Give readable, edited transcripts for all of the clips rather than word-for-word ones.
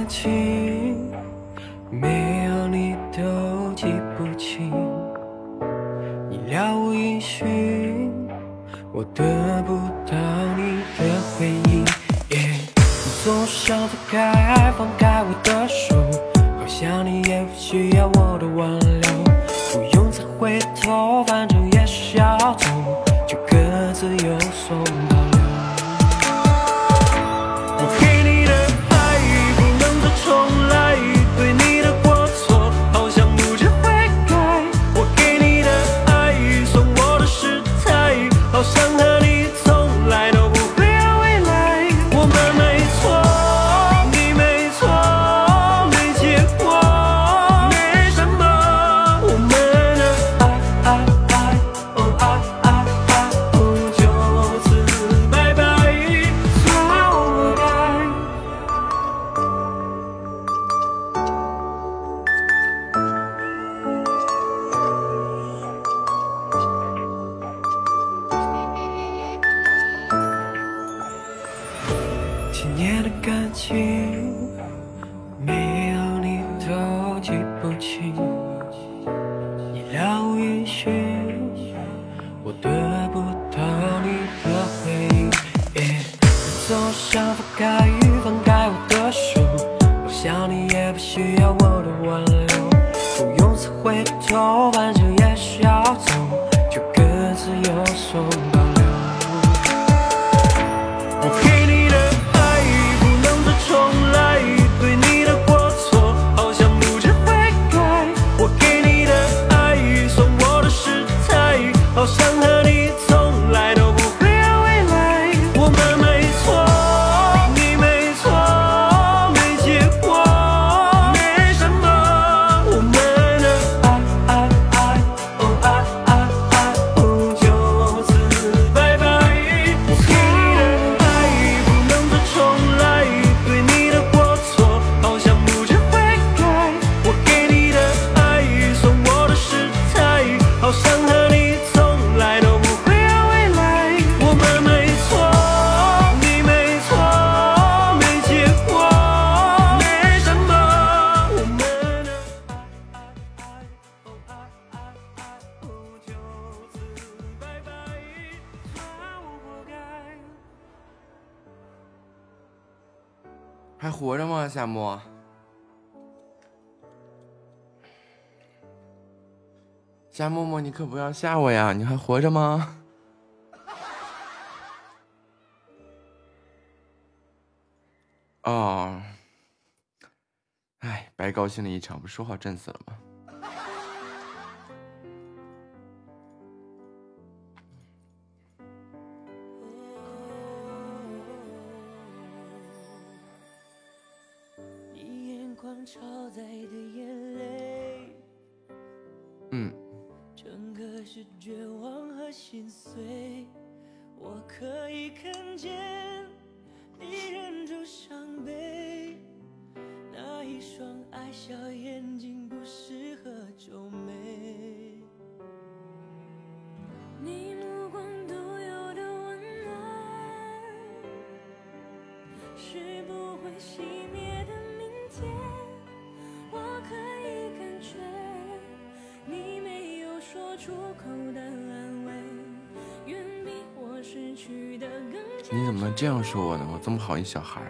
感情，没有你都记不清，你了无音讯，我得不到你的回应。你总想放开我的手，好像你也不需要我的挽留，不用再回头，反正也是要走，就各自有所保留。我给你的爱不能再重来，对你的过错好像不知悔改。我给你的爱送我的失态，好像和你从来都不会有未来。我们没错，你没错，没结果，没什么。我们的爱，就此拜拜，算我活该。几年的感情，没有你都记不清，你了无音讯，我得不到你的回应。你总想放开我的手，好像你也不需要我的挽留，不用再回头，反正也是要走，就各自有所保留。我给你的爱不能再重来，对你的过错好像不知悔改。我给你的爱送我的失态，好像和你从来都不会有未来。我们没错，你没错，没结果，没什么。我们的就此拜拜。我给你的爱不能再重来，对你的过错好像不知悔改。我给你的爱送我的失态，好像和你从来都不会有未来。我们没错，你没错，没结果，没什么。我们的就此拜拜，算我活该。 还活着吗？夏沫，夏沫沫，你可不要吓我呀！你还活着吗？哦，哎，白高兴了一场，不说好震死了吗？ 你眼眶超载的眼泪，整个是绝望和心碎。我可以看见你忍住伤悲，那一双爱笑眼睛不适合皱眉。你目光独有的温暖，是不会熄灭的明天。我可以感觉你没有说出口的安慰，远比我失去的更加。 你怎么能这样说我呢？我这么好一小孩儿。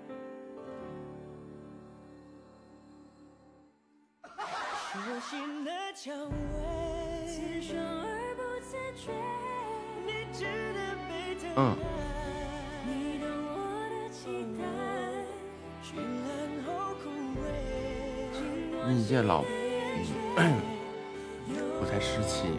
手心的蔷薇，刺伤而不自觉，你值得被疼爱。你懂我的期待，绚烂后枯萎。 你这老，不太识气。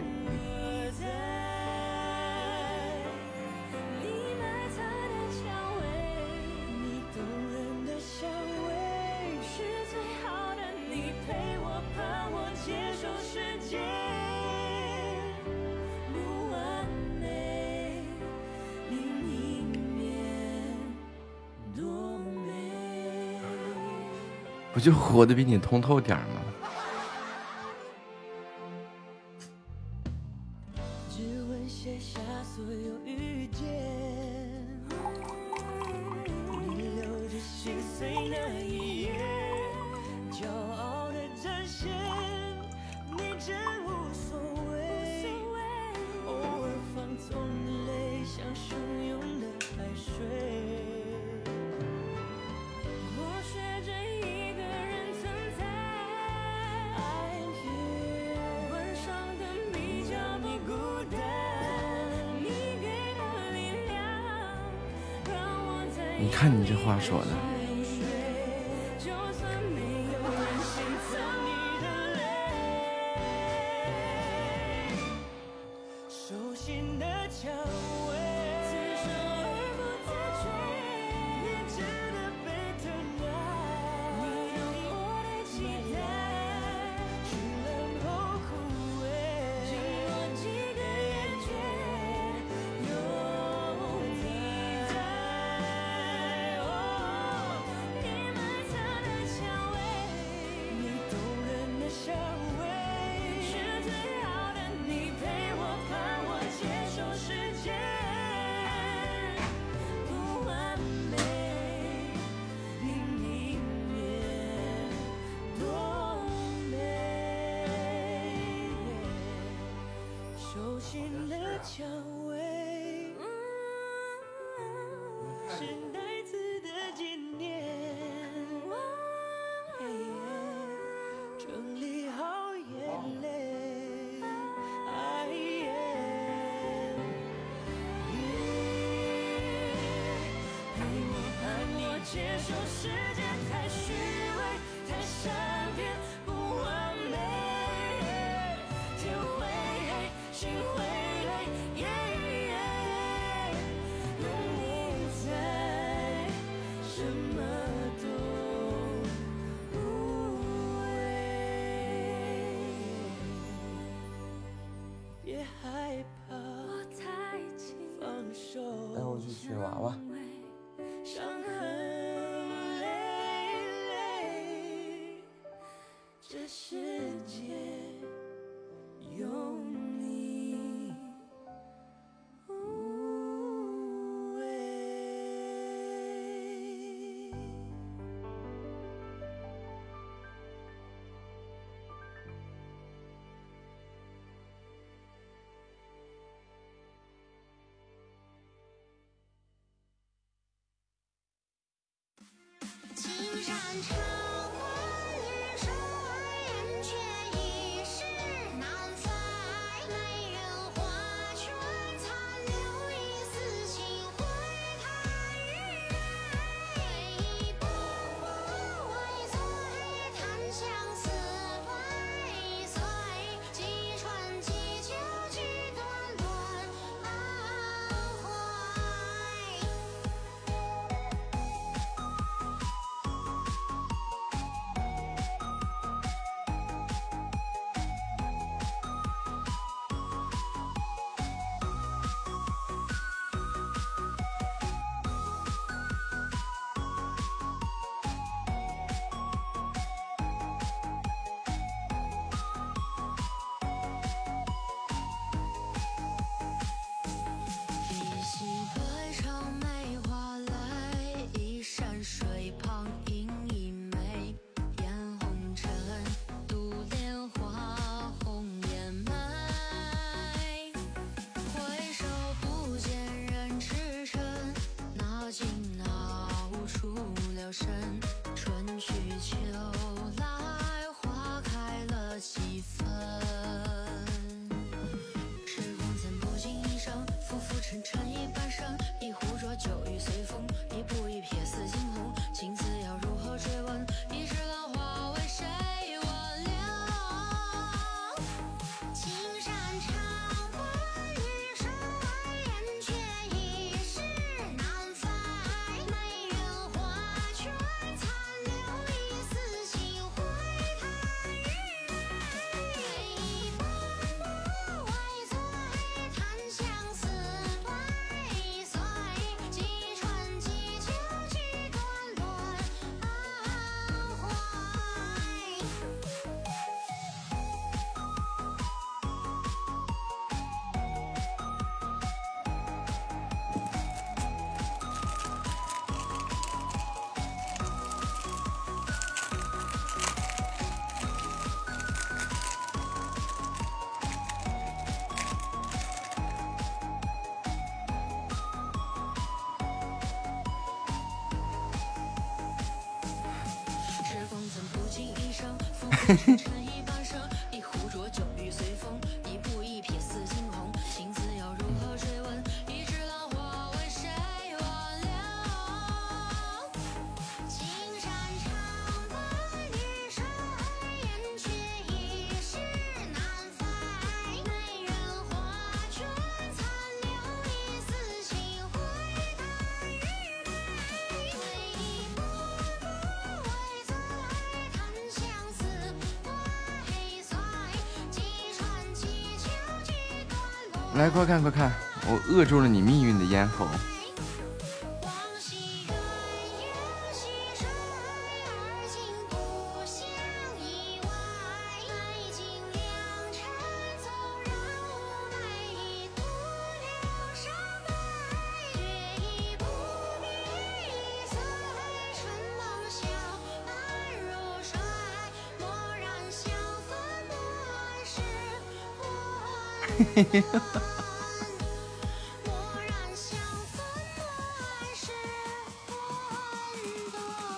你埋藏的蔷薇，你动人的香味，是最好的你陪我怕我接受世界不完美，另一面多美。 不就活得比你通透点吗？ 只问写下所有遇见，你留着心碎那一页。 你看你这话说的。带我去取娃娃。 这世界有你无畏。 青山长过绿水烟，却已是难飞。美人花圈残留一丝情回，叹日月波波未摧，叹相思追随。几春几秋几段轮回。一袭白裳梅花泪，一山水旁映一眉。烟红尘，独莲花红颜美。回首不见人驰骋，那惊恼出了神。春去秋来，花开了几分。时光怎不经一生，浮浮沉沉一半生。一壶浊酒欲随风，一步一瞥似惊鸿。情字要如何追问？一枝兰花为谁挽留？青山长过绿水烟，却已是难飞。美人花圈残留一丝情回，叹日月波波未摧，叹相思追随。几春几秋几段轮回。时光怎不经一生，浮浮沉沉一半生。一壶浊酒欲随风，一步一瞥似惊鸿。情字要如何追问？一枝兰花为谁挽留？ 来，快看快看，我扼住了你命运的咽喉。 往昔远游西川，而今故乡已外。来尽良辰，纵然无奈，已独留伤悲。月已不比岁，春梦晓半入睡。蓦然相逢，莫是魂。蓦然相逢，莫是混沌。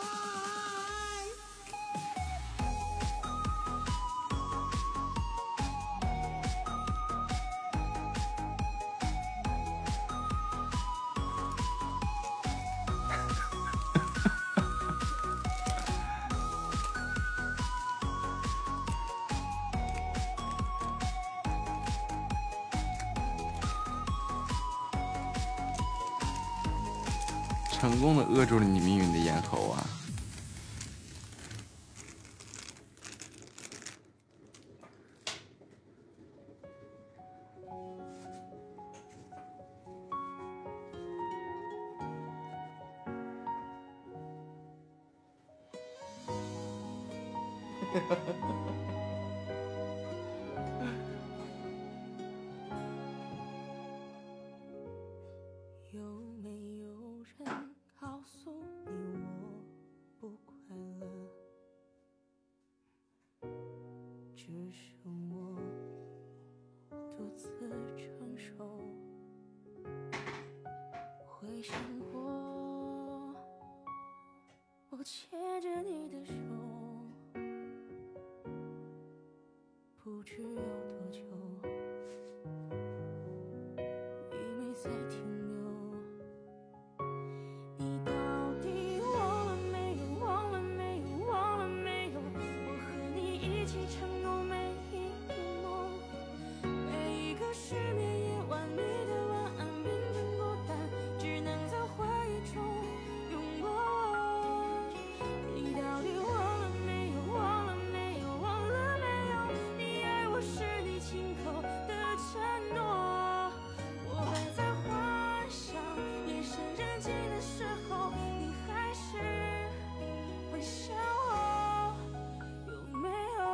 成功的扼住了你命运的咽喉啊！ 有没有人告诉你我不快乐？只剩我独自承受。回想过，我牵着你的手，不知要多久，已没再停留。你到底忘了没有？忘了没有？忘了没有？我和你一起承诺每一个梦，每一个失眠夜晚，你的晚安变成孤单，只能在回忆中拥抱我。你到底忘了没有？忘了没有？忘了没有？你爱我是你亲口的承诺。我还在幻想，夜深人静的时候，你还是会想我，有没有？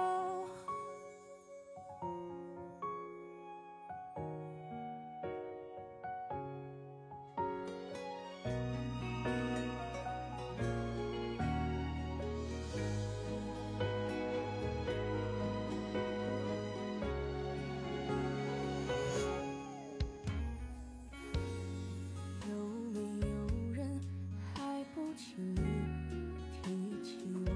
有没有人还不轻易提起我？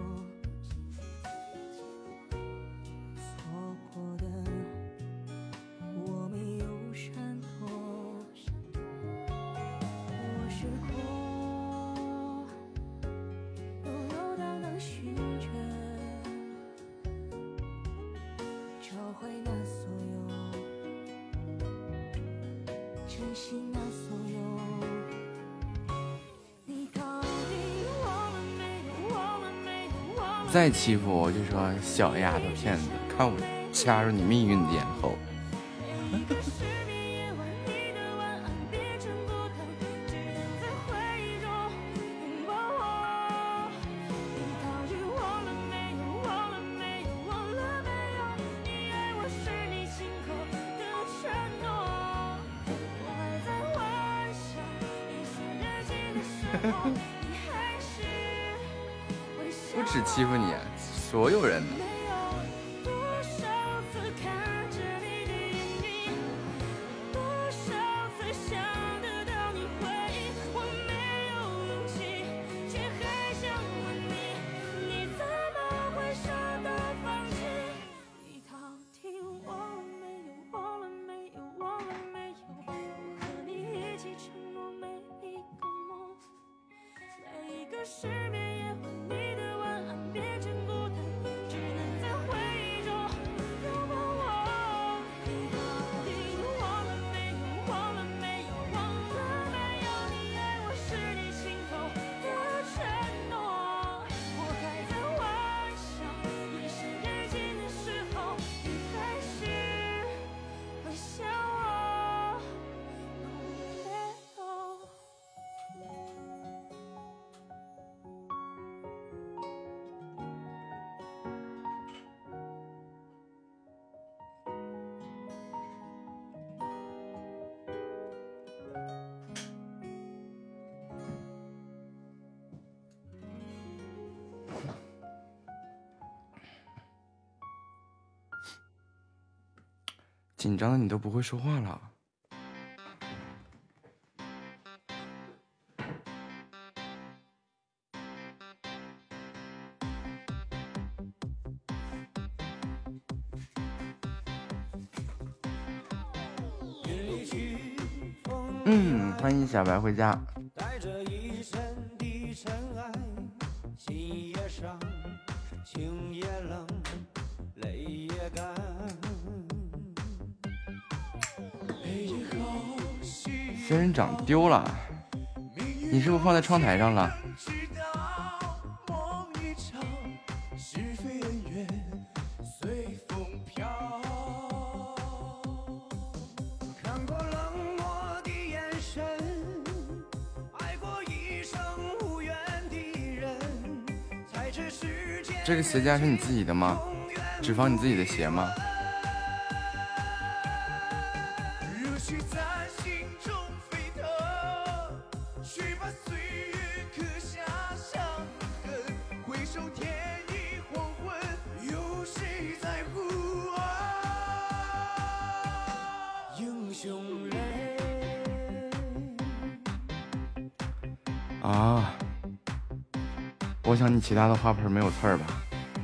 错过的我没有闪躲，我试过悠悠荡荡寻着，找回那所有，珍惜那所有。你到底忘了没有？忘了没有？忘了再欺负我就说小丫头片子，看我掐住你命运的咽喉。 每一个失眠夜晚，你的晚安变成孤单，只能在回忆中拥抱我。你到底忘了没有？忘了没有？忘了没有？你爱我是你亲口的承诺。我还在幻想，夜深人静的时候，你还是会想不止欺负你，所有人呢。 没有多少次看着你的眼睛，多少次想得到你回应，我没有勇气，却还想问你，你怎么会舍得放弃？你到底忘了没有？忘了没有？忘了没有？我和你一起承诺每一个梦，每一个失眠夜晚，你的晚安变成孤单，只能在回忆中拥抱我。你到底忘了没有？忘了没有？忘了没有？你爱我是你亲口的承诺。我还在幻想，夜深人静的时候，你还是会想我。 紧张的你都不会说话了。欢迎小白回家。 带着一身的尘埃，心也伤，情也冷，泪也干。 仙人掌丢了，你是不是放在窗台上了？这个鞋架是你自己的吗？只放你自己的鞋吗？啊，我想你其他的花盆没有刺儿吧？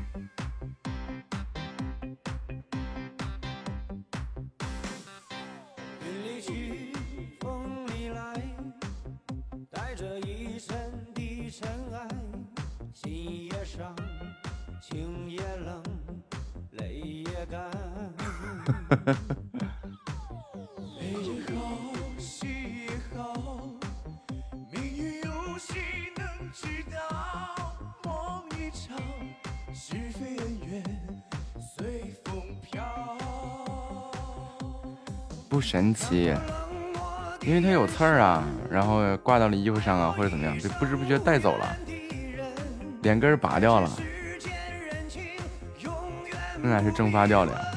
不神奇，因为它有刺儿啊，然后挂到了衣服上啊，或者怎么样，被不知不觉带走了，连根拔掉了，那哪是蒸发掉了呀？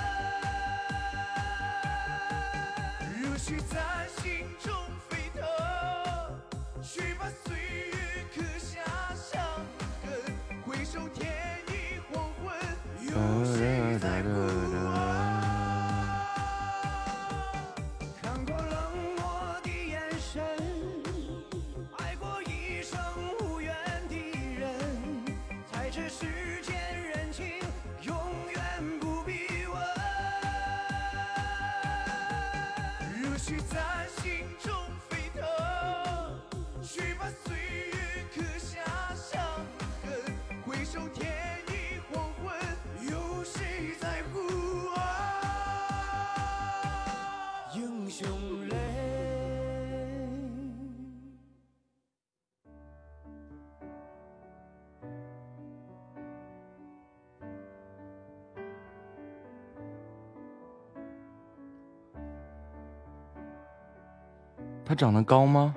它长得高吗？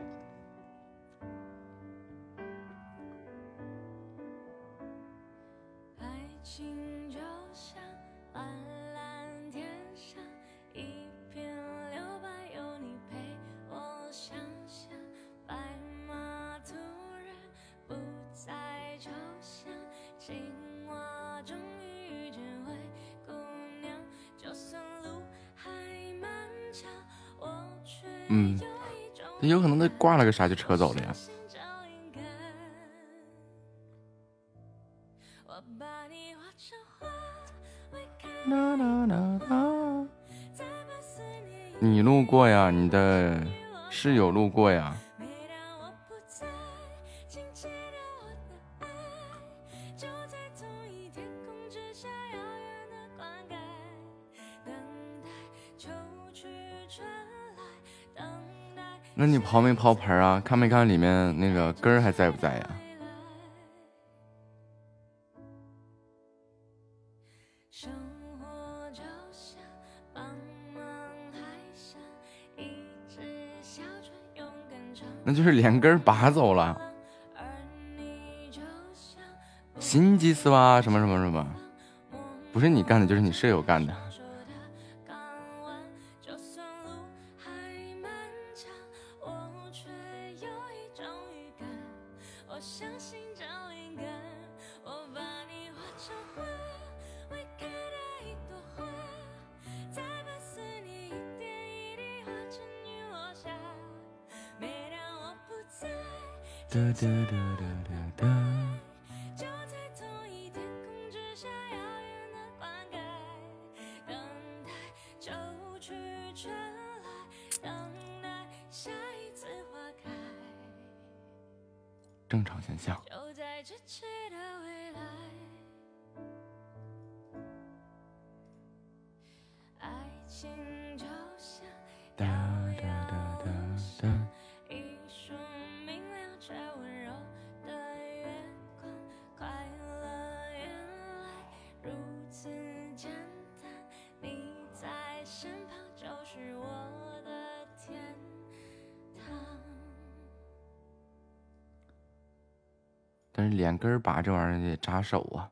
有可能他挂了个啥就扯走了呀。你路过呀，你的室友路过呀。那你刨没刨盆啊？看没看里面那个根儿还在不在呀？那就是连根拔走了。心机丝袜什么什么什么，不是你干的，就是你舍友干的。 哒哒哒哒哒。 就在同一天空之下，遥远的灌溉，等待秋去春来，等待下一次花开。 正常现象。 就在咫尺的未来，爱情就像哒哒哒哒哒。 一束明亮却温柔的月光，快乐原来如此简单，你在身旁就是我的天堂。 但是连根拔这玩意儿得扎手啊。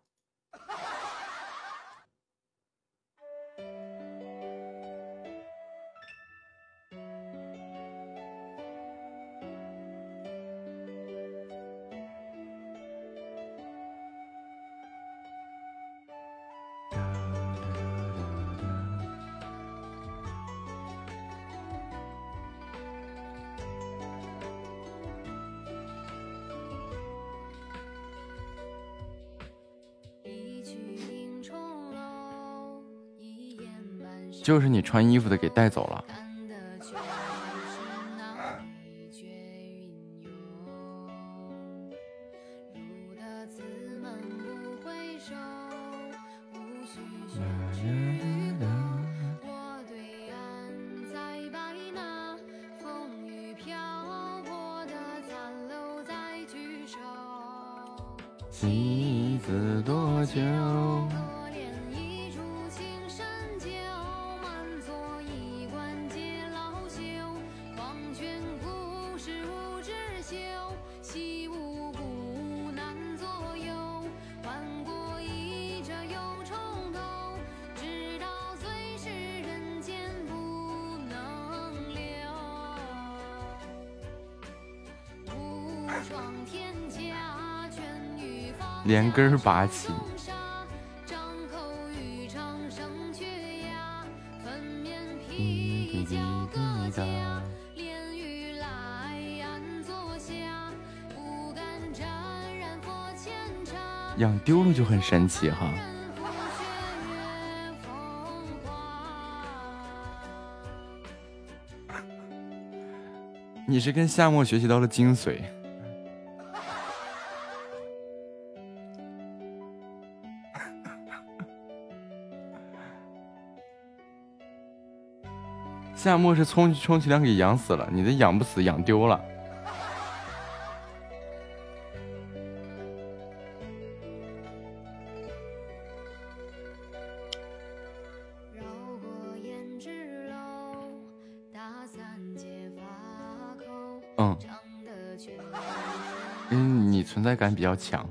就是你穿衣服的给带走了。妻子多久？连根拔起。滴滴滴滴答。养丢了就很神奇哈。你是跟夏末学习到了精髓。夏末是充其量给养死了，你的养不死，养丢了。你存在感比较强。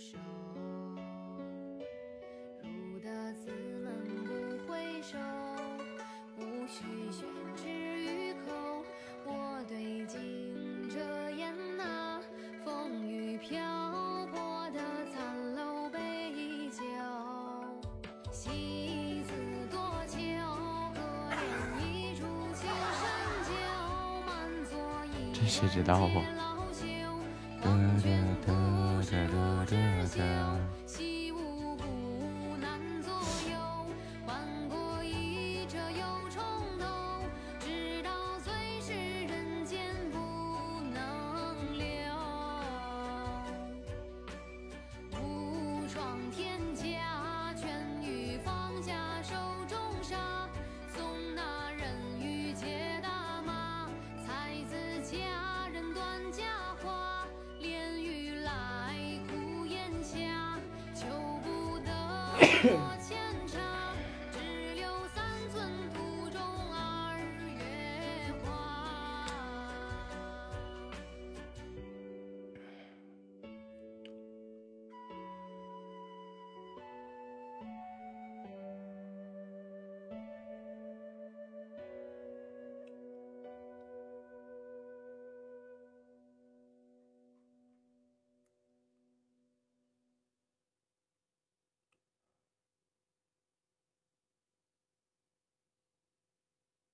这谁知道啊？哒哒哒哒哒哒。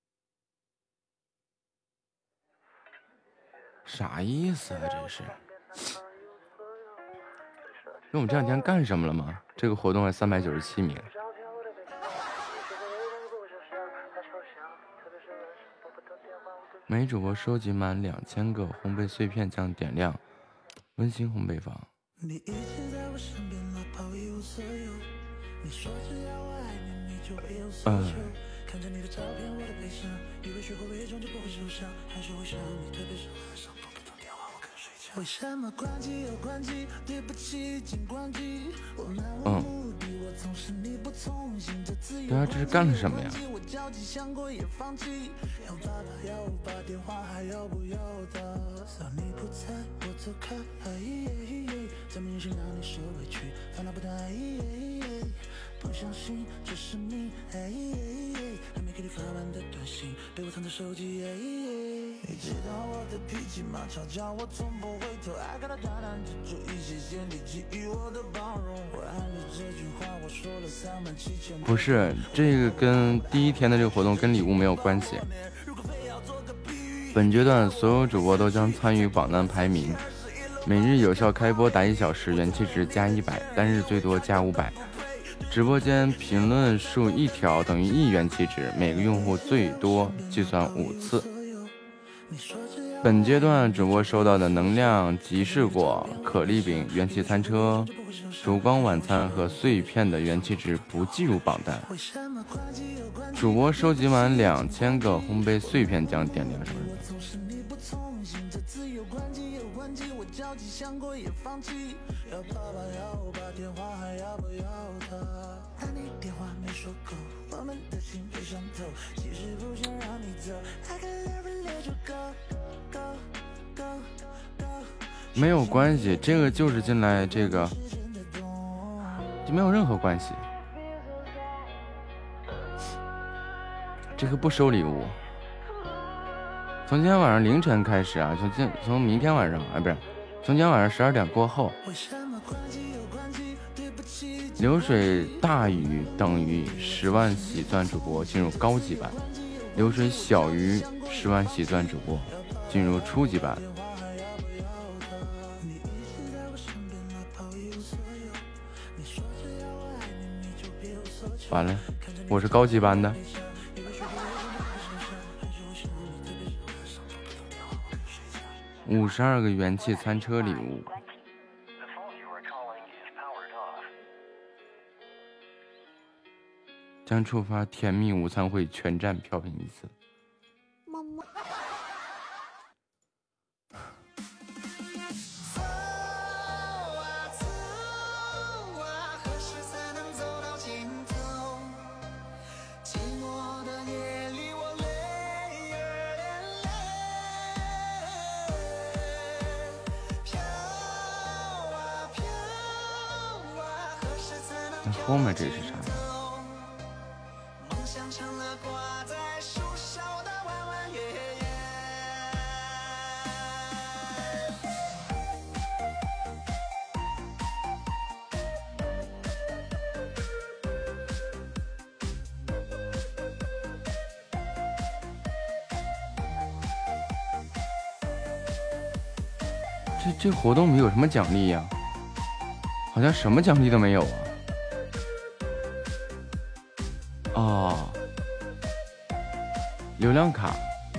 啥意思啊？这是。 因为我们这两天干什么了吗？这个活动还397名。每主播收集满2000个烘焙碎片将点亮温馨烘焙坊。 你一直在我身边，哪怕一无所有。你说只要我爱你，你就别有所求。看着你的照片，我的悲伤，以为学会伪装就不会受伤，还是会想你，特别是晚上拨不通电话，我更睡觉。为什么关机又关机？对不起，请关机。我漫无目的，我总是你不从心的自由。 对啊，这是干了什么呀？ 我焦急想过也放弃，要爸爸要我把电话还要不要他？扫你不在，我走开，在面前让你受委屈，烦恼不断，不相信这是你，还没给你发完的短信，被我藏在手机。你知道我的脾气吗？吵架我从不回头，爱看到大胆之主意，谢谢你给予我的包容。我爱你这句话我说了37000。 不是，这个跟第一天的这个活动跟礼物没有关系。本阶段所有主播都将参与榜单排名，每日有效开播达1小时，元气值加100，单日最多加500。直播间评论数1条等于1元气值，每个用户最多计算5次。本阶段主播收到的能量集市果、可丽饼、元气餐车、烛光晚餐和碎片的元气值不计入榜单。主播收集满2000个烘焙碎片将点亮什么？没有关系，这个就是进来这个就没有任何关系。这个不收礼物。从今天晚上凌晨开始啊，从明天晚上啊，不是，从今天晚上12点过后，流水大于等于10万喜钻主播进入高级版，流水小于10万喜钻主播进入初级版。完了，我是高级班的。52个元气餐车礼物，将触发甜蜜午餐会全站飘屏1次。 么么。 后面这是啥呀？这活动没有什么奖励呀？好像什么奖励都没有啊。哦，流量卡，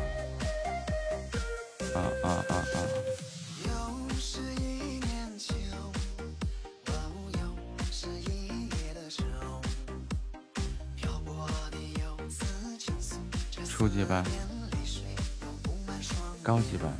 初级班，高级班。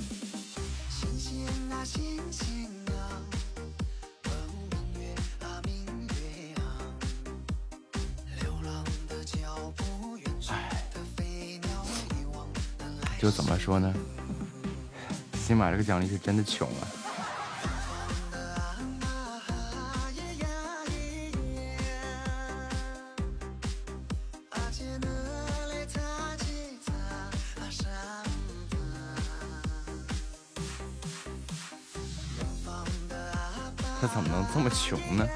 就怎么说呢？起码这个奖励是真的穷啊！他怎么能这么穷呢？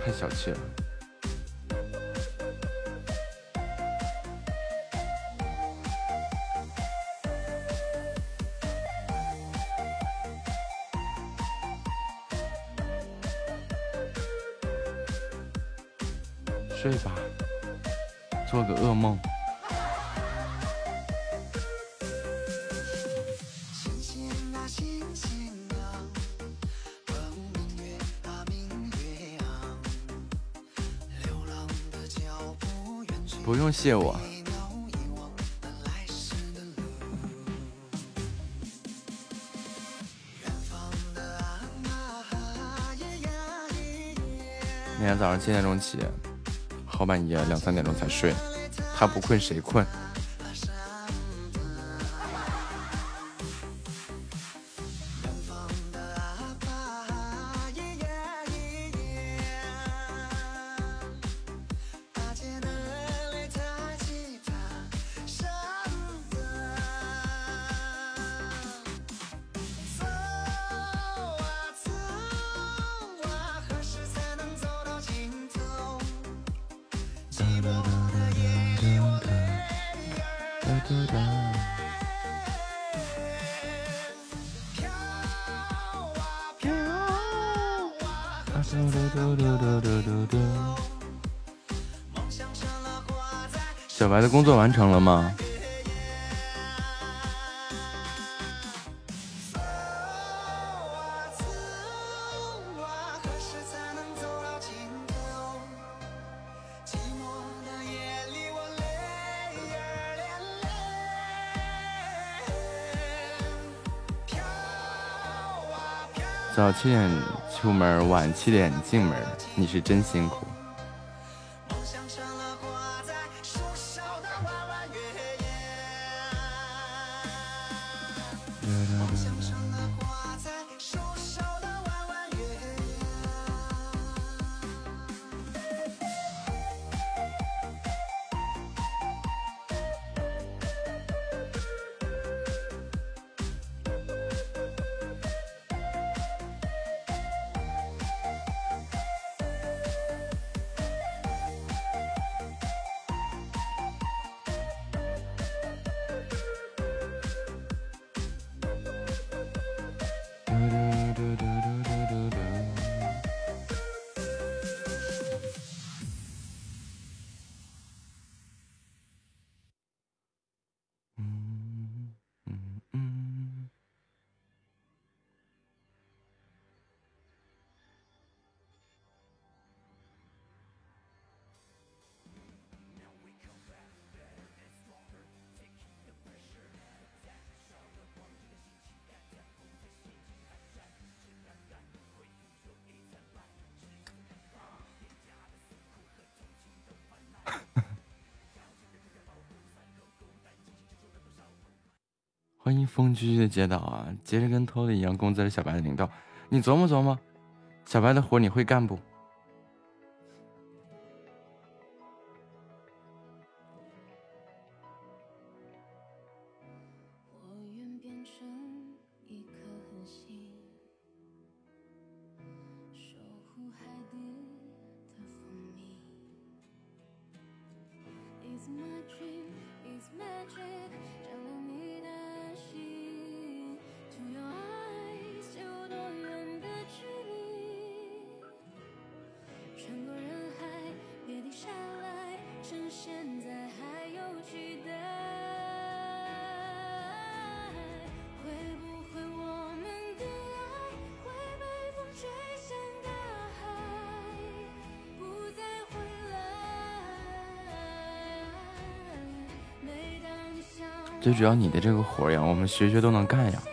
太小气了。睡吧，做个噩梦。不用谢我。每天早上7点钟起，好半夜2、3点钟才睡。他不困谁困？小白的工作完成了吗？早7点出门，晚7点进门，你是真辛苦。欢迎风居居的接到啊，接着跟偷的一样工资了小白的领导，你琢磨琢磨，小白的活你会干不？最主要你的这个活呀，我们学学都能干呀。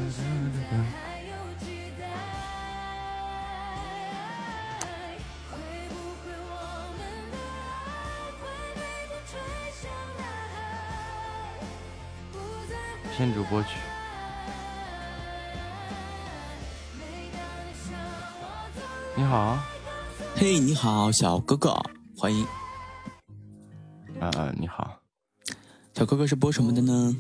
偏主播曲。你好， 嘿，你好，小哥哥，欢迎。 你好， 小哥哥是播什么的呢？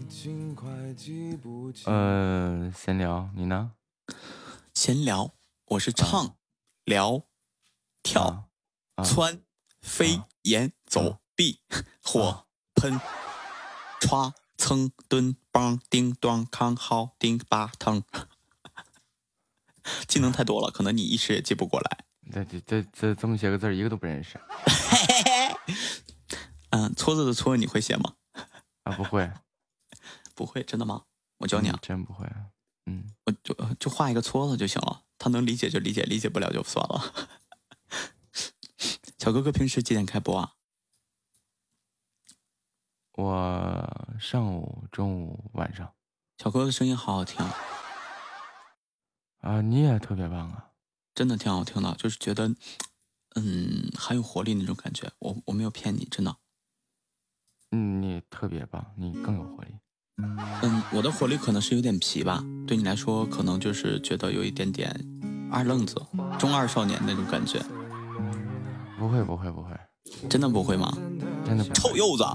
闲聊，你呢？ 闲聊，我是唱、聊、跳、窜、飞、檐、走、壁、火、喷、歘、蹭、蹲、梆、叮、当、康、好、叮、吧、腾。技能太多了，可能你一时也记不过来。 这么些个字儿，一个都不认识。 撮子的撮你会写吗？ 不会。 不会，真的吗？我教你啊。 真不会。 我就画一个撮子就行了，他能理解就理解，理解不了就算了。小哥哥平时几点开播啊？ 我上午、中午、晚上。 小哥哥的声音好好听啊！你也特别棒啊， 真的挺好听的，就是觉得很有活力那种感觉。我没有骗你，真的。 你特别棒，你更有活力。 我的活力可能是有点皮吧，对你来说可能就是觉得有一点点二愣子、中二少年那种感觉。 不会， 真的不会吗？ 真的不会。 臭柚子！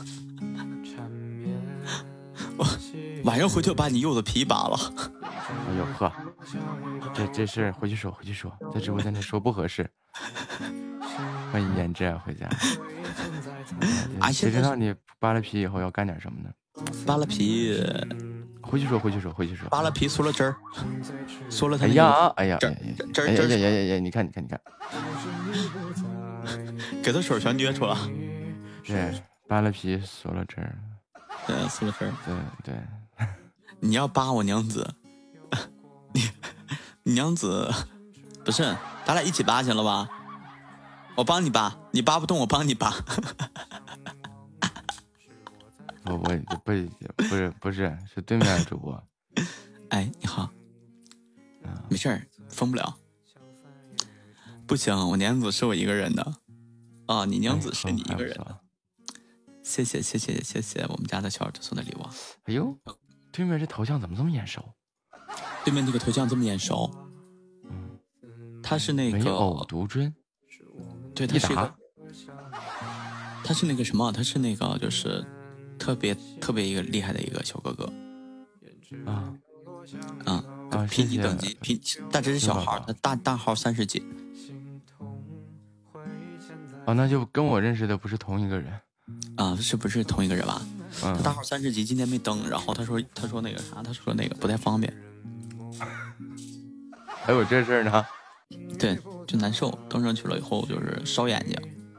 晚上回去把你柚子皮扒了。 哎呦呵，这事回去说，在直播间里说不合适。欢迎颜值回家。谁知道你扒了皮以后要干点什么呢？ 扒了皮， 回去说。 扒了皮，嗦了汁儿，嗦了它。 哎呀，你看， 给他手全捏出了。 对，扒了皮，嗦了汁儿。 对，嗦了汁儿。 对。 你要扒我娘子，你娘子不是，咱俩一起扒行了吧？我帮你扒，你扒不动我帮你扒。不是，是对面的主播。哎，你好。没事儿，封不了。不行，我娘子是我一个人的。啊，你娘子是你一个人的。谢谢我们家的小耳朵送的礼物。 哎呦，对面这头像怎么这么眼熟？ 对面这个头像这么眼熟？他是那个唯偶独尊。 对，他是一个，他是那个什么？他是那个就是特别一个厉害的一个小哥哥。平级等级但这是小号，他大号30几。 那就跟我认识的不是同一个人。 是不是同一个人吧？他大号30级，今天没登，然后他说那个啥，他说那个不太方便。 还有这事儿呢？ 对，就难受，登上去了以后就是烧眼睛。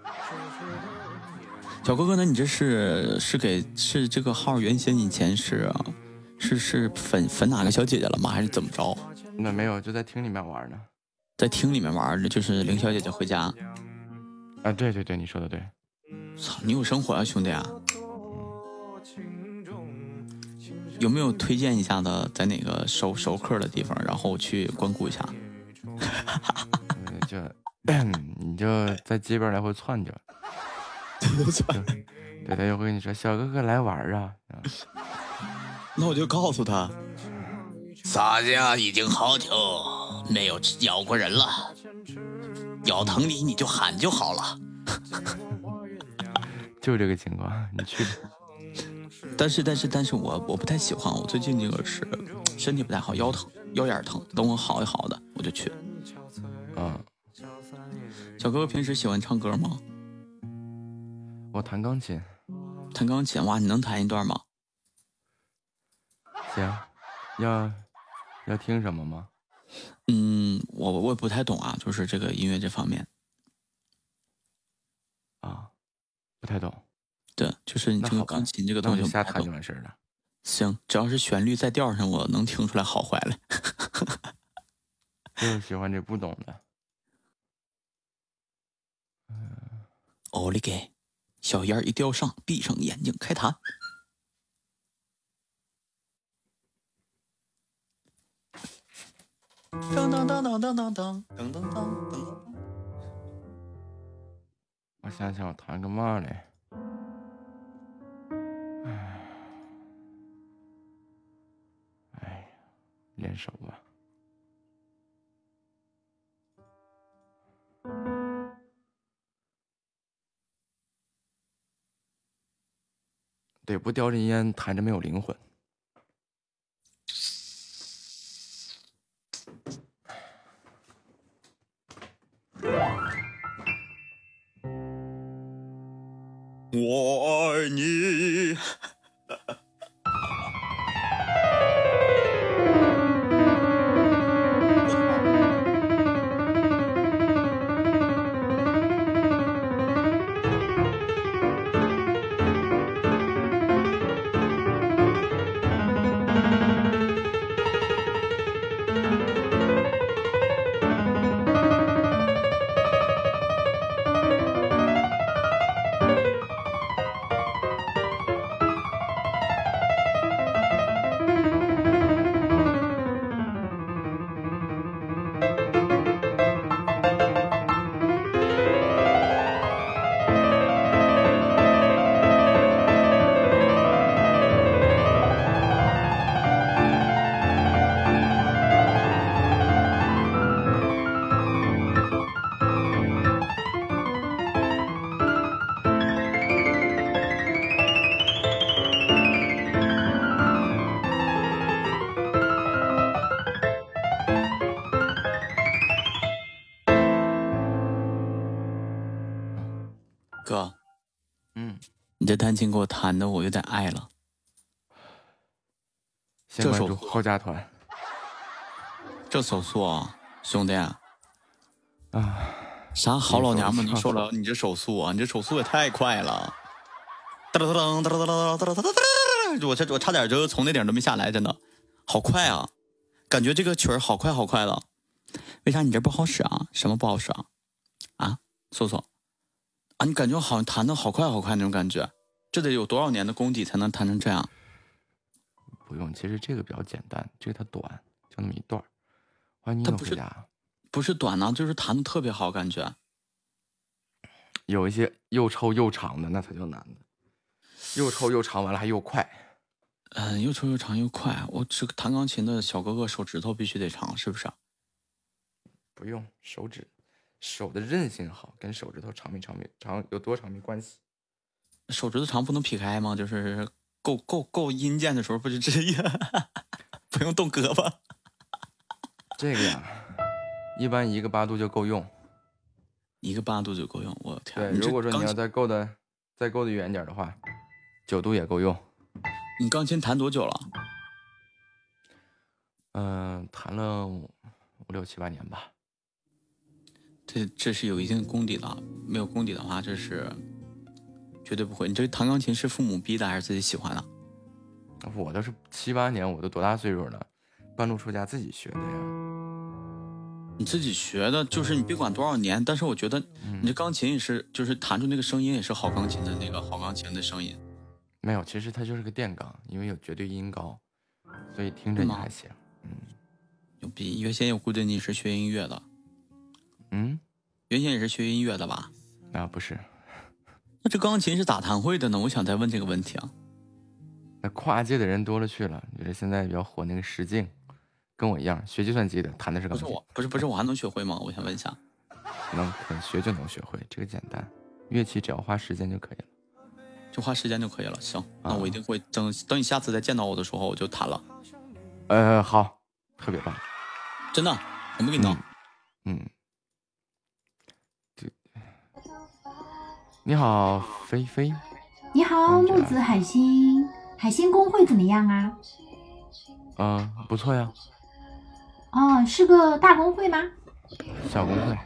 小哥哥呢？你这是这个号原先以前是粉哪个小姐姐了吗？还是怎么着？ 那没有，就在厅里面玩呢。 在厅里面玩的，就是领小姐姐回家。 对，你说的对。 操，你有生活啊，兄弟啊！有没有推荐一下的，在哪个熟客的地方，然后去光顾一下？ 你就在街边来回窜就。对，他又会跟你说小哥哥来玩啊。 那我就告诉他，洒家已经好久没有咬过人了，咬疼你就喊就好了。 就这个情况，你去。 但是我不太喜欢，我最近这个是身体不太好，腰疼，腰眼疼，等我好一好的我就去。小哥哥平时喜欢唱歌吗？ 我弹钢琴。 弹钢琴哇，你能弹一段吗？ 行，要听什么吗？ 我也不太懂啊，就是这个音乐这方面。 不太懂。 对，就是你这个钢琴这个东西， 瞎弹就完事了。 行，只要是旋律在调上，我能听出来好坏来。 就是喜欢这不懂的。 奥利给！小烟一吊上，闭上眼睛开弹。 当当当当当当当当当当。 我想想，我弹个嘛嘞？哎，练手吧。对，不叼着烟弹着没有灵魂。 我爱你。哥，你这弹琴给我弹的，我有点爱了。 先关注后加团。 这手速啊，兄弟啊！啥好老娘们？你说了，你这手速啊，你这手速也太快了！哒哒哒哒哒哒哒哒哒哒！我差点就从那顶都没下来，真的，好快啊！感觉这个曲儿好快好快的。为啥你这不好使啊？什么不好使啊？啊，搜索啊，你感觉好像弹的好快好快那种感觉，这得有多少年的功底才能弹成这样？ 不用，其实这个比较简单，这个它短，就那么一段。欢迎你回家。 不是短呢，就是弹的特别好，感觉。 有一些又臭又长的，那才叫难的。又臭又长，完了还又快。 又臭又长又快。我这个弹钢琴的小哥哥手指头必须得长，是不是？ 不用，手的韧性好，跟手指头长没长有多长没关系。 手指头长不能劈开吗？就是够阴键的时候，不是直接不用动胳膊。 这个呀，一般1个8度就够用。 1个8度就够用，我天！ 对，如果说你要再够的远点的话，9度也够用。 你钢琴弹多久了？ 弹了5、6、7、8年吧。 这是有一定功底的，没有功底的话，这是绝对不会。你这弹钢琴是父母逼的还是自己喜欢的？ 我都是7、8年，我都多大岁数了？半路出家自己学的呀。 你自己学的，就是你别管多少年，但是我觉得你这钢琴也是，就是弹出那个声音也是好钢琴的那个好钢琴的声音。 没有，其实它就是个电钢，因为有绝对音高，所以听着也还行。 牛逼！原先我估计你是学音乐的。原先也是学音乐的吧？ 啊，不是。 那这钢琴是咋弹会的呢？我想再问这个问题啊。 那跨界的人多了去了，就是现在比较火那个石镜。跟我一样学计算机的，弹的是钢琴。 不是我还能学会吗？我想问一下。 能学就能学会，这个简单。乐器只要花时间就可以了。 就花时间就可以了。行，那我一定会等你下次再见到我的时候，我就弹了。 好，特别棒。 真的，我没给你闹。 你好，菲菲。 你好，木子海星。海星公会怎么样啊？ 不错呀。 哦，是个大公会吗？ 小公会。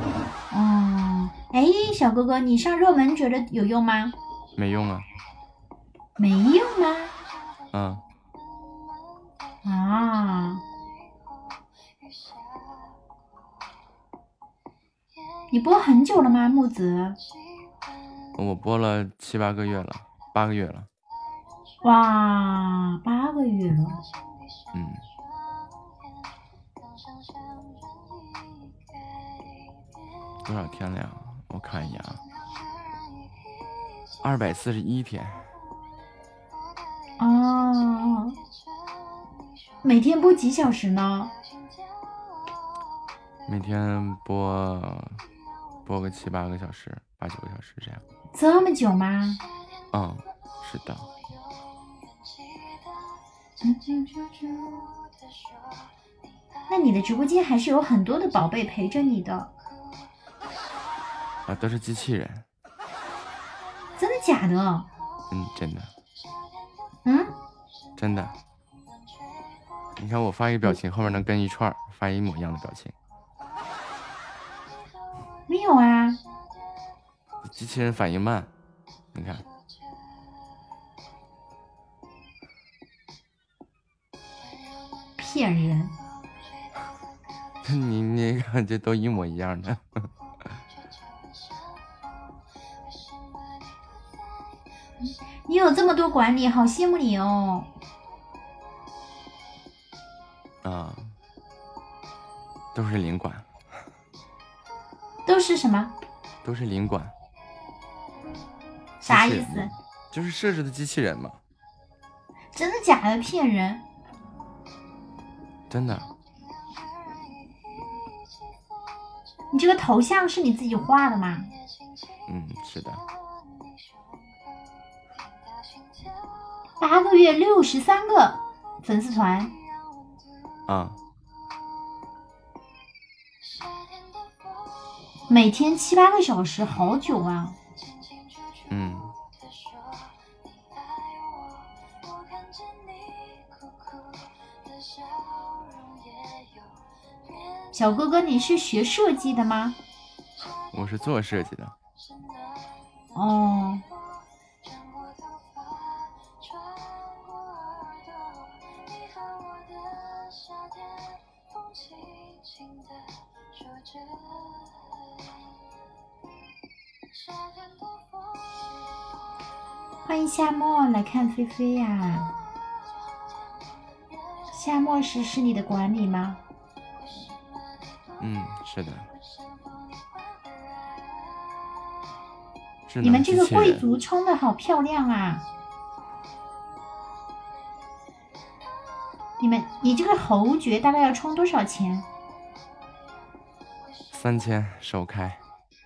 哎，小哥哥，你上热门觉得有用吗？ 没用啊。 没用吗？你播很久了吗，木子？ 我播了7、8个月了，8个月了。 哇，8个月了。 多少天了呀？我看一眼啊，241天。 哦，每天播几小时呢？ 每天播个7、8个小时，8、9个小时这样。 这么久吗？ 嗯，是的。 那你的直播间还是有很多的宝贝陪着你的。 啊，都是机器人。 真的假的？ 嗯，真的。 嗯， 真的。你看我发一个表情，后面能跟一串，发一模一样的表情。 没有啊。 机器人反应慢，你看。 骗人。 你看这都一模一样的。 你有这么多管理，好羡慕你哦。 啊，都是零管。 都是什么？ 都是零管。 啥意思？ 就是设置的机器人嘛。 真的假的？骗人。 真的。 你这个头像是你自己画的吗？ 嗯，是的。 8个月63个粉丝团。 啊。 每天7、8个小时，好久啊。 嗯。 小哥哥，你是学设计的吗？ 我是做设计的。 哦。欢迎夏末来看菲菲呀。夏末是你的管理吗？ 嗯，是的。 你们这个贵族冲的好漂亮啊！你这个侯爵大概要充多少钱 ？3000首开。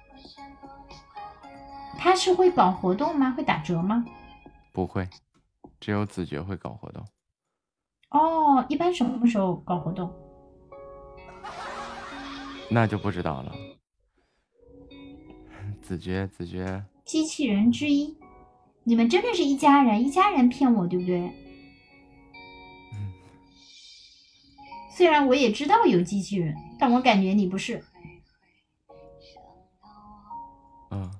他是会搞活动吗？会打折吗？ 不会，只有子爵会搞活动。 哦，一般什么时候搞活动？ 那就不知道了。子爵， 机器人之一，你们真的是一家人，一家人骗我，对不对？虽然我也知道有机器人，但我感觉你不是。 嗯。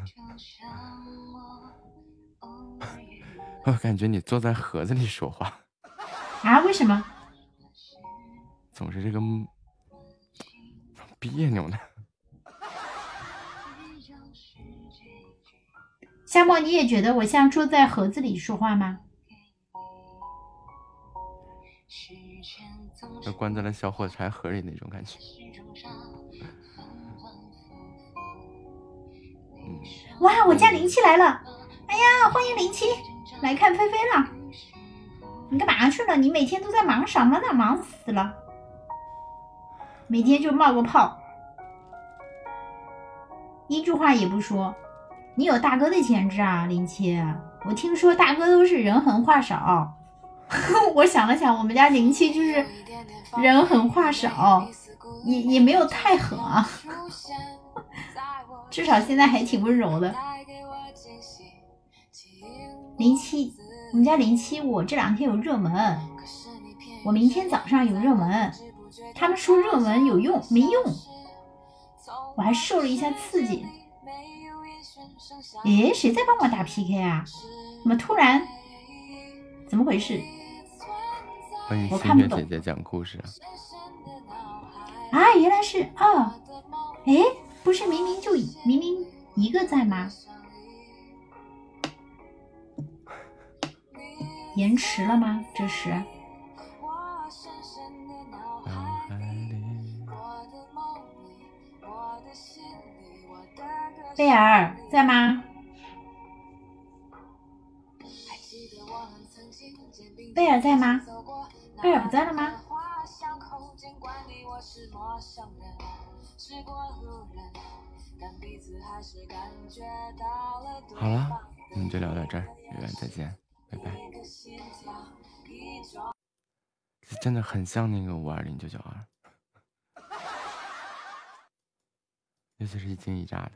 我感觉你坐在盒子里说话。 啊？为什么？ 总是这个别扭呢。 夏末，你也觉得我像坐在盒子里说话吗？ 要关在了小火柴盒里那种感觉。 哇，我家灵七来了！哎呀，欢迎灵七来看菲菲了。你干嘛去了？你每天都在忙什么呢？忙死了，每天就冒个泡，一句话也不说。你有大哥的潜质啊，灵七。我听说大哥都是人狠话少。我想了想，我们家灵七就是人狠话少，也没有太狠啊。至少现在还挺温柔的。灵七，我们家灵七，我这2天有热门，我明天早上有热门。他们说热门有用，没用，我还受了一下刺激。诶，谁在帮我打 PK 啊？怎么突然？怎么回事？ 欢迎心月姐姐讲故事。 啊，原来是啊，诶，不是明明一个在吗？延迟了吗？这是。 贝尔在吗？贝尔在吗？贝尔不在了吗？ 好了，我们就聊到这儿，圆圆再见，拜拜。真的很像那个520992，尤其是一惊一乍的。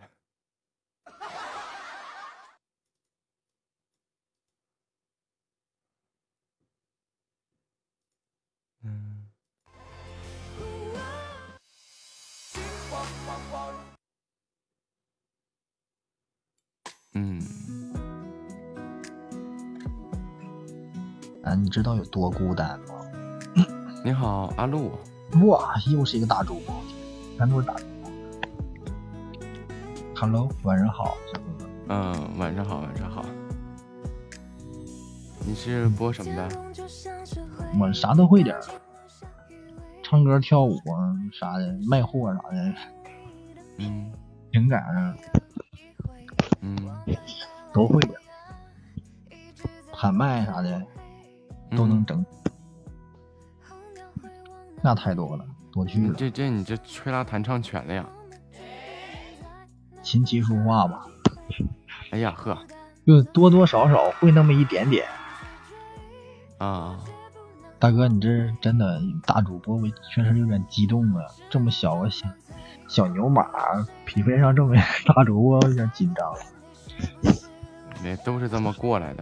你知道有多孤单吗？ 你好，阿路。 哇，又是一个大主播，全都是大主播。Hello， 晚上好，小哥哥。 晚上好，晚上好。你是播什么的？ 我啥都会点儿，唱歌、跳舞啊啥的，卖货啥的。情感啊，都会点儿。喊麦啥的都能整。那太多了，多去了。 你这吹拉弹唱全了呀？ 琴棋书画吧。 哎呀呵， 就多多少少会那么一点点。 啊， 大哥，你这真的大主播，我确实有点激动啊！这么小个小牛马匹配上这么大主播，有点紧张。 那都是这么过来的。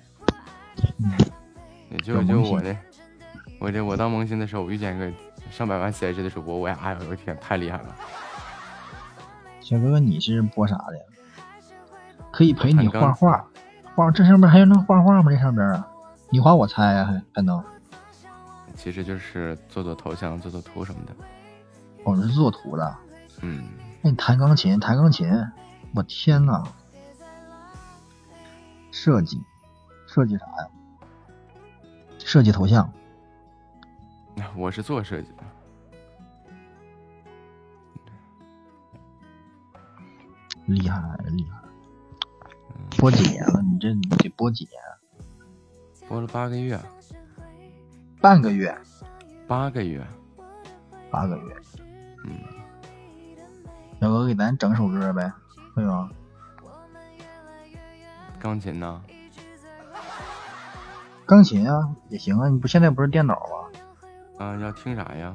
也就我当萌新的时候，我遇见一个上百万 CH 的主播，哎呦我天，太厉害了！ 小哥哥，你是播啥的？可以陪你画画，这上面还能画画吗？这上边啊，你画我猜啊，还能？ 其实就是做头像、做图什么的。 哦，是做图的。那你弹钢琴，我天哪！设计啥呀？设计头像。 我是做设计的。 厉害！播几年了？你得播几年？ 播了8个月。 半个月。 8个月。 小哥给咱整首歌呗，会吗？ 钢琴呢？ 钢琴啊，也行啊。你不现在不是电脑吗？ 要听啥呀？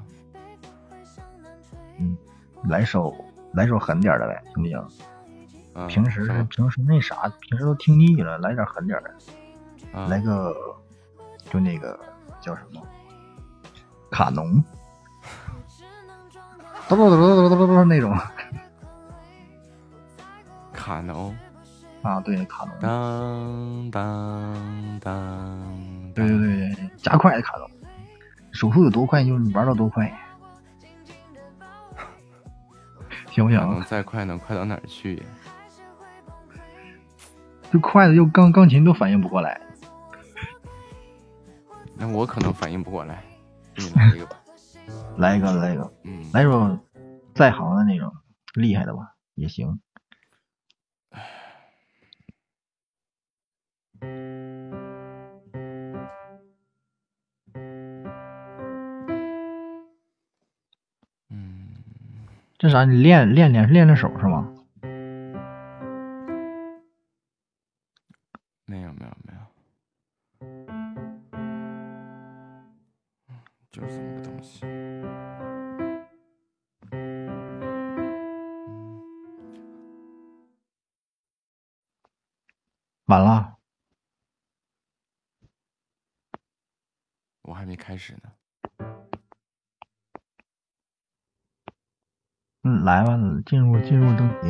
来首狠点的呗，行不行？平时那啥，平时都听腻了，来点狠点的。来个就那个叫什么卡农，咚那种。 卡农啊，对，卡农。 当， 对，加快的卡农，手速有多快就玩到多快，行不行？ 能再快能快到哪儿去呀？ 就快的就钢琴都反应不过来。 那我可能反应不过来，你来一个吧。 来一个，来首在行的那种厉害的吧，也行。这啥？你练手是吗？ 没有，就是这么个东西。 完了， 我还没开始呢。 来吧，进入正题。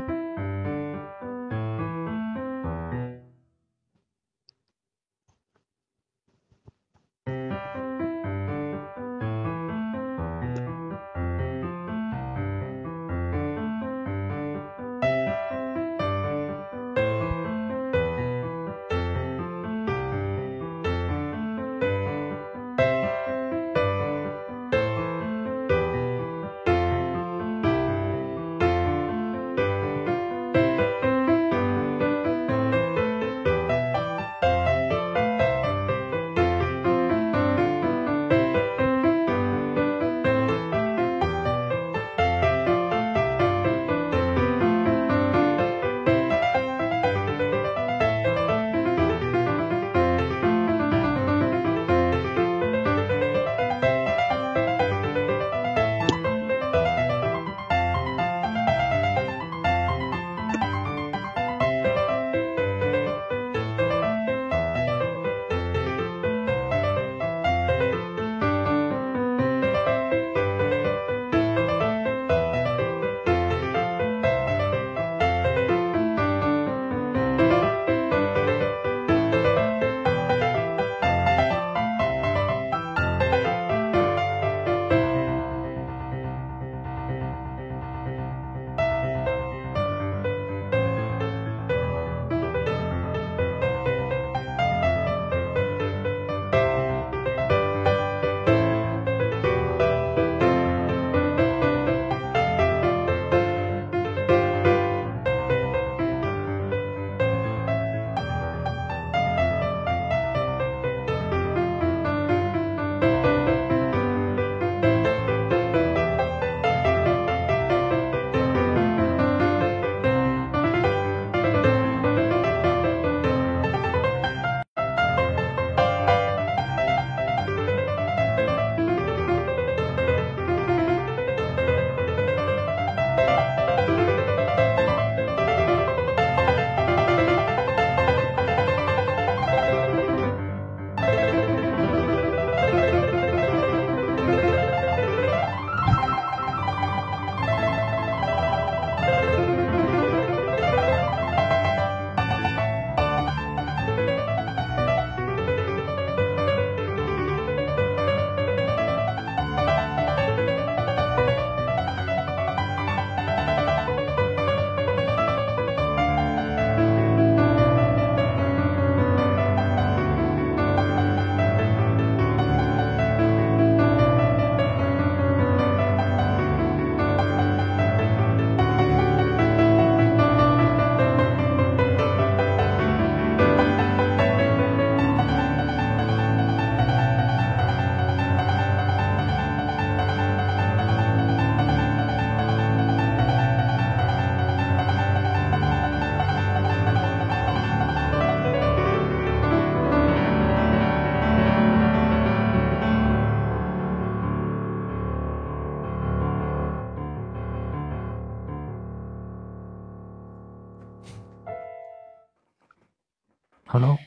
Hello，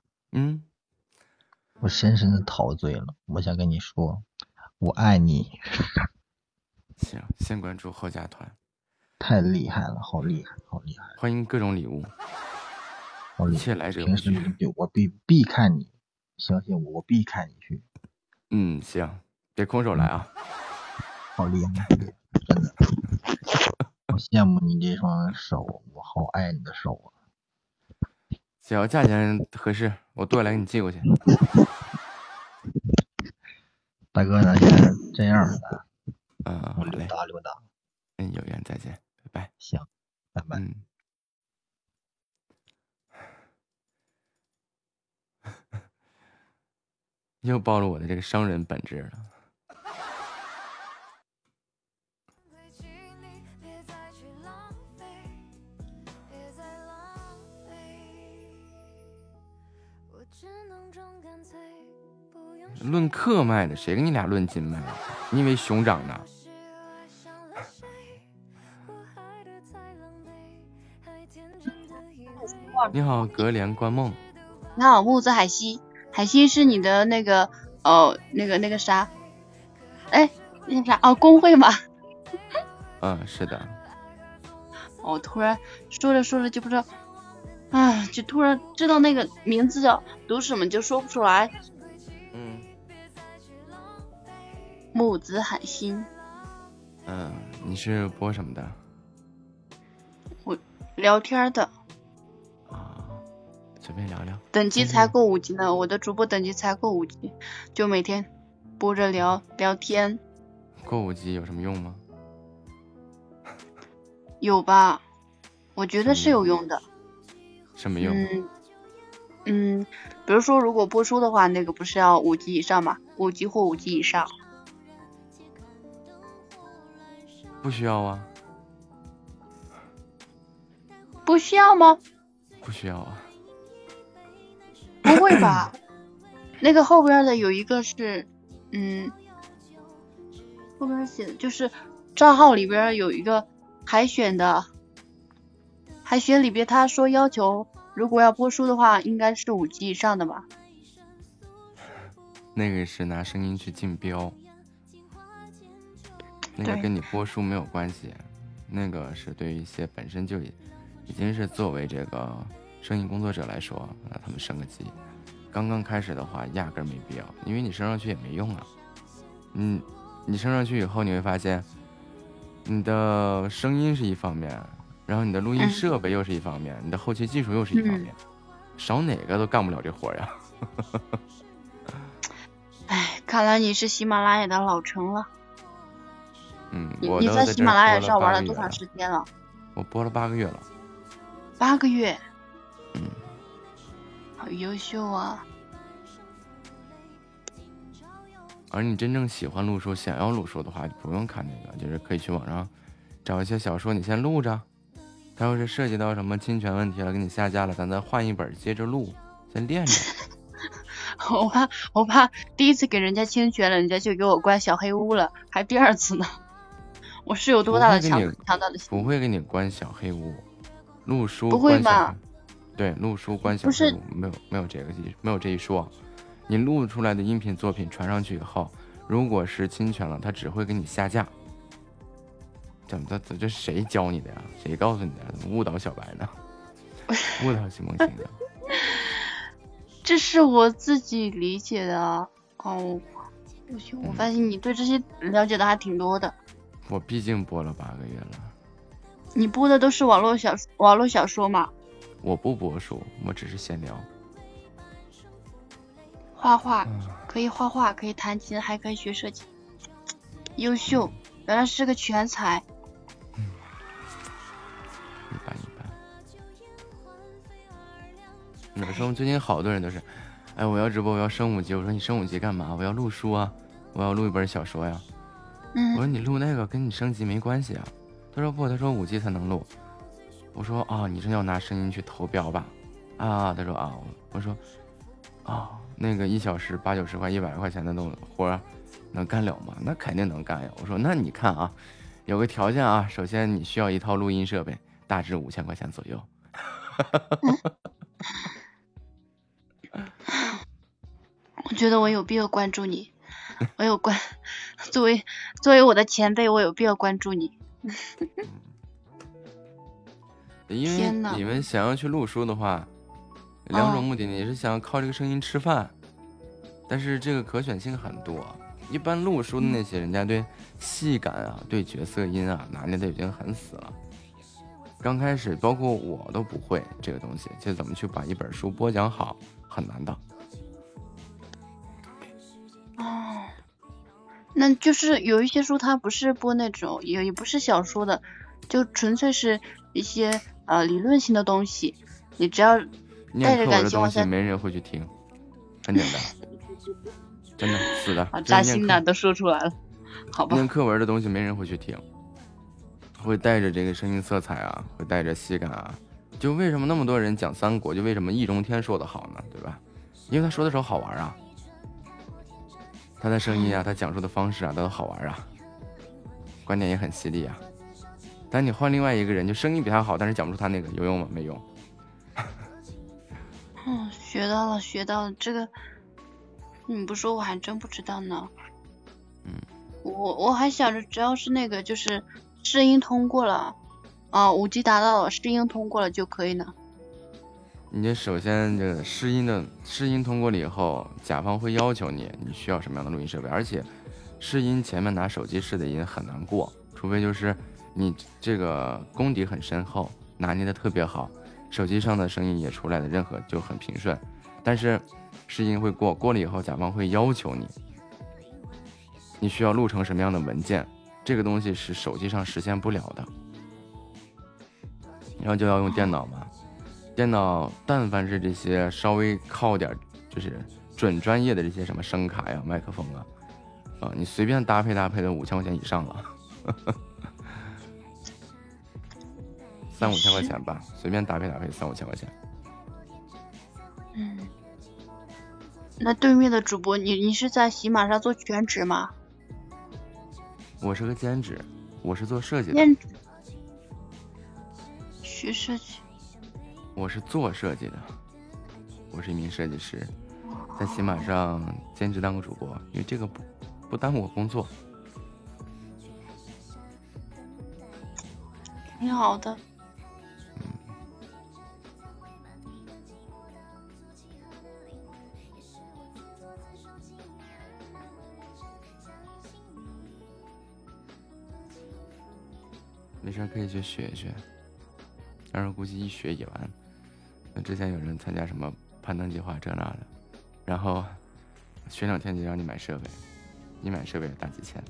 我深深的陶醉了，我想跟你说，我爱你。 行，先关注后加团。 太厉害了，好厉害，好厉害！ 欢迎各种礼物，一切来者不拒。 我必看你，相信我，我必看你去。 行，别空手来啊！ 好厉害，真的，好羡慕你这双手，我好爱你的手啊！ 只要价钱合适，我多来给你寄过去。 大哥，那先这样的。 好嘞， 溜达。 有缘再见，拜拜。 行，拜拜。 又暴露我的这个商人本质了。论克卖的，谁跟你俩论斤卖的？你以为熊掌呢？你好，格连观梦。 你好，木子海西。海西是你的那个那个啥？哎，那啥哦，工会吗？ 是的。 我突然说着就不知道，就突然知道那个名字叫读什么就说不出来。木子海星。 你是播什么的？ 我聊天的。 随便聊聊。 等级才够5级呢，我的主播等级才够5级，就每天播着聊天。 够5级有什么用吗？ 有吧，我觉得是有用的。 什么用？ 比如说如果播出的话，那个不是要5级以上嘛，5级或5级以上。 不需要啊。 不需要吗？ 不需要啊。 不会吧？那个后边的有一个是，后边写的就是账号里边有一个海选的，海选里边他说要求，如果要播出的话，应该是5级以上的吧？ 那个是拿声音去竞标，那个跟你播出没有关系，那个是对于一些本身就已经是作为这个声音工作者来说，那他们升个级。刚刚开始的话，压根没必要，因为你升上去也没用啊。你升上去以后，你会发现，你的声音是一方面，然后你的录音设备又是一方面，你的后期技术又是一方面，少哪个都干不了这活呀。 看来你是喜马拉雅的老成了。 你在喜马拉雅上玩了多长时间了？ 我播了8个月了。 8个月。好优秀啊！ 而你真正喜欢录书，想要录书的话，就不用看那个，就是可以去网上找一些小说，你先录着。它要是涉及到什么侵权问题了，给你下架了，咱再换一本接着录，先练着。 我怕第一次给人家侵权了，人家就给我关小黑屋了，还第2次呢。我是有多大的强大的心？ 不会给你关小黑屋，录书不会吧？ 对，录书关小黑屋没有这个没有这一说。你录出来的音频作品传上去以后，如果是侵权了，他只会给你下架。这谁教你的呀？谁告诉你的？怎么误导小白呢？误导西蒙型的。 这是我自己理解的哦。我发现你对这些了解的还挺多的。 我毕竟播了8个月了。 你播的都是网络小说嘛？ 我不播书，我只是闲聊。 画画可以画画，可以弹琴，还可以学设计，优秀，原来是个全才。 一般。有时候最近好多人都是，我要直播，我要升5级。我说你升5级干嘛？我要录书啊，我要录一本小说呀。我说你录那个跟你升级没关系啊。他说不，他说5级才能录。我说你是要拿声音去投标吧？他说我说那个1小时80、90块、100块钱的活能干了吗？那肯定能干呀。我说那你看啊，有个条件啊，首先你需要一套录音设备，大致5000块钱左右。 觉得我有必要关注你，作为我的前辈，我有必要关注你。 因为你们想要去录书的话，两种目的，你是想要靠这个声音吃饭，但是这个可选性很多。一般录书的那些人家对戏感啊，对角色音啊拿捏的已经很死了。刚开始包括我都不会这个东西，就怎么去把一本书播讲好，很难的。 哦，那就是有一些书它不是播那种，也不是小说的，就纯粹是一些理论性的东西，你只要带着感情， 的东西没人会去听，很简单。真的死的， 好扎心的都说出来了，好吧。 念课文的东西没人会去听，会带着这个声音色彩啊，会带着戏感啊。就为什么那么多人讲三国，就为什么易中天说的好呢？对吧？因为他说的时候好玩啊，他的声音啊，他讲述的方式啊，都好玩啊，观点也很犀利啊。但你换另外一个人，就声音比他好，但是讲不出他那个，有用吗？没用。 学到了，这个。你不说我还真不知道呢。我还想着只要是那个就是试音通过了，5级达到了，试音通过了就可以呢。 你这首先这个试音通过了以后，甲方会要求你需要什么样的录音设备，而且试音前面拿手机试的音很难过，除非就是你这个功底很深厚，拿捏的特别好，手机上的声音也出来的任何就很平顺，但是试音会过了以后，甲方会要求你需要录成什么样的文件，这个东西是手机上实现不了的，然后就要用电脑嘛。电脑但凡是这些稍微靠点就是准专业的这些什么声卡呀、麦克风啊，你随便搭配的5000块钱以上了，3-5千块钱吧，随便搭配3-5千块钱。 那对面的主播，你是在喜马上做全职吗？ 我是个兼职，我是做设计的。 学设计？ 我是做设计的，我是一名设计师，在喜马上兼职当个主播，因为这个不耽误我工作。 挺好的。 没事可以去学一学，但是估计一学也完。那之前有人参加什么攀登计划这那的，然后学2天就让你买设备，你买设备大几千。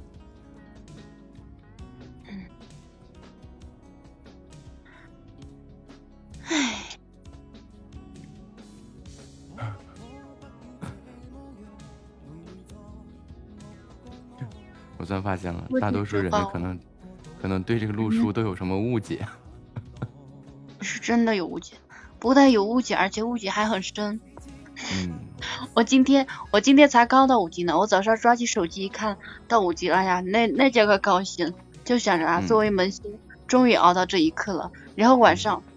我算发现了，大多数人可能对这个录书都有什么误解。 是真的有误解，不但有误解，而且误解还很深。我今天才刚到5级呢，我早上抓起手机一看到5级了呀，那这个高兴，就想着作为萌新，终于熬到这一刻了。然后晚上，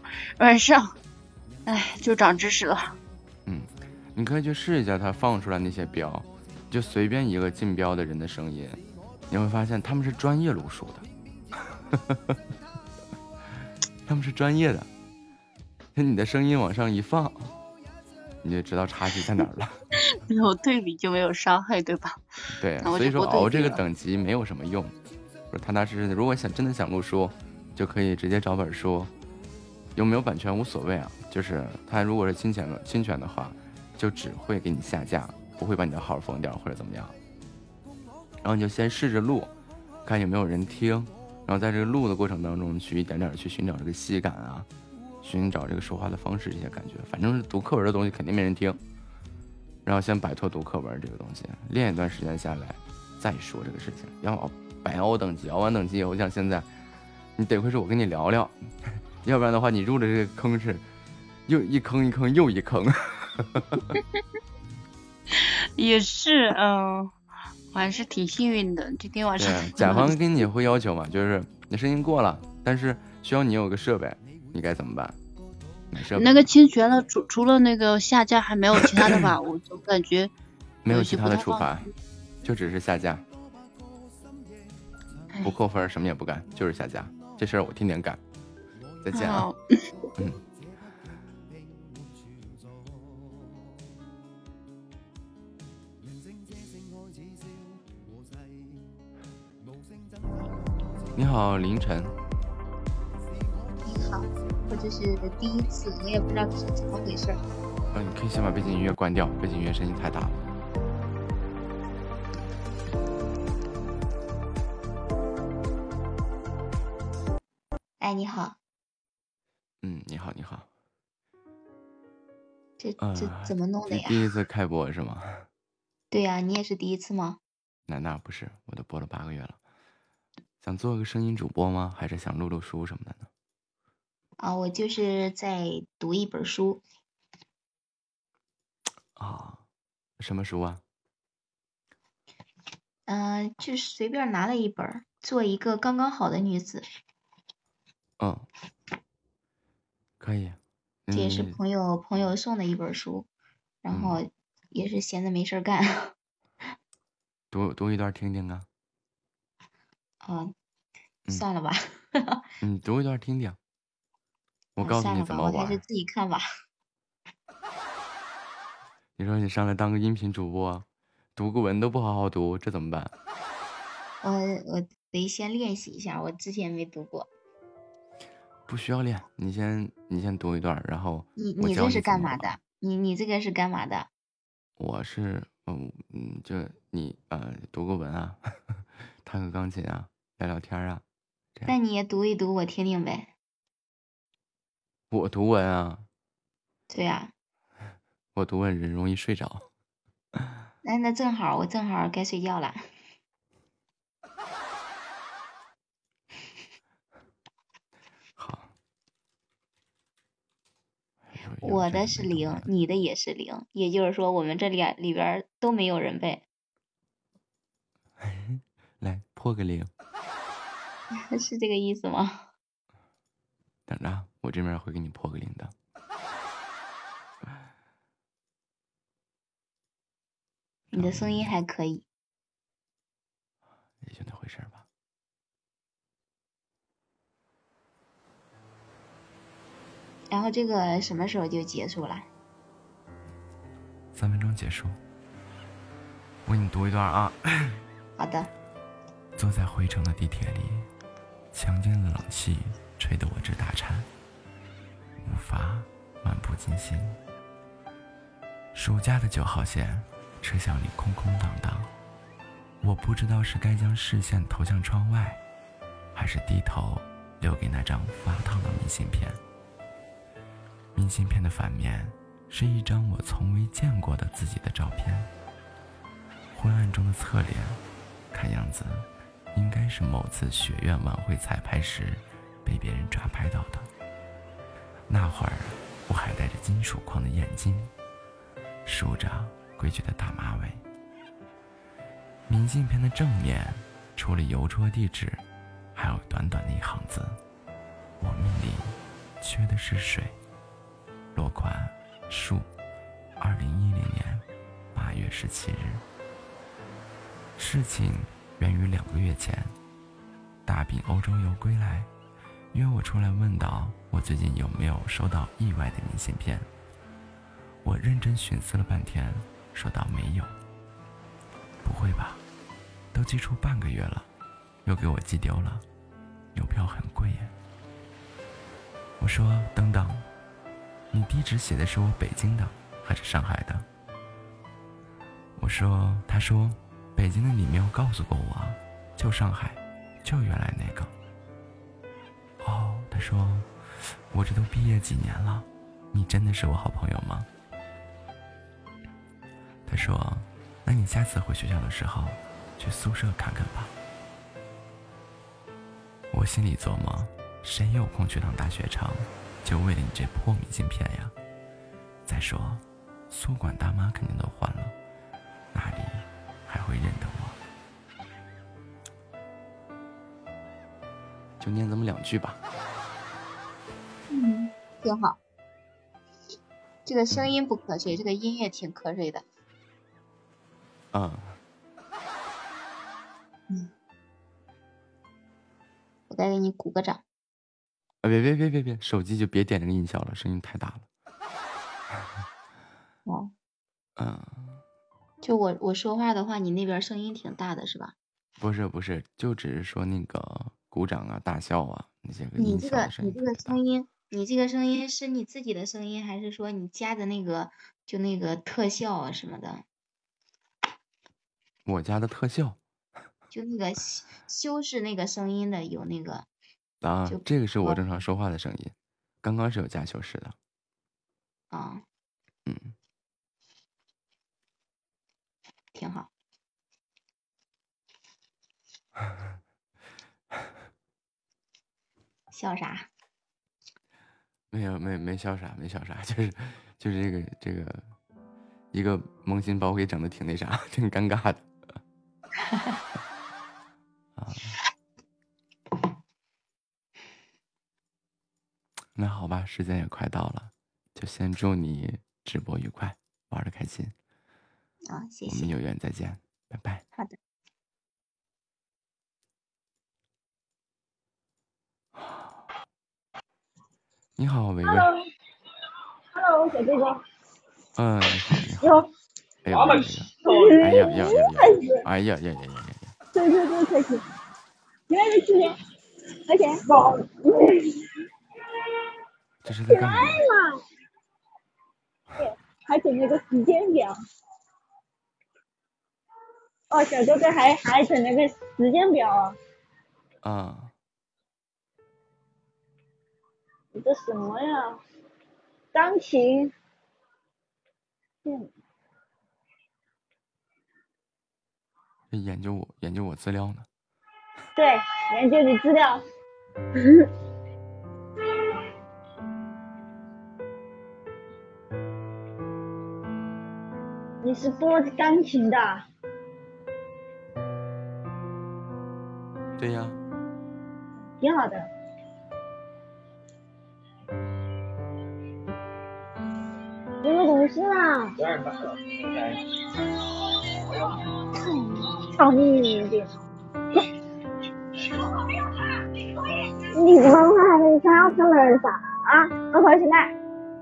就长知识了。 你可以去试一下他放出来那些标，就随便一个竞标的人的声音，你会发现他们是专业录书的，他们是专业的。你的声音往上一放，你就知道差距在哪儿了。 没有对比就没有伤害，对吧？ 对，所以说熬这个等级没有什么用，踏踏实实的。如果真的想录书，就可以直接找本书，有没有版权无所谓啊，就是他如果是侵权的话，就只会给你下架，不会把你的号封掉或者怎么样。然后你就先试着录，看有没有人听，然后在这个录的过程当中去一点点去寻找这个戏感啊，寻找这个说话的方式，这些感觉。反正是读课文的东西肯定没人听，然后先摆脱读课文这个东西，练一段时间下来再说这个事情。要白熬等级，熬完等级以后，像现在你得亏是我跟你聊聊，要不然的话你入的这个坑是又一坑又一坑。 也是，我还是挺幸运的。今天晚上甲方跟你会要求嘛，就是你声音过了，但是需要你有个设备，你该怎么办？买设备。 那个侵权了，除了那个下架还没有其他的吧？我就感觉没有其他的处罚，就只是下架，不扣分，什么也不干，就是下架。这事儿我天天干。再见啊。嗯。你好，凌晨。 你好，我这是第一次，我也不知道是怎么回事。 你可以先把背景音乐关掉，背景音乐声音太大了。 哎，你好。 你好，你好。 这怎么弄的呀？ 第一次开播是吗？ 对呀，你也是第一次吗？ 那不是，我都播了8个月了。想做个声音主播吗？还是想录录书什么的呢？ 啊，我就是在读一本书。 啊，什么书啊？ 就是随便拿了一本，做一个刚刚好的女子。 可以。 这也是朋友送的一本书，然后也是闲着没事干。 读一段听听啊。 算了吧。 读一段听听。我告诉你怎么玩。 我还是自己看吧。 你说你上来当个音频主播，读个文都不好好读，这怎么办？ 我得先练习一下，我之前没读过。 不需要练，你先读一段，然后你这是干嘛的？你这个是干嘛的？ 我是就你读个文啊，弹个钢琴啊，聊聊天啊。 那你也读一读，我听听呗。 我读文啊？ 对呀。 我读文人容易睡着。 那正好，我正好该睡觉了。 好。 我的是0，你的也是0，也就是说我们这里边都没有人背。 来破个0。 是这个意思吗？ 等着，我这边会给你破个0的。 你的声音还可以。 也就那回事吧。 然后这个什么时候就结束了 ？3分钟结束。我给你读一段啊。 好的。 坐在回程的地铁里，强劲的冷气吹得我直打颤，无法漫不经心。暑假的9号线车厢里空空荡荡，我不知道是该将视线投向窗外，还是低头留给那张发烫的明信片。明信片的反面是一张我从未见过的自己的照片，昏暗中的侧脸，看样子应该是某次学院晚会彩排时被别人抓拍到的。那会儿我还戴着金属框的眼镜，梳着规矩的大马尾。明信片的正面除了邮戳地址，还有短短的一行字：我命里缺的是水。落款树，2010年8月17日。事情源于2个月前，大饼欧洲游归来，约我出来问到我最近有没有收到意外的明信片。我认真寻思了半天，说道没有。不会吧，都寄出半个月了，又给我寄丢了，邮票很贵耶。我说等等，你地址写的是我北京的还是上海的？他说北京的你没有告诉过我，就上海，就原来那个。他说我这都毕业几年了，你真的是我好朋友吗？他说那你下次回学校的时候去宿舍看看吧。我心里琢磨，谁有空去趟大学城，就为了你这破明信片呀？再说宿管大妈肯定都换了，哪里还会认得我？就念这么2句吧。 挺好。这个声音不瞌睡，这个音乐挺瞌睡的。 啊。 我再给你鼓个掌。 别，手机就别点那个音效了，声音太大了。 哦。 嗯。 就我说话的话，你那边声音挺大的是吧？ 不是，就只是说那个鼓掌啊、大笑啊那些个音效的声音。 你这个声音，你这个声音是你自己的声音，还是说你加的那个就那个特效啊什么的？ 我家的特效。 就那个修饰那个声音的有那个。 啊，这个是我正常说话的声音，刚刚是有加修饰的。 啊。 嗯。 挺好。笑啥？ 没笑啥，就是这个一个萌新把我给整的挺那啥，挺尴尬的。啊。那好吧，时间也快到了，就先祝你直播愉快，玩的开心。 啊，谢谢。 我们有缘再见，拜拜。 好的。 你好，维维。 Hello， 小哥哥。 嗯，你好。 你好。 哎呀， 对，开心。你来这几天？而且宝， 这是在干嘛？ 还整那个时间表。哦，小哥哥还整那个时间表啊。 啊。 你这什么呀？钢琴。 研究我资料呢。 对，研究你资料。你是拨钢琴的？ 对呀。 挺好的。有没有懂事啊？操你一点！你怎么还想要出门啥啊？我回去来。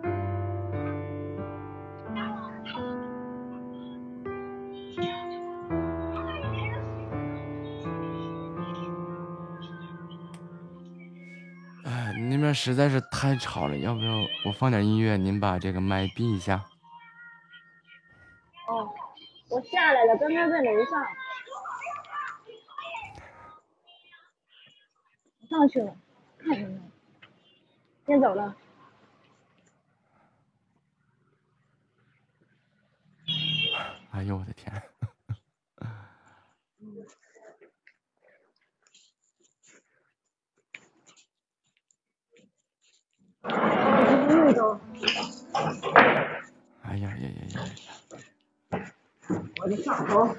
哎，你那边实在是太吵了，要不要我放点音乐，您把这个麦闭一下？ 哦，我下来了，刚刚在楼上。上去了，看见没？先走了。 哎呦我的天！哎呀！ 我的上头。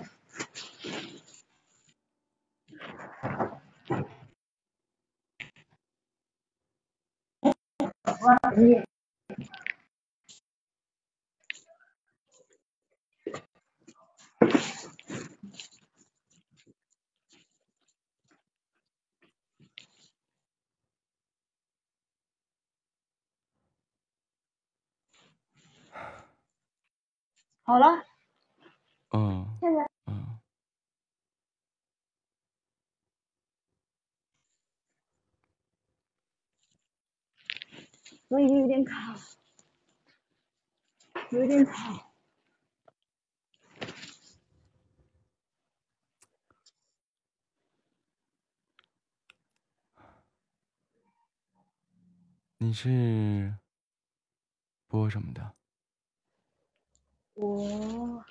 好了。现在。所以有点卡，有点吵。 你是播什么的？ 我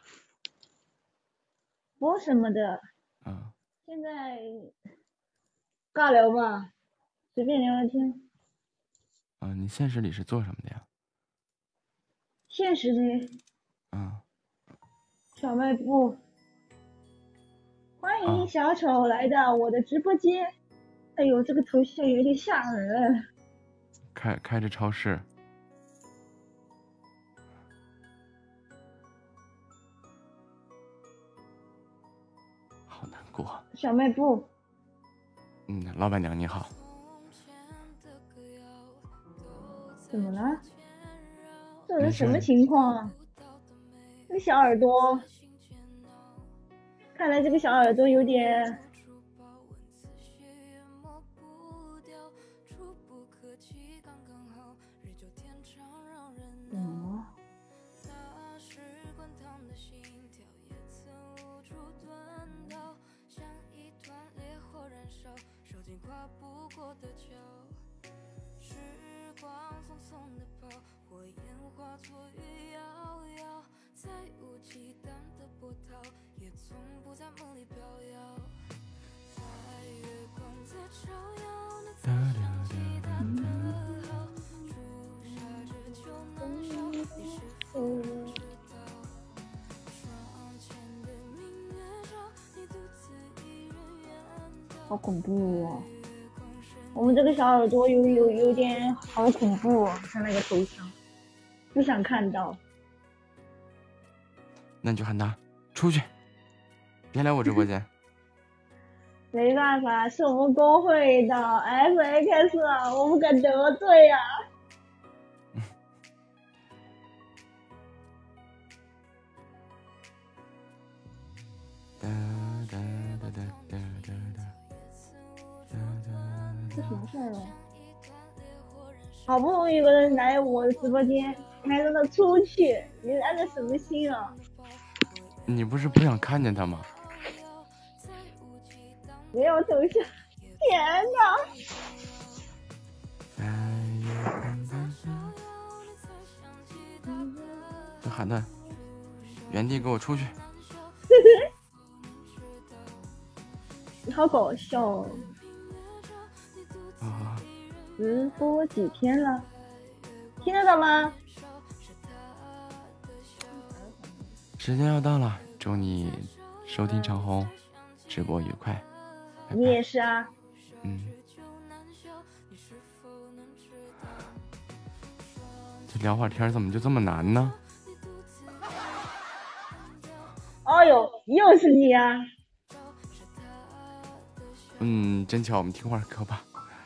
播什么的？ 啊。 现在尬聊吧，随便聊聊天。 啊，你现实里是做什么的呀？ 现实里。小卖部。欢迎小丑来到我的直播间。哎呦，这个头像有点吓人。 开着超市。 谷。 小卖部。 老板娘你好。 怎么了？这是什么情况啊？这个小耳朵，看来这个小耳朵有点。好恐怖哦！我们这个小耳朵有点好恐怖哦，他那个头像，不想看到。 那你就喊他出去，别来我直播间。 没办法，是我们公会的 FX， 我不敢得罪呀。这什么事儿啊？好不容易有个人来我的直播间，你还让他出去，你安个什么心啊？ 你不是不想看见他吗？ 没有头像，天哪！ 就喊他原地给我出去。 你好搞笑哦！直播几天了？听得到吗？ 时间要到了，祝你收听长虹，直播愉快。拜拜。 你也是啊。 这聊会儿天怎么就这么难呢？ 哦呦，又是你啊！ 真巧，我们听会儿歌吧。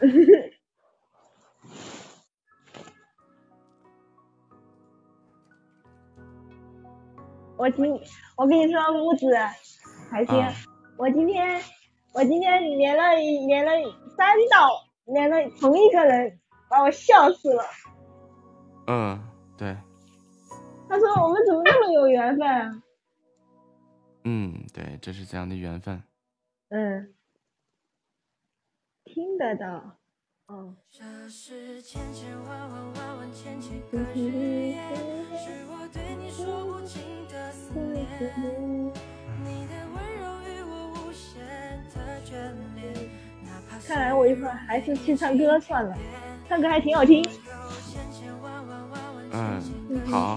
我跟你说，木子还行。我今天连了3道，连了同一个人，把我笑死了。 对。 他说我们怎么那么有缘分啊？ 对，这是这样的缘分。 听得到。这是千千万万万万千千个日夜，是我对你说不尽的思念，你的温柔与我无限的眷恋。看来我一会儿还是去唱歌算了，唱歌还挺好听。 好。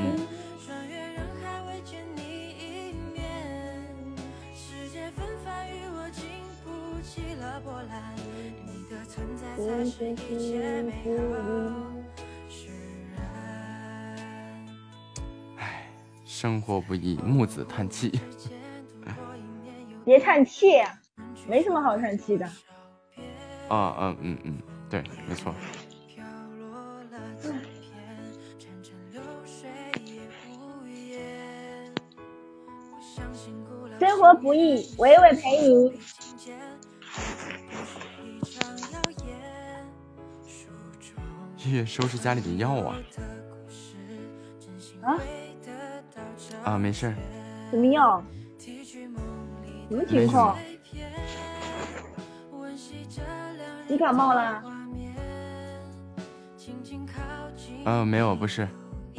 生活不易，木子叹气。 别叹气，没什么好叹气的。 对，没错。 生活不易，娓娓陪你。 月月收拾家里的药啊！没事。 什么药？什么情况？你感冒了？ 没有，不是。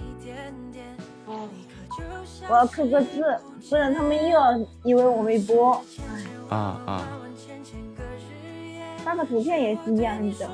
我要刻个字，不然他们又要以为我没播。发个图片也是一样的。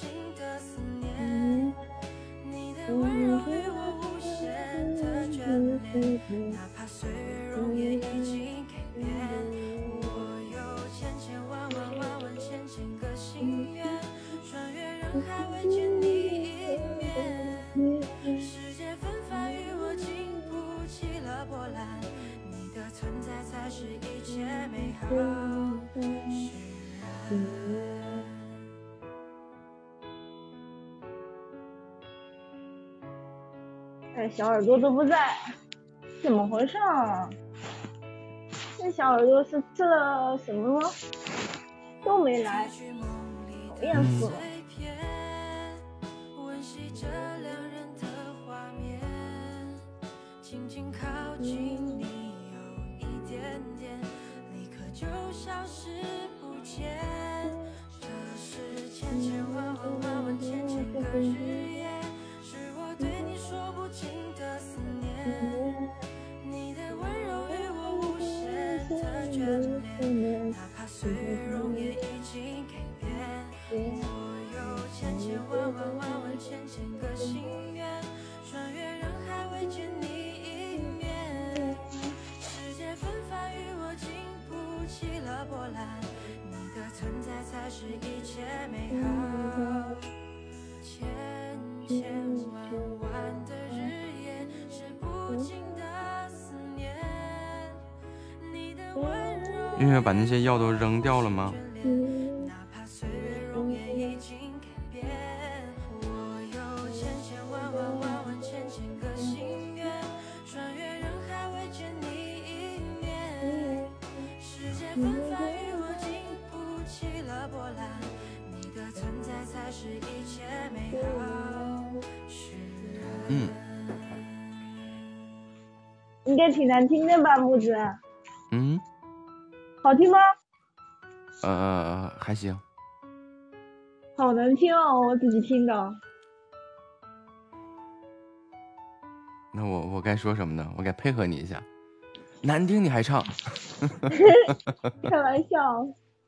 哪怕岁月容颜已经改变，我有千千万万万万千千个心愿，穿越人海为见你一面。世界纷繁与我经不起了波澜，你的哎，小耳朵都不在，怎么回事啊？那小耳朵是吃了什么吗？都没来，讨厌死了。 哪怕岁月容颜已经改变，我有千千万万万万千千个心愿，穿越人海未见你一面。世界纷繁与我经不起了波澜，你的存在才是一切美好。千千万万的日夜是不尽的思念，你的温柔。 月月把那些药都扔掉了吗？ 哪怕岁月容颜已经改变，我有千千万万万万千千个心愿，穿越人海未见你一面。世界纷繁与我经不起了波澜，你的存在才是一切美好。 应该挺难听的吧，木子？好听吗？ 还行。 好难听哦，我自己听的。 那我该说什么呢？我该配合你一下。难听你还唱？ 开玩笑。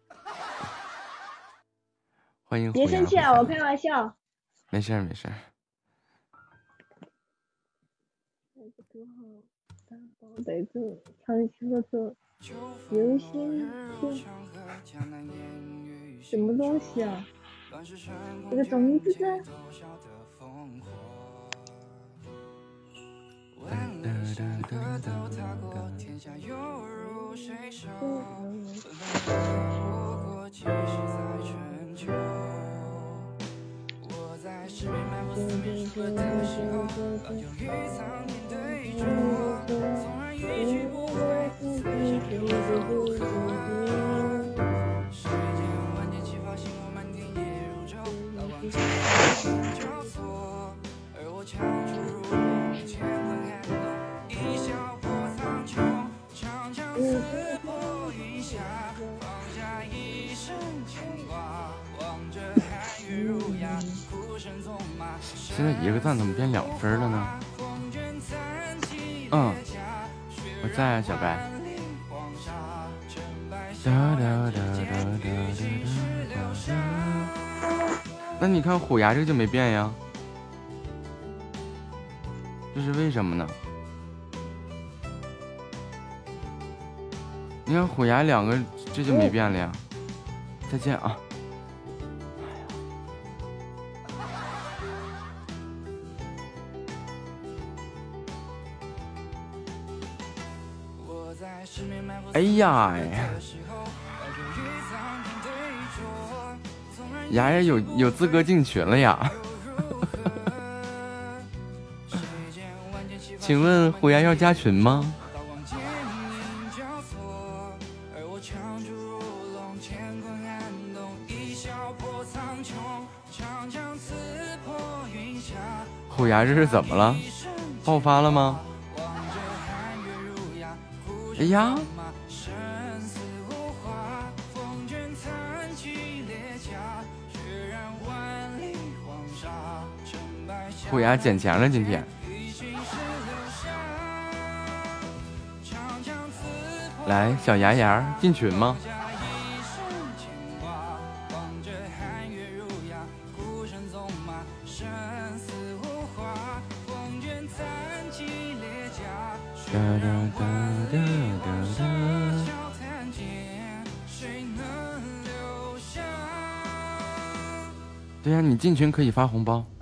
欢迎。 别生气啊，我开玩笑。 没事没事。 得字唱歌字流星什么东西啊？这个种子在。 我在失眠埋伏四面楚歌的时候，老酒与苍天对酌，纵然一去不回，此生又如何？世间万千齐发，星火满天夜如昼，刀光剑影交错，而我强出如龙，乾坤撼动，一笑破苍穹，长枪刺破云霞，放下一身牵挂，望着寒月如牙。 现在一个赞怎么变2分了呢？我在啊，小白。那你看虎牙这个就没变呀，这是为什么呢？你看虎牙2个这就没变了呀。再见啊。哎呀，牙牙有资格进群了呀！请问虎牙要加群吗？虎牙这是怎么了？爆发了吗？哎呀！虎牙捡钱了，今天。来，小牙牙进群吗？对呀，你进群可以发红包，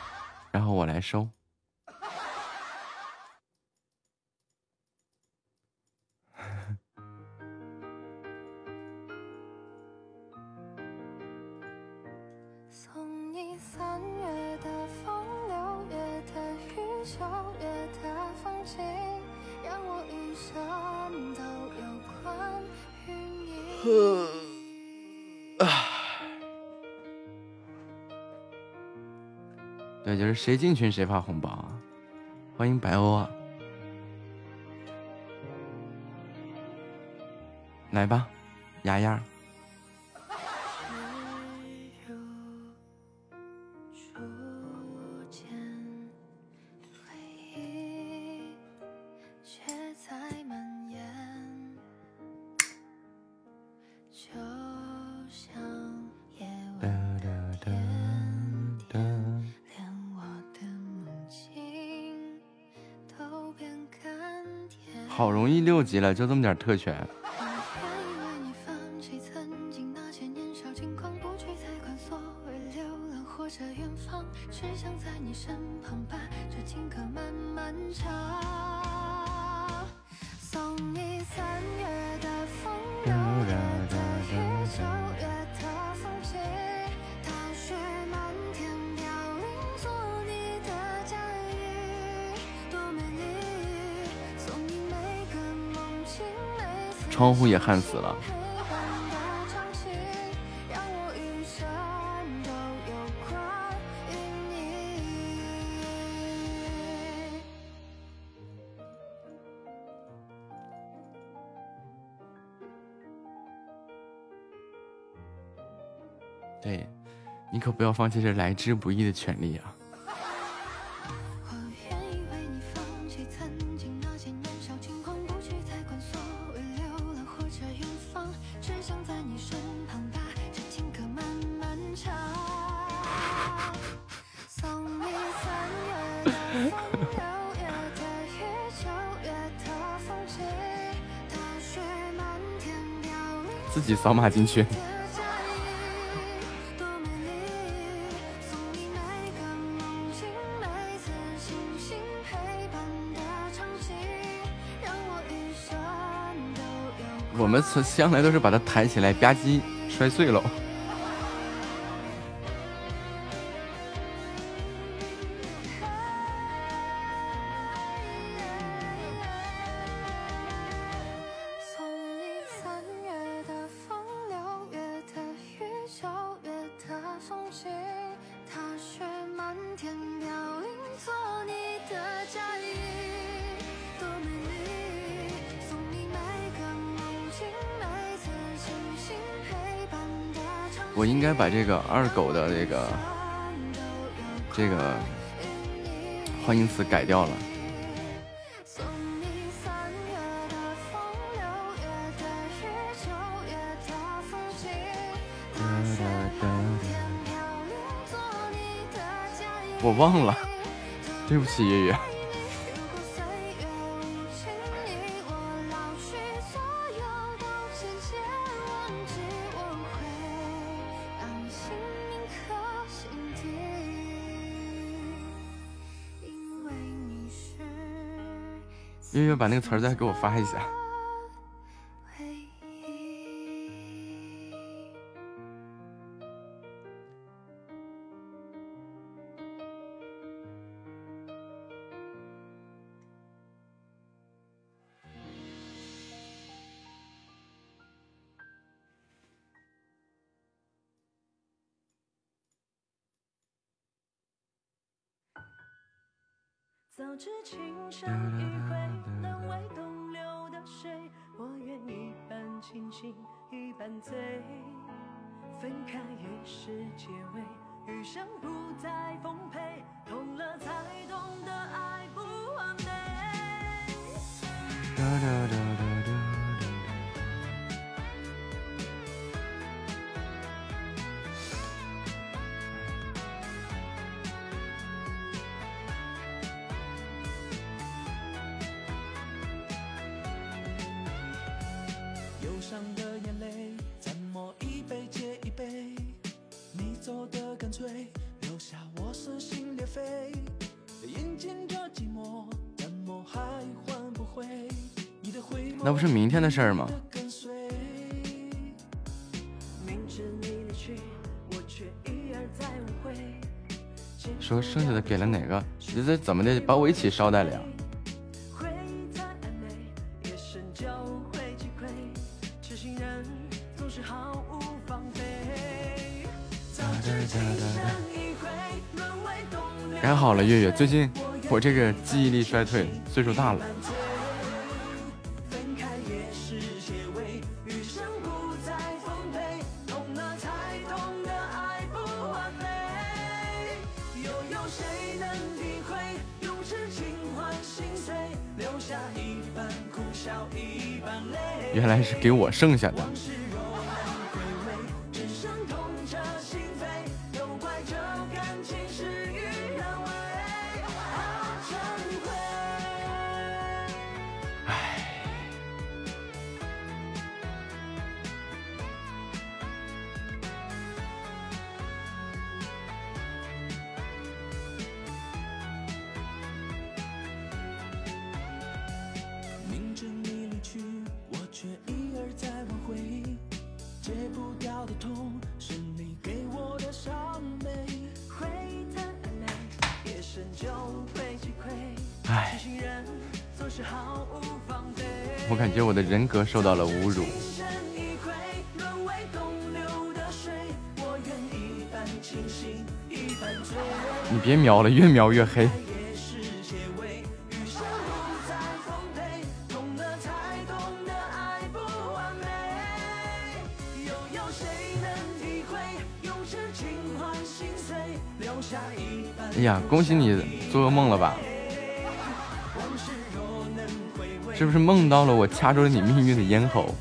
然后我来收。 对，就是谁进群谁发红包啊！欢迎白欧啊！来吧，丫丫。好容易6级了，就这么点特权。窗户也焊死了。对，你可不要放弃这来之不易的权利啊！自己扫码进去。我们向来都是把它抬起来吧唧摔碎了。我应该把这个二狗的这个欢迎词改掉了。我忘了，对不起月月。月月把那个词儿再给我发一下。 早知情深一回，难为东流的水。我愿一半清醒，一半醉。分开已是结尾，余生不再奉陪。痛了才懂得爱不完美。忧伤的眼泪，怎么一杯接一杯？你走得干脆，留下我撕心裂肺。饮尽这寂寞，怎么还换不回你的回眸？ 那不是明天的事儿吗？说剩下的给了哪个？ 你这怎么的把我一起捎带了呀？改好了，月月，最近我这个记忆力衰退，岁数大了。原来是给我剩下的。我感觉我的人格受到了侮辱。你别瞄了，越瞄越黑。哎呀，恭喜你做噩梦了吧？是不是梦到了我掐住了你命运的咽喉？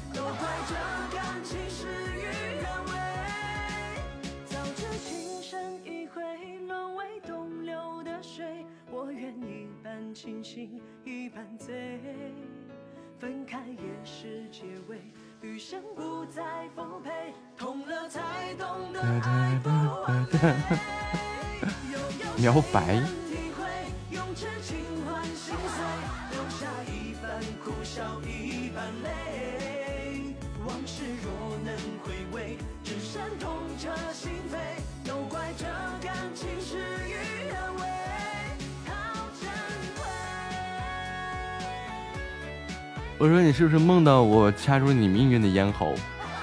描白。我说你是不是梦到我掐住你命运的咽喉？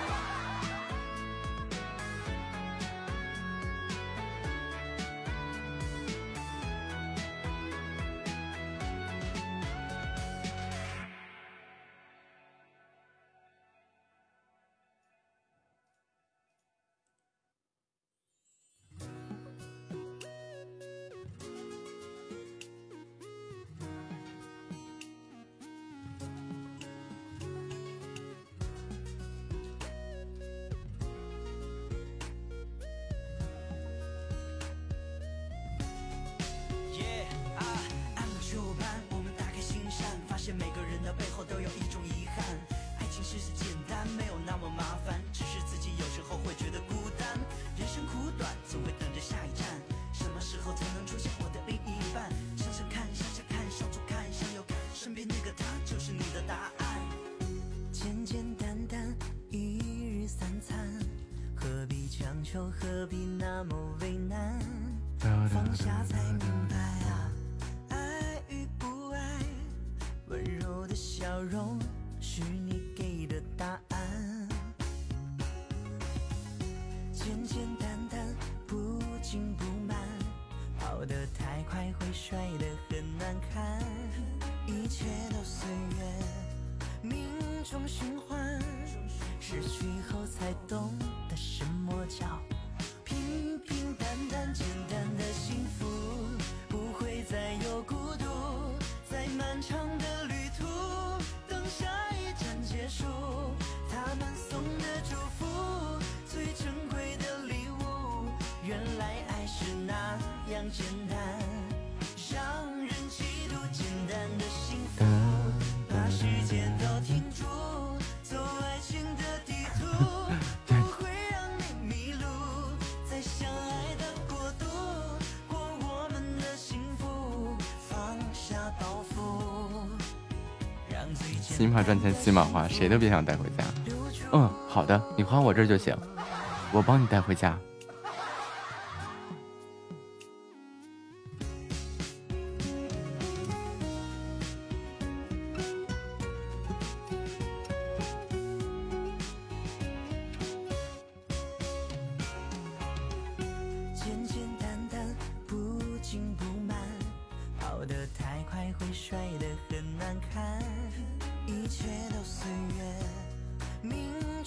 起码赚钱，起码花，谁都别想带回家。嗯，好的，你花我这儿就行，我帮你带回家。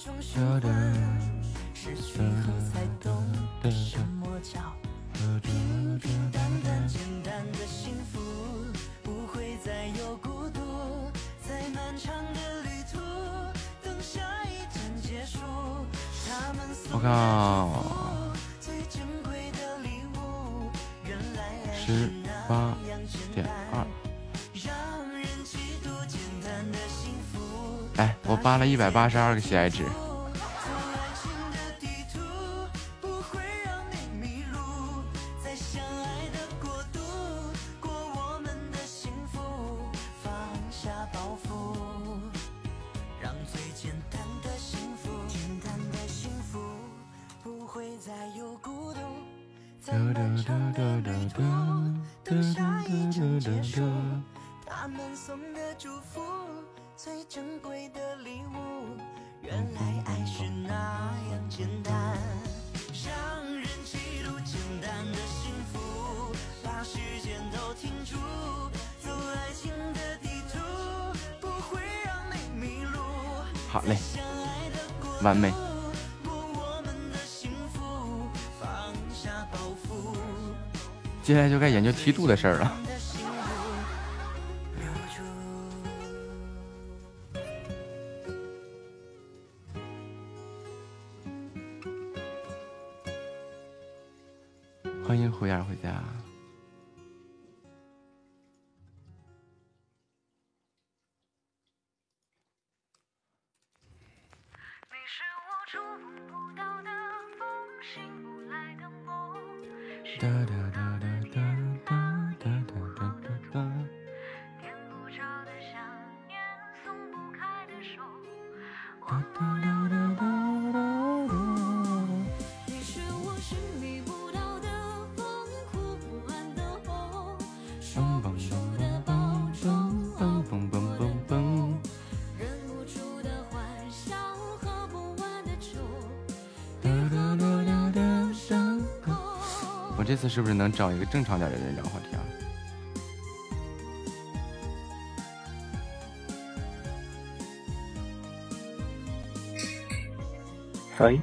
种循环，失去后才懂什么叫平平淡淡简单的幸福，不会再有孤独，在漫长的旅途等下一站结束，他们送的祝福最珍贵的礼物，原来是那样简单，让人嫉妒简单的幸福。 哎，我扒了182个喜爱值。 等下一场结束，他们送的祝福最珍贵的礼物，原来爱是那样简单，让人嫉妒简单的幸福，把时间都停住，走爱情的地图，不会让你迷路。 好嘞，完美。接下来就该研究梯度的事儿了。欢迎胡燕回家。哒哒哒哒哒哒哒哒哒哒。我这次是不是能找一个正常点的人聊话题啊？ 喂，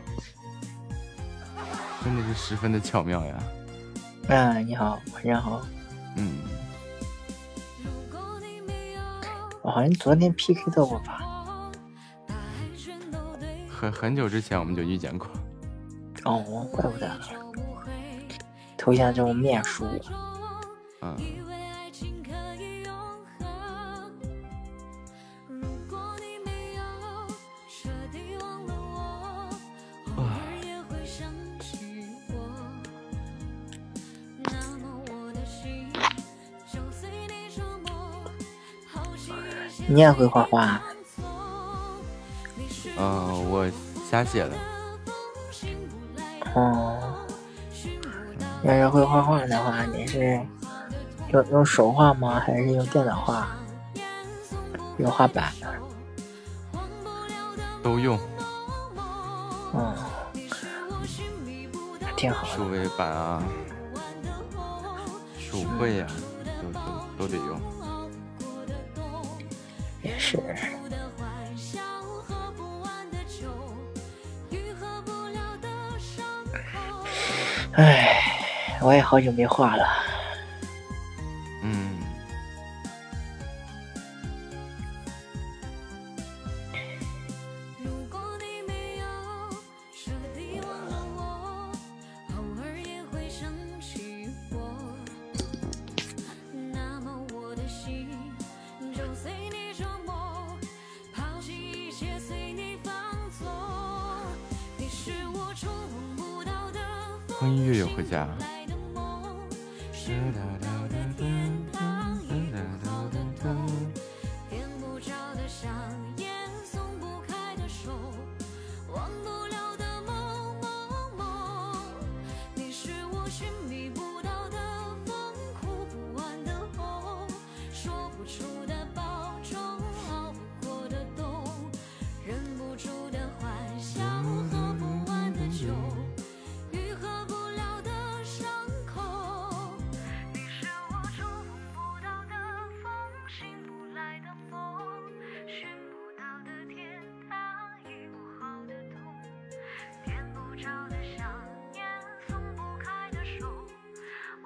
真的是十分的巧妙呀！ 啊，你好，晚上好。 嗯， 我好像昨天 PK 到过吧？ 很久之前我们就遇见过。 哦，怪不得。头像这种面熟。 嗯。 你也会画画？ 我瞎写的。 哦，要是会画画的话，你是用手画吗？还是用电脑画？用画板？ 都用。 嗯，挺好的。 数位板啊，手绘呀，都得用。 也是。唉，我也好久没画了。 嗯。欢迎月月回家。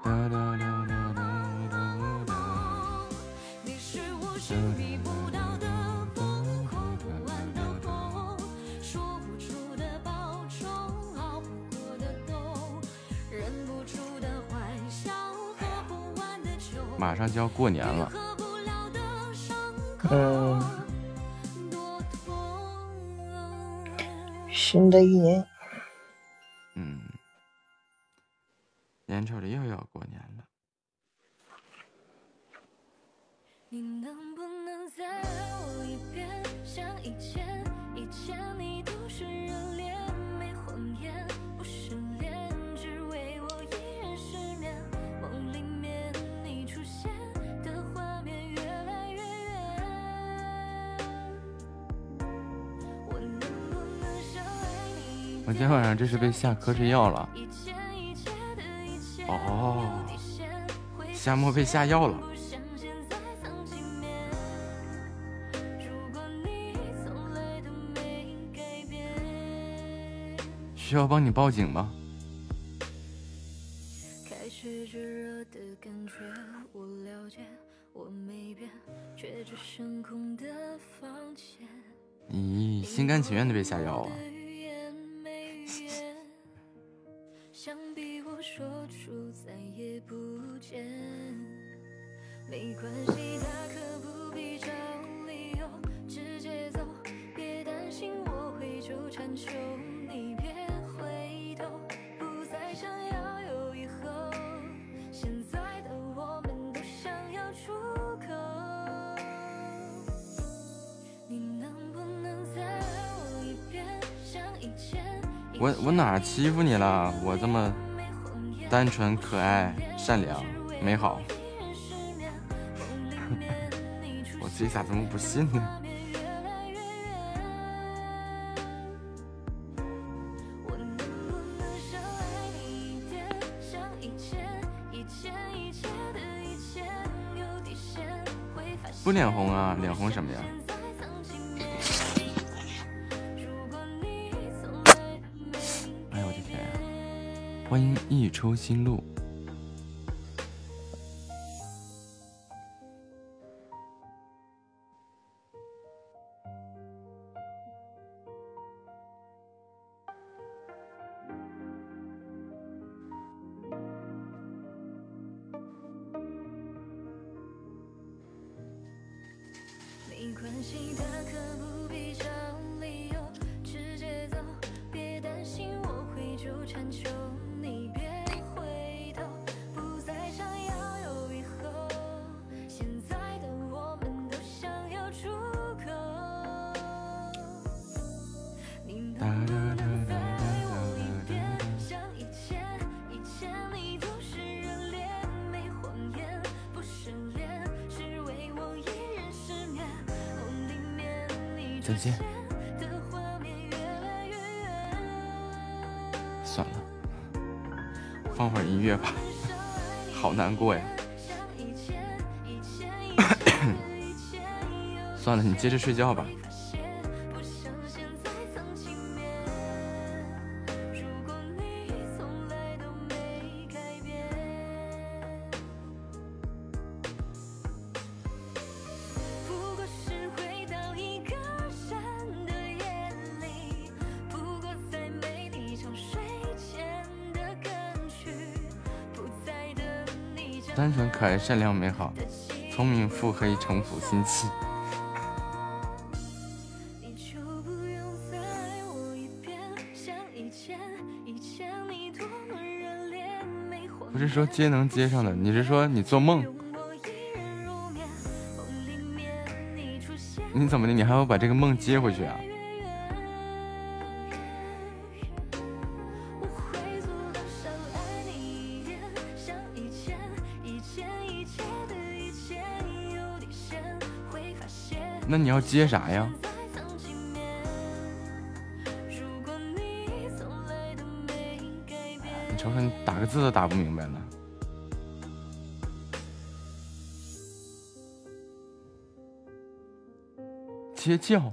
马上就要过年了， 新的一年， 眼瞅着又要过年了。 你能不能再爱我一遍，像以前，以前你都是热恋，没谎言，不失恋，只为我依然失眠。梦里面你出现的画面越来越远，我能不能少爱你？ 我今天晚上这是被下瞌睡药了。哦，夏沫被下药了。需要帮你报警吗？咦，心甘情愿的被下药啊！ 没关系，大可不必找理由，直接走，别担心我会纠缠，求你别回头，不再想要有以后，现在的我们都想要出口，你能不能再爱我一遍，像以前。 我哪欺负你了？我这么单纯、可爱、善良、美好。我自己咋这么不信呢？不脸红啊，脸红什么呀？哎呦我的天呀！欢迎一出新路。再见。算了，放会儿音乐吧，好难过呀。算了，你接着睡觉吧。单纯可爱善良美好，聪明腹黑城府心细。不是说接能接上的，你是说你做梦？你怎么的？你还要把这个梦接回去啊？那你要接啥呀？你瞅瞅，你打个字都打不明白了。接觉，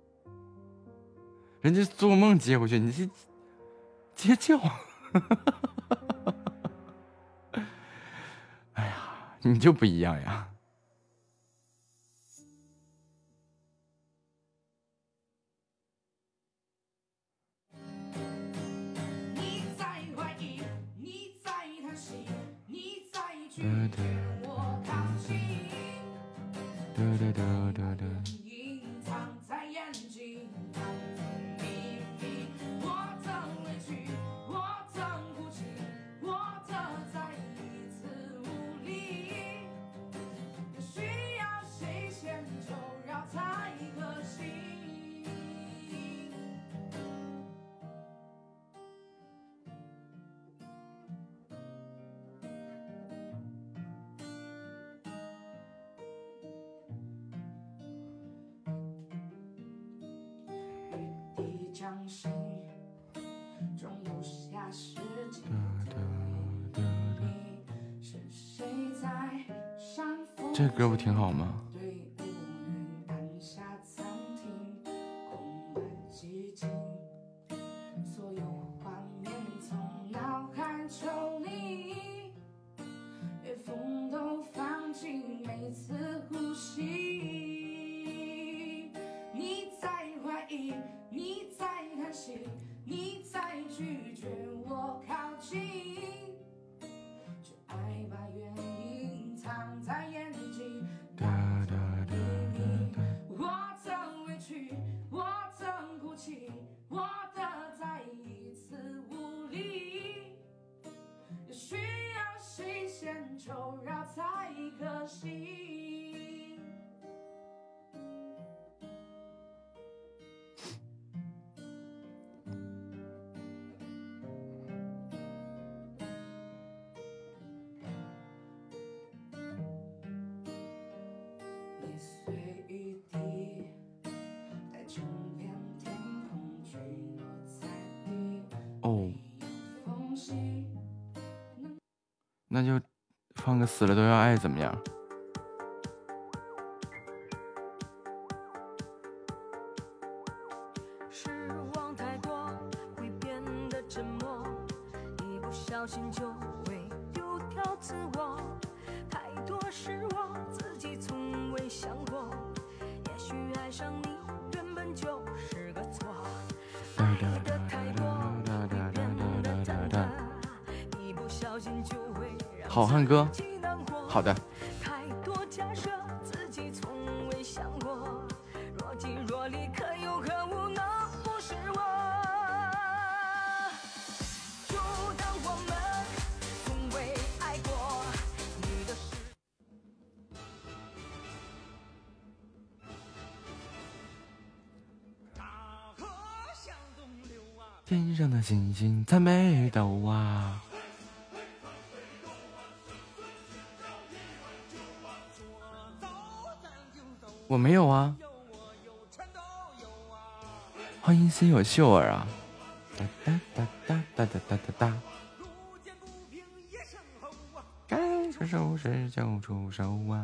人家做梦接回去，你这接觉。 你就不一样呀。这歌不挺好吗？那就放个死了都要爱怎么样？好汉歌，好的。天上的星星参北斗啊。我没有啊，欢迎心有秀儿啊！哒哒哒哒哒哒哒哒哒。该出手时就出手啊！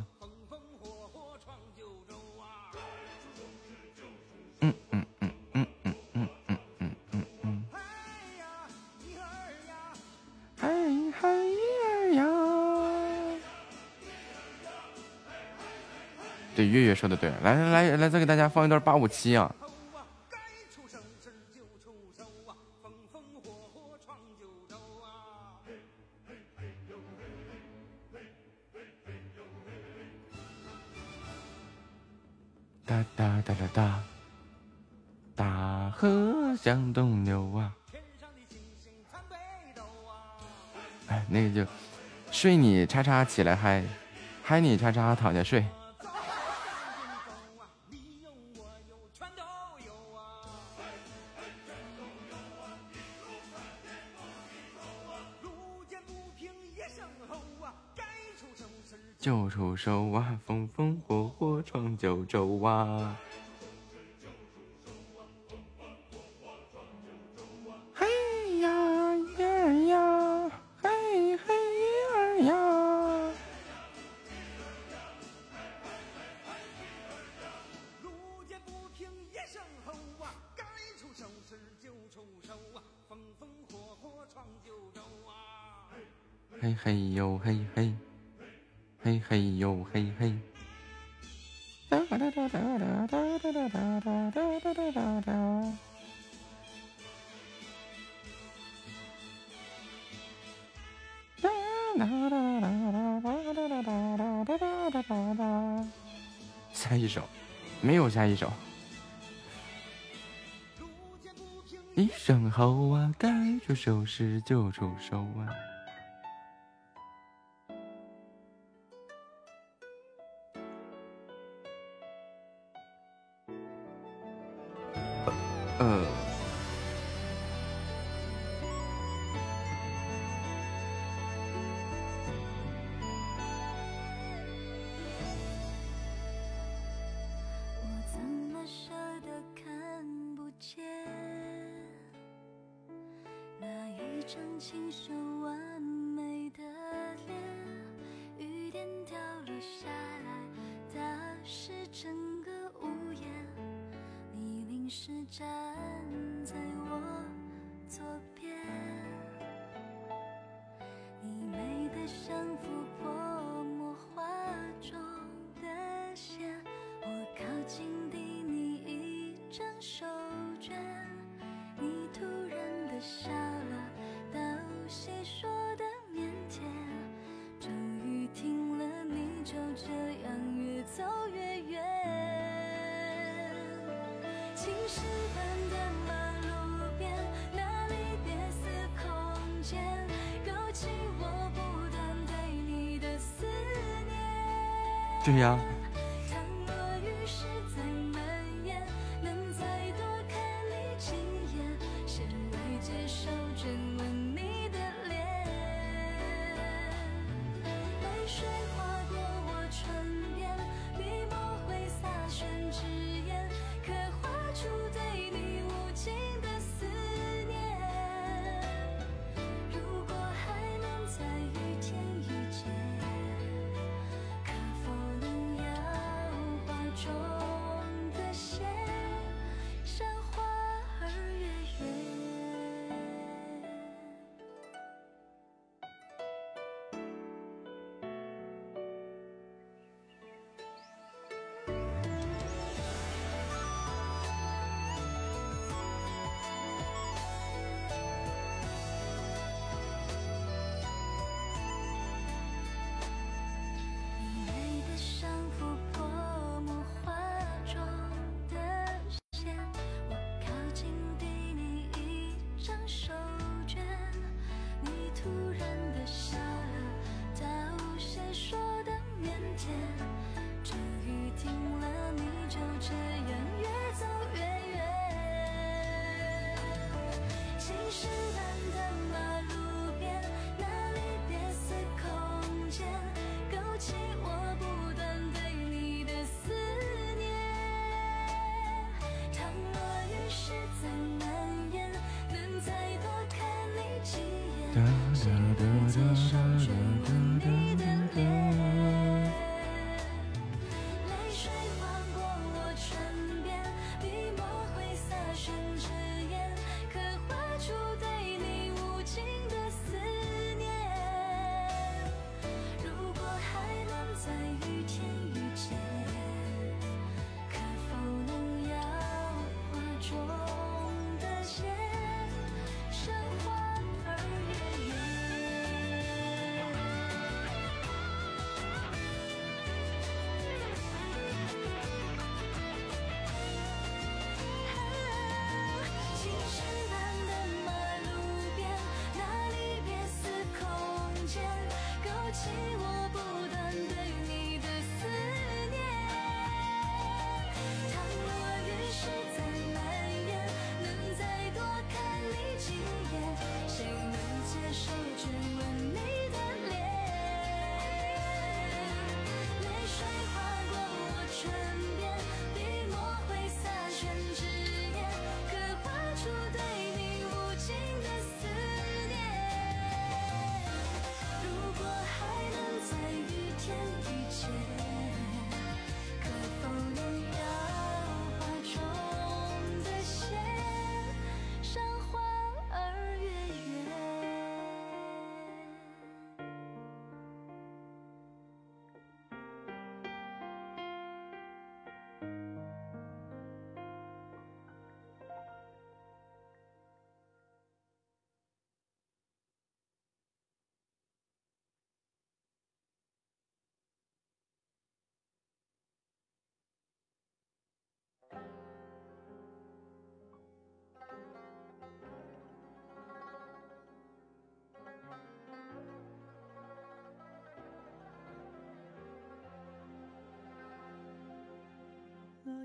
嗯嗯嗯嗯嗯嗯嗯嗯嗯嗯。嘿嘿儿呀！对，月月说的对，来，再给大家放一段857啊！哒哒哒哒哒，大河向东流啊！哎，那个就睡你叉叉起来嗨，嗨你叉叉躺下睡。就出手啊，风风火火闯九州啊！嘿呀呀呀，嘿嘿儿呀！路见不平一声吼啊，该出手时就出手啊，风风火火闯九州啊！嘿嘿呦嘿嘿。 嘿嘿呦嘿嘿。下一首，没有下一首。一声吼啊，该出手时就出手啊。对呀。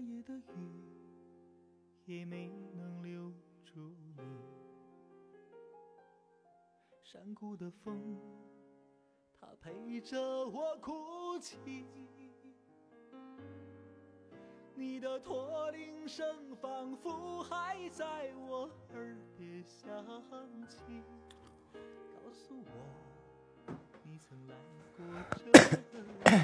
夜的雨也没能留住你，山谷的风它陪着我哭泣，你的驼铃声仿佛还在我耳边响起，告诉我你曾来过这里。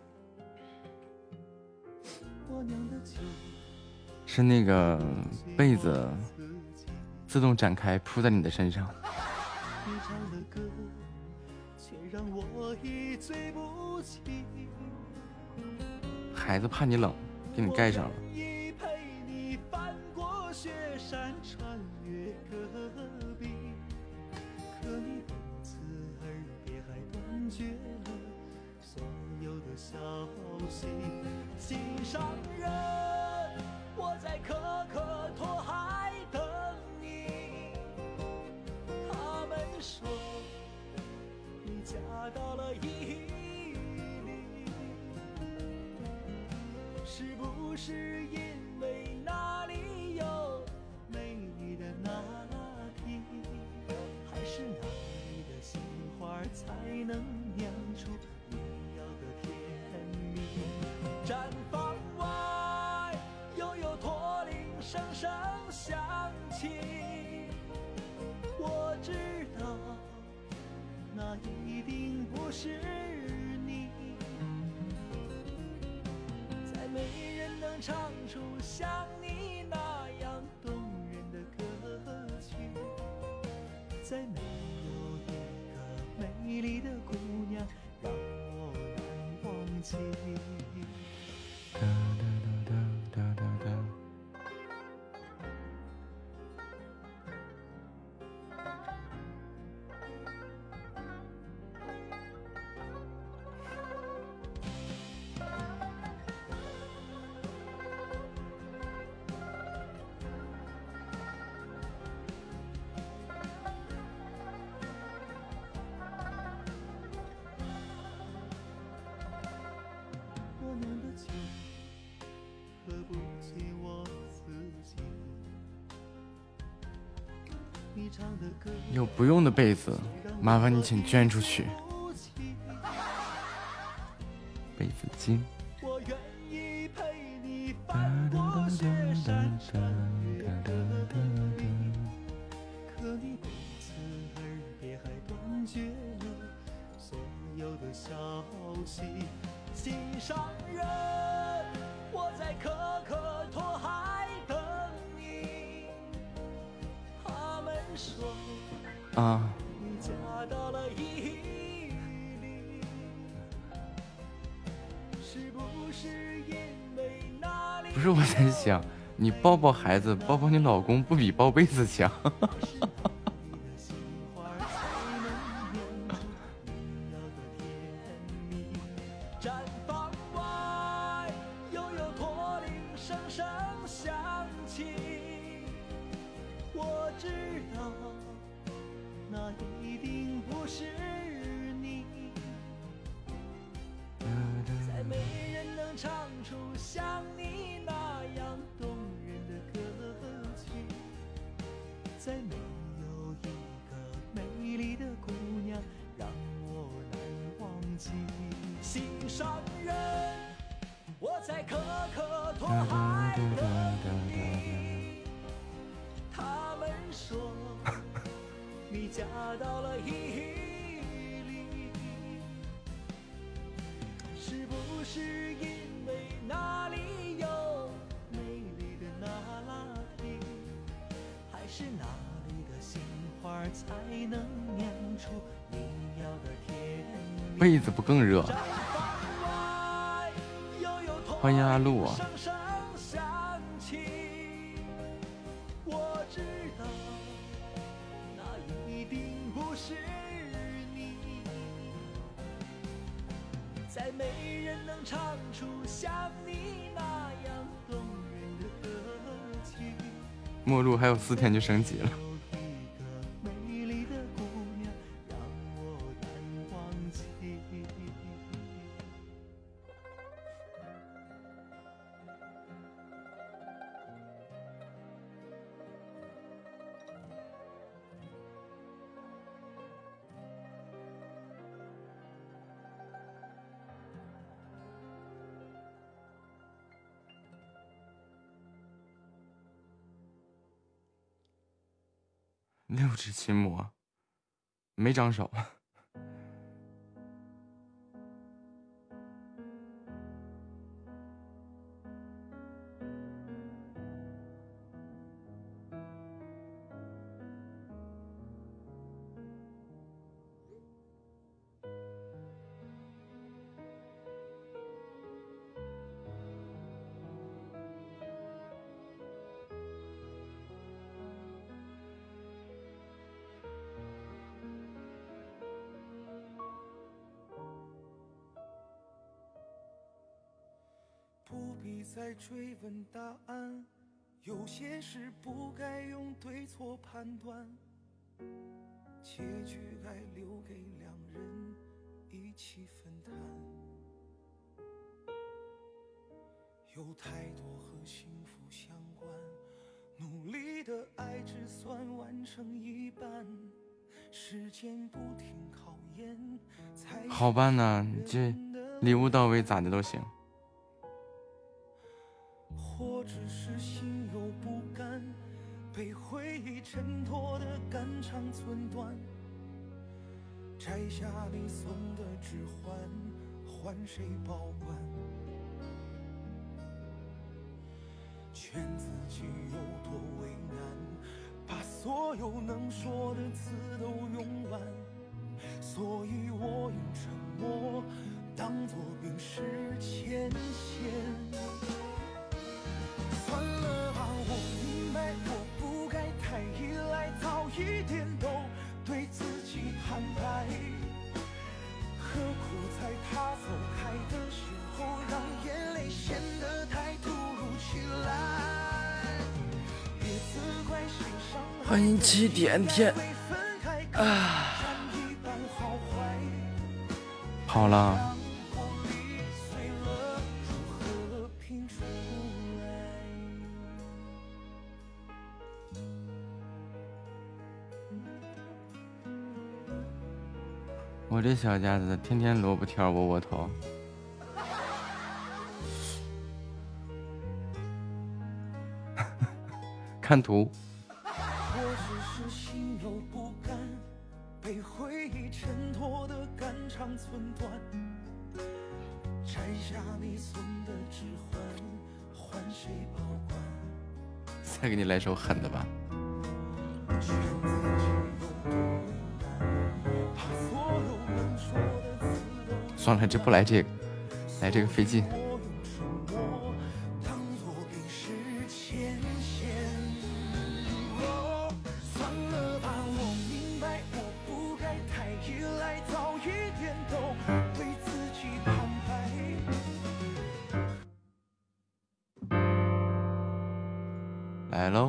我酿的酒是那个被子自动展开铺在你的身上。 你唱的歌却让我一醉不起， 孩子怕你冷，给你盖上了。 陪你翻过雪山，穿越戈壁，可你从此耳边还断绝了所有的消息。心上人，我在可可托海等你。他们说你嫁到了伊犁，是不是因为那里有美丽的那提，还是那里的杏花才能酿出你要的甜蜜？毡房外又有驼铃声声响起，我知道那一定不是你，再没人能唱出像你那样动人的歌曲，再没有一个美丽的姑娘让我难忘记。 有不用的被子，麻烦你请捐出去。被子巾。 我愿意陪你翻过雪山，穿越戈壁，可你从此耳边还断绝了所有的消息。心上人，我在可可托海等你。他们说啊， 你嫁到了伊犁，是不是因为那里？ 不是，我在想，你抱抱孩子，抱抱你老公，不比抱被子强？ 毡房外又有驼铃声声响起，我知道那一定不是你，再没人能唱出像你那样动人的歌曲，再没有一个美丽的姑娘让我难忘记。心上人，我在可可托海等你。他们说你嫁到了伊犁，是不是因为那里有美丽的那拉提，还是那里的杏花才能酿出你要的甜蜜？ 被子不更热？欢迎阿露啊！ 我知道那一定不是你，再没人能唱出像你那样动人的歌曲。 末路还有4天就升级了。 6只琴魔，没长手。 不必再追问答案，有些事不该用对错判断，结局该留给两人一起分担。有太多和幸福相关，努力的爱只算完成一半，时间不停考验。 好办呢，你这礼物到位咋的都行。 或只是心有不甘，被回忆衬托的肝肠寸断，摘下你送的指环，换谁保管？劝自己有多为难，把所有能说的词都用完，所以我用沉默当作冰释前嫌。算了吧，我明白，我不该太依赖，早一点都对自己坦白。何苦在他走开的时候，让眼泪显得太突如其来？别责怪谁伤害。 欢迎七点点啊！好了。我这小家子天天萝卜条窝窝头，看图。 我只是心有不甘，被回忆衬托的肝肠寸断，摘下你送的指环，换谁保管？ 再给你来首狠的吧。算了，这不来这个，来这个费劲。来喽。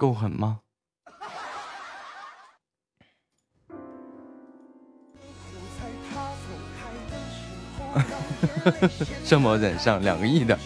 够狠吗？这么忍上2个亿的。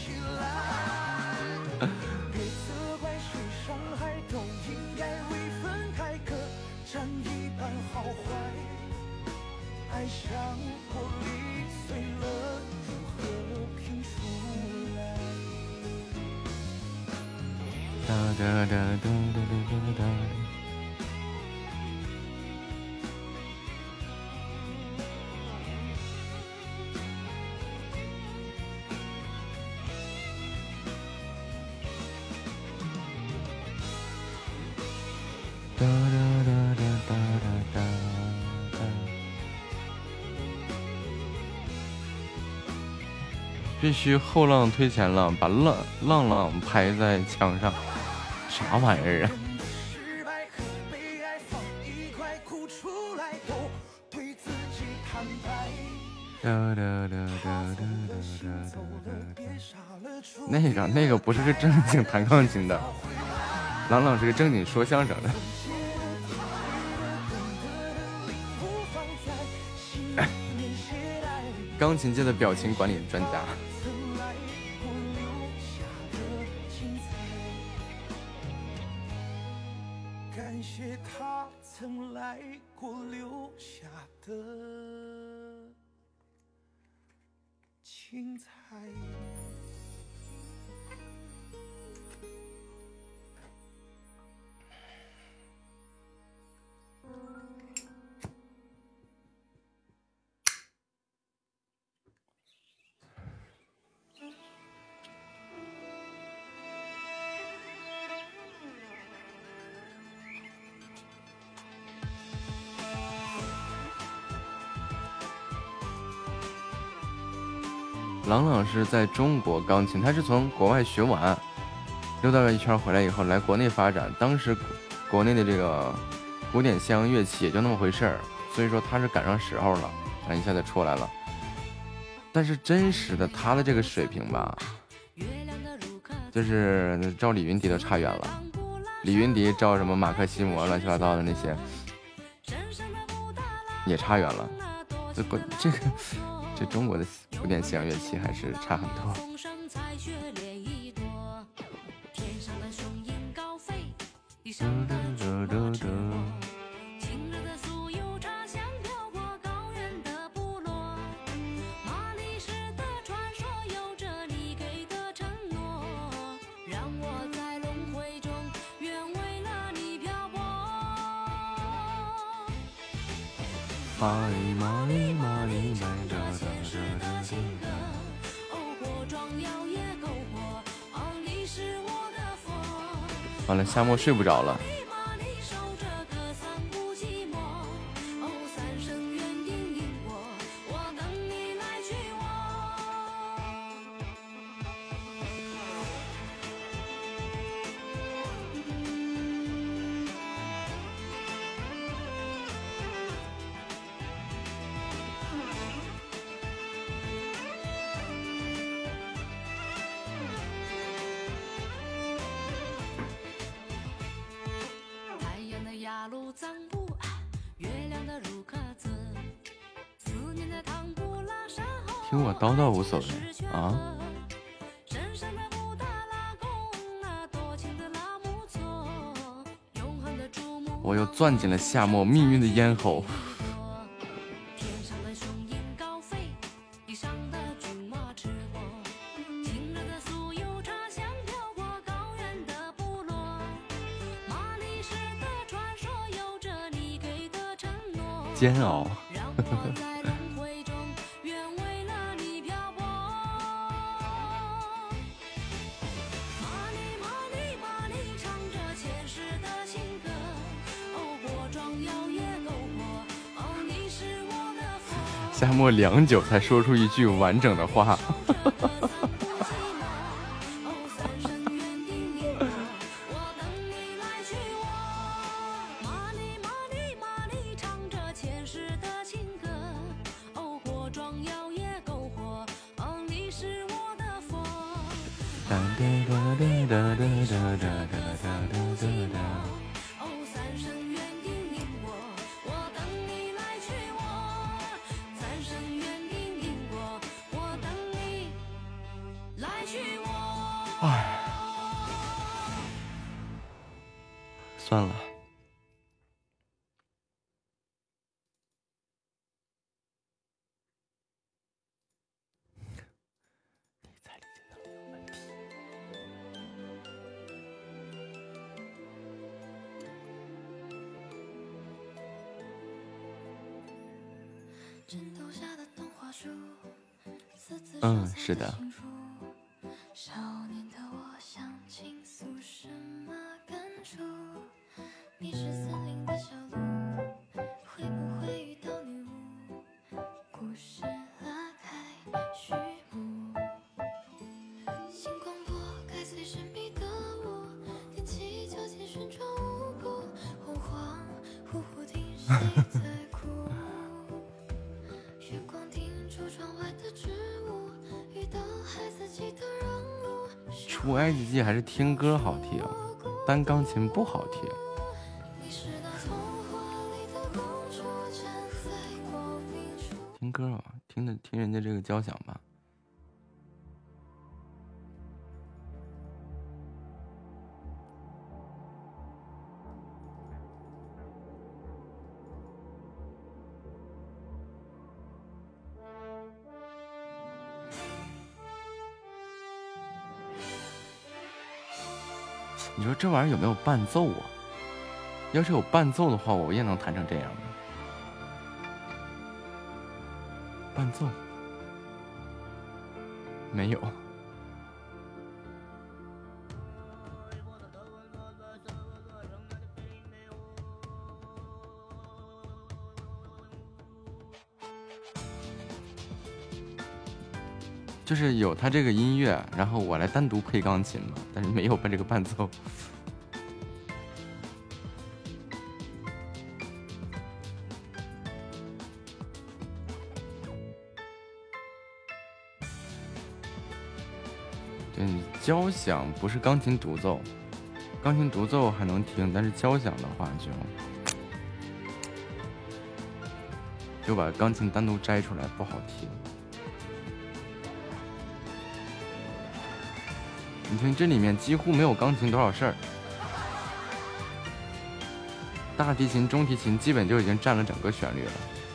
必须后浪推前浪，把浪拍在墙上，啥玩意儿啊？那个不是个正经弹钢琴的，朗是个正经说相声的。钢琴界的表情管理专家。感谢他曾来过留下的精彩。朗是在中国钢琴，他是从国外学完，溜达了一圈回来以后来国内发展。当时国内的这个古典西洋乐器也就那么回事儿，所以说他是赶上时候了，一下子出来了。但是真实的他的这个水平吧，就是照李云迪都差远了。李云迪照什么马克西姆乱七八糟的那些也差远了。这中国的古典西洋乐器还是差很多。完了，夏末睡不着了。听我叨叨无所谓啊。我又攥紧了夏末命运的咽喉。煎熬。夏末良久才说出一句完整的话。 哎，算了。嗯，是的。出埃及记还是听歌好听，单钢琴不好听。听歌啊，听人家这个交响吧。你说这玩意儿有没有伴奏啊？要是有伴奏的话，我也能弹成这样的。伴奏没有。就是有它这个音乐，然后我来单独配钢琴嘛，但是没有这个伴奏。对，交响不是钢琴独奏，钢琴独奏还能听，但是交响的话就把钢琴单独摘出来不好听。你听，这里面几乎没有钢琴多少事儿，大提琴、中提琴基本就已经占了整个旋律了。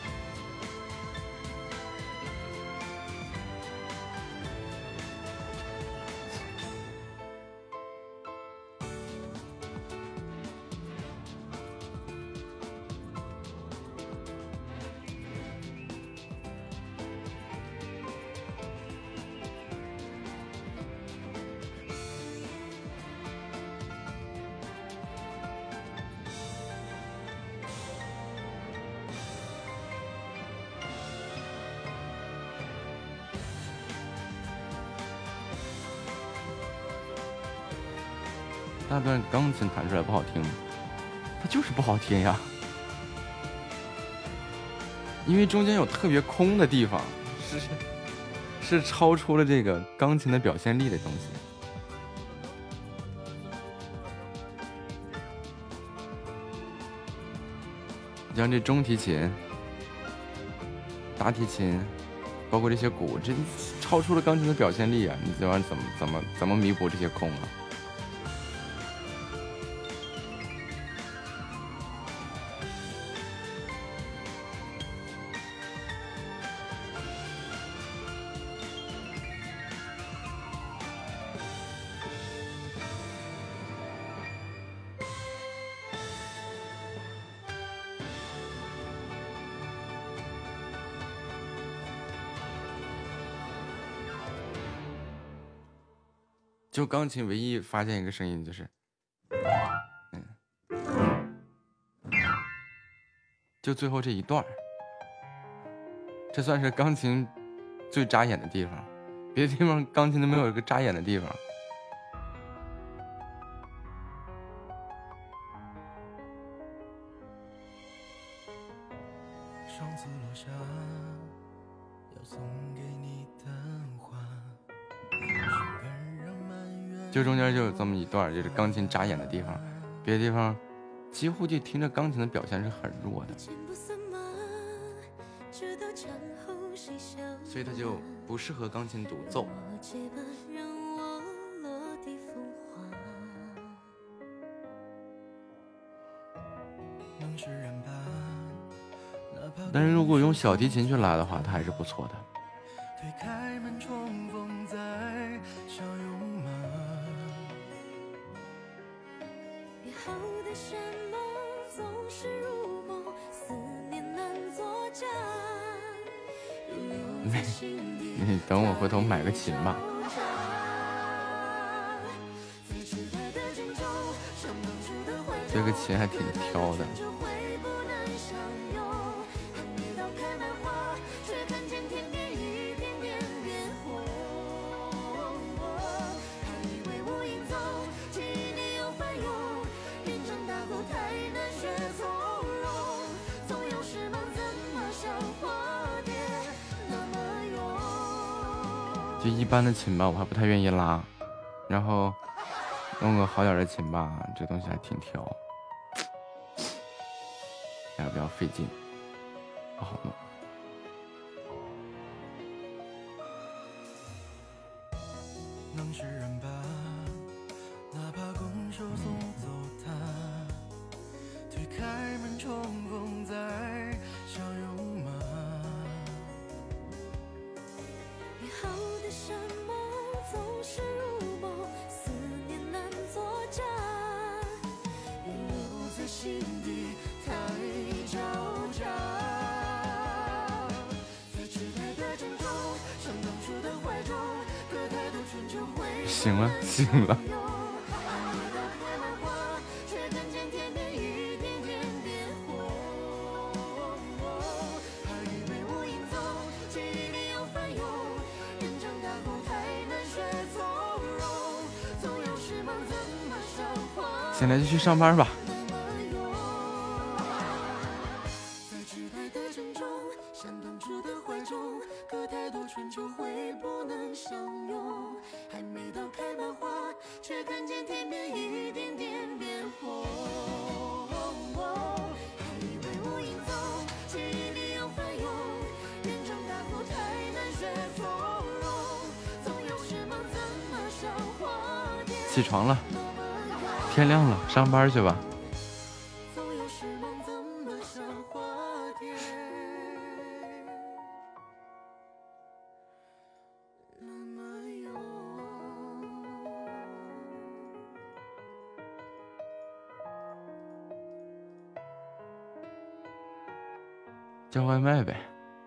大段钢琴弹出来不好听，它就是不好听呀，因为中间有特别空的地方，是超出了这个钢琴的表现力的东西。像这中提琴、大提琴，包括这些鼓，这超出了钢琴的表现力啊！你这玩意儿怎么弥补这些空啊？就钢琴唯一发现一个声音就是，就最后这一段，这算是钢琴最扎眼的地方，别的地方钢琴都没有一个扎眼的地方。 上次落下要送给你的花，是个人慢就中间就有这么一段，就是钢琴眨眼的地方，别的地方几乎就听着钢琴的表现是很弱的，所以它就不适合钢琴独奏。但是如果用小提琴去拉的话，它还是不错的。你等我回头买个琴吧。这个琴还挺挑的。就一般的琴吧，我还不太愿意拉，然后弄个好点的琴吧，这东西还挺挑，要不要费劲，不好弄。能释然吧，哪怕拱手送走他，推开门重逢再相拥吗？好的山盟总是如梦，思念难作假，留在心底太招架。在时代的争斗，像当初的怀中，隔太多春秋回。行了，行了。现在就去上班吧。起床了。天亮了，上班去吧。叫外卖呗。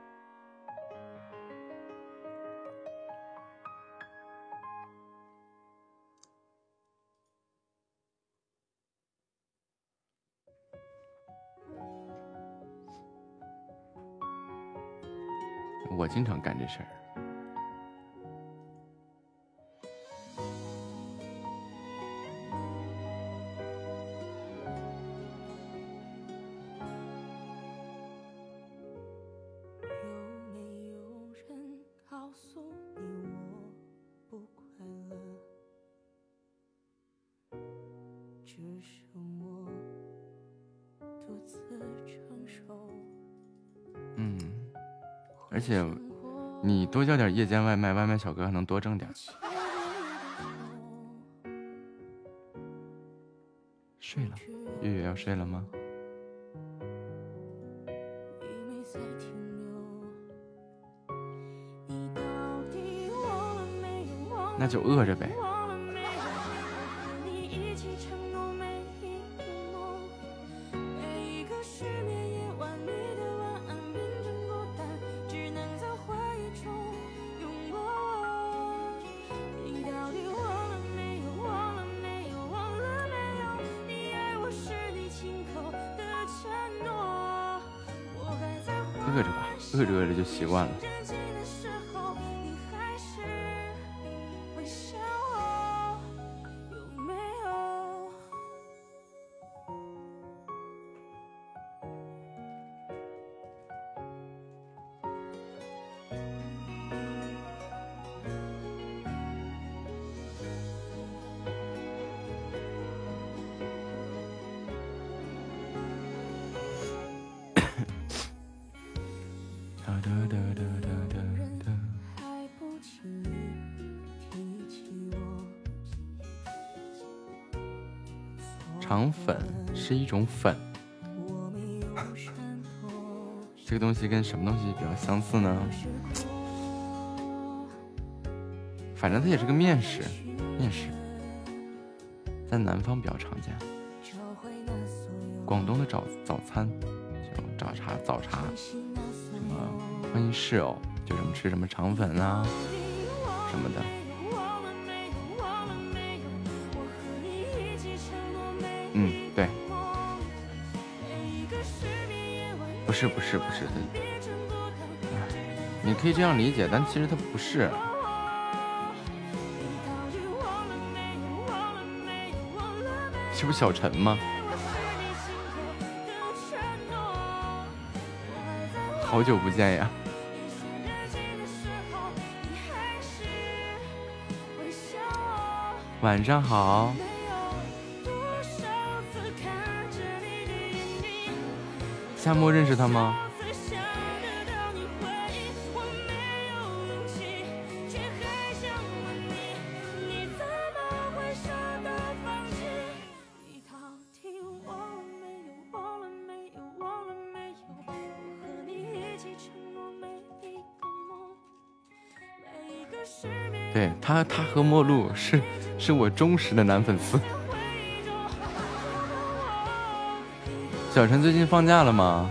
我经常干这事儿。而且你多叫点夜间外卖，外卖小哥还能多挣点。睡了，月月要睡了吗？那就饿着呗。饿着饿着就习惯了。 肠粉是一种粉，这个东西跟什么东西比较相似呢？反正它也是个面食，在南方比较常见。广东的早餐，这种早茶，什么欢迎室友，就什么吃什么肠粉啊什么的。嗯，对，不是，你可以这样理解，但其实它不是。这不是小陈吗？好久不见呀！晚上好。夏沫认识他吗？对他和陌路是我忠实的男粉丝。小陈最近放假了吗？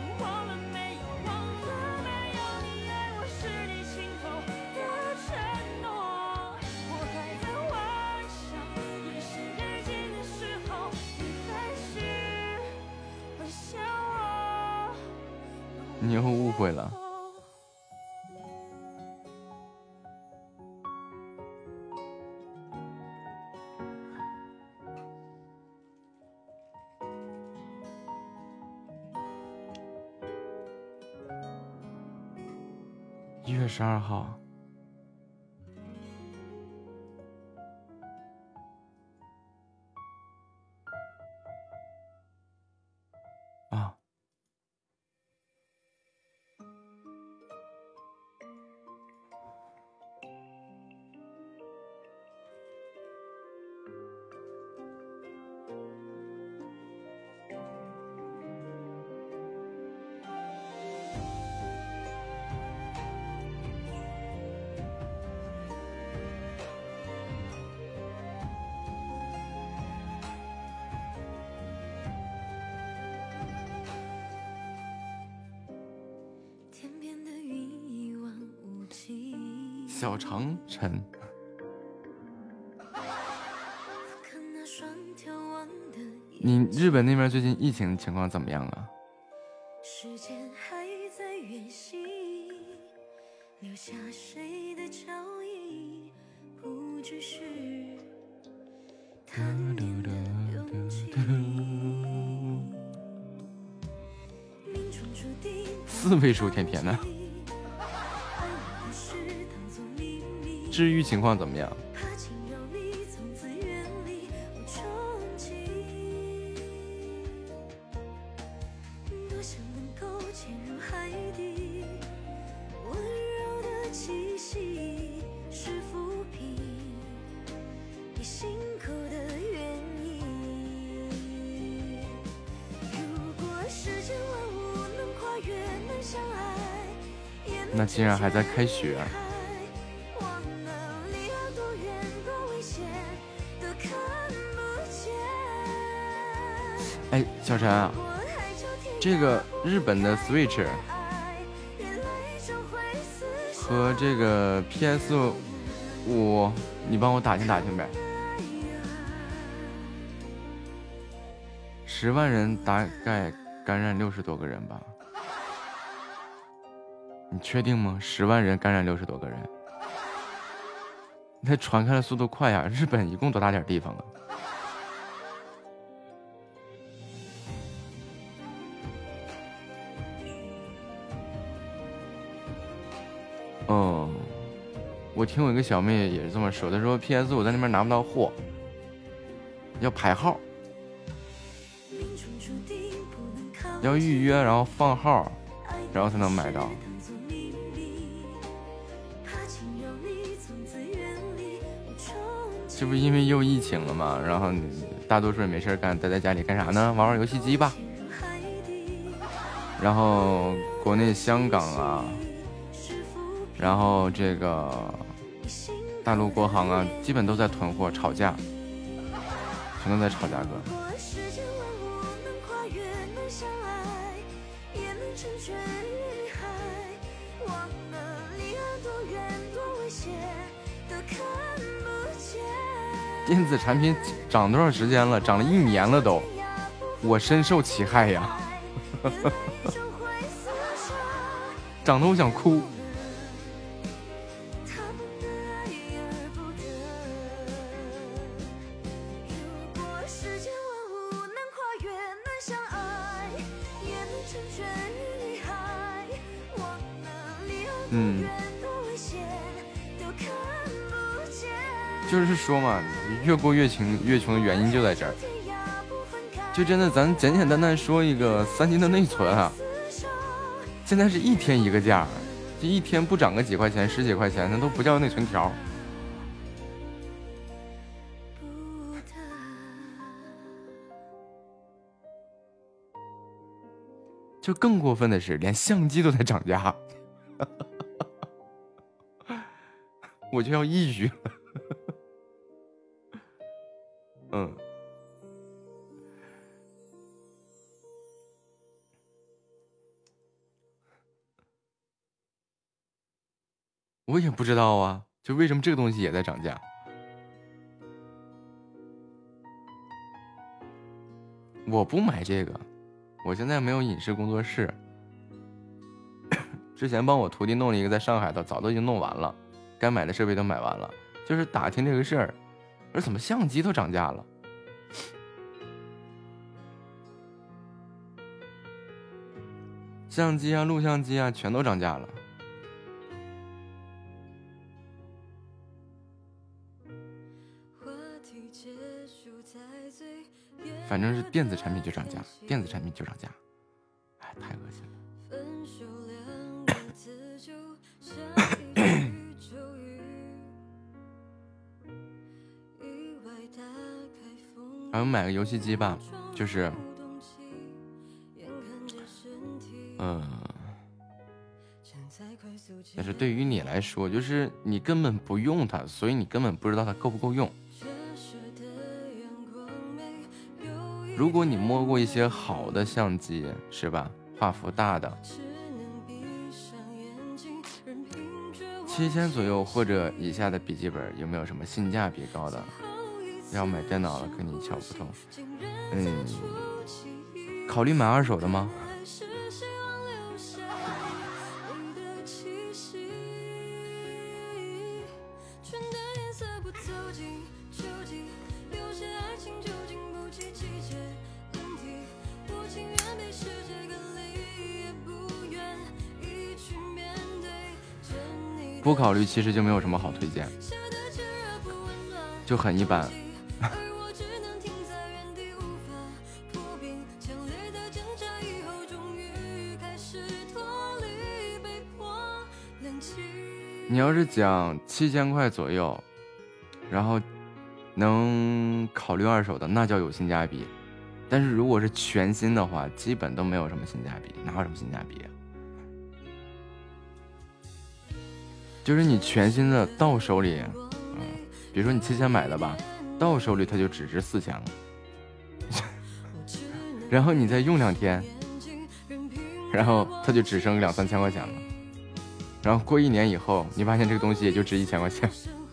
你又误会了。1月12号。啊。小长城，你日本那边最近疫情情况怎么样啊？时间还在远行，留下谁的脚印，不只是贪恋的勇气。4位数甜甜的。治愈情况怎么样？那竟然还在开学。哎，小陈啊，这个日本的 Switch 和这个 PS5，你帮我打听打听呗。10万人大概感染60多个人吧？你确定吗？10万人感染60多个人，那传开的速度快呀！日本一共多大点地方啊？我听我一个小妹也是这么说，她说 PS5 在那边拿不到货，要排号，要预约，然后放号，然后才能买到。 这不因为又疫情了嘛，然后大多数人没事干，待在家里干啥呢？玩玩游戏机吧。然后国内香港啊，然后这个大陆国行啊，基本都在囤货吵架，全都在吵价格。电子产品涨多少时间了？涨了1年了都，我深受其害呀，涨得我想哭。就是说嘛，越过越穷的原因就在这儿。就真的，咱简简单单说一个3G的内存啊，现在是1天1个价，就1天不涨个几块钱、10几块钱，那都不叫内存条。就更过分的是，连相机都在涨价，我就要抑郁了。我也不知道啊，就为什么这个东西也在涨价。我不买这个，我现在没有影视工作室。之前帮我徒弟弄了一个，在上海的，早都已经弄完了，该买的设备都买完了，就是打听这个事儿，而怎么相机都涨价了？相机啊，录像机啊，全都涨价了。反正是电子产品就涨价，电子产品就涨价，哎，太恶心了。咱们买个游戏机吧，就是，但是对于你来说，就是你根本不用它，所以你根本不知道它够不够用。如果你摸过一些好的相机，是吧？画幅大的，7000左右或者以下的笔记本，有没有什么性价比高的？要买电脑了，跟你瞧不透。考虑买二手的吗？不考虑其实就没有什么好推荐，就很一般。你要是讲7000块左右，然后能考虑二手的，那叫有性价比。但是如果是全新的话，基本都没有什么性价比，哪有什么性价比啊？就是你全新的到手里，比如说你7000买的吧，到手里它就只值4000了，然后你再用2天，然后它就只剩2、3千块钱了，然后过1年以后，你发现这个东西也就值1000块钱。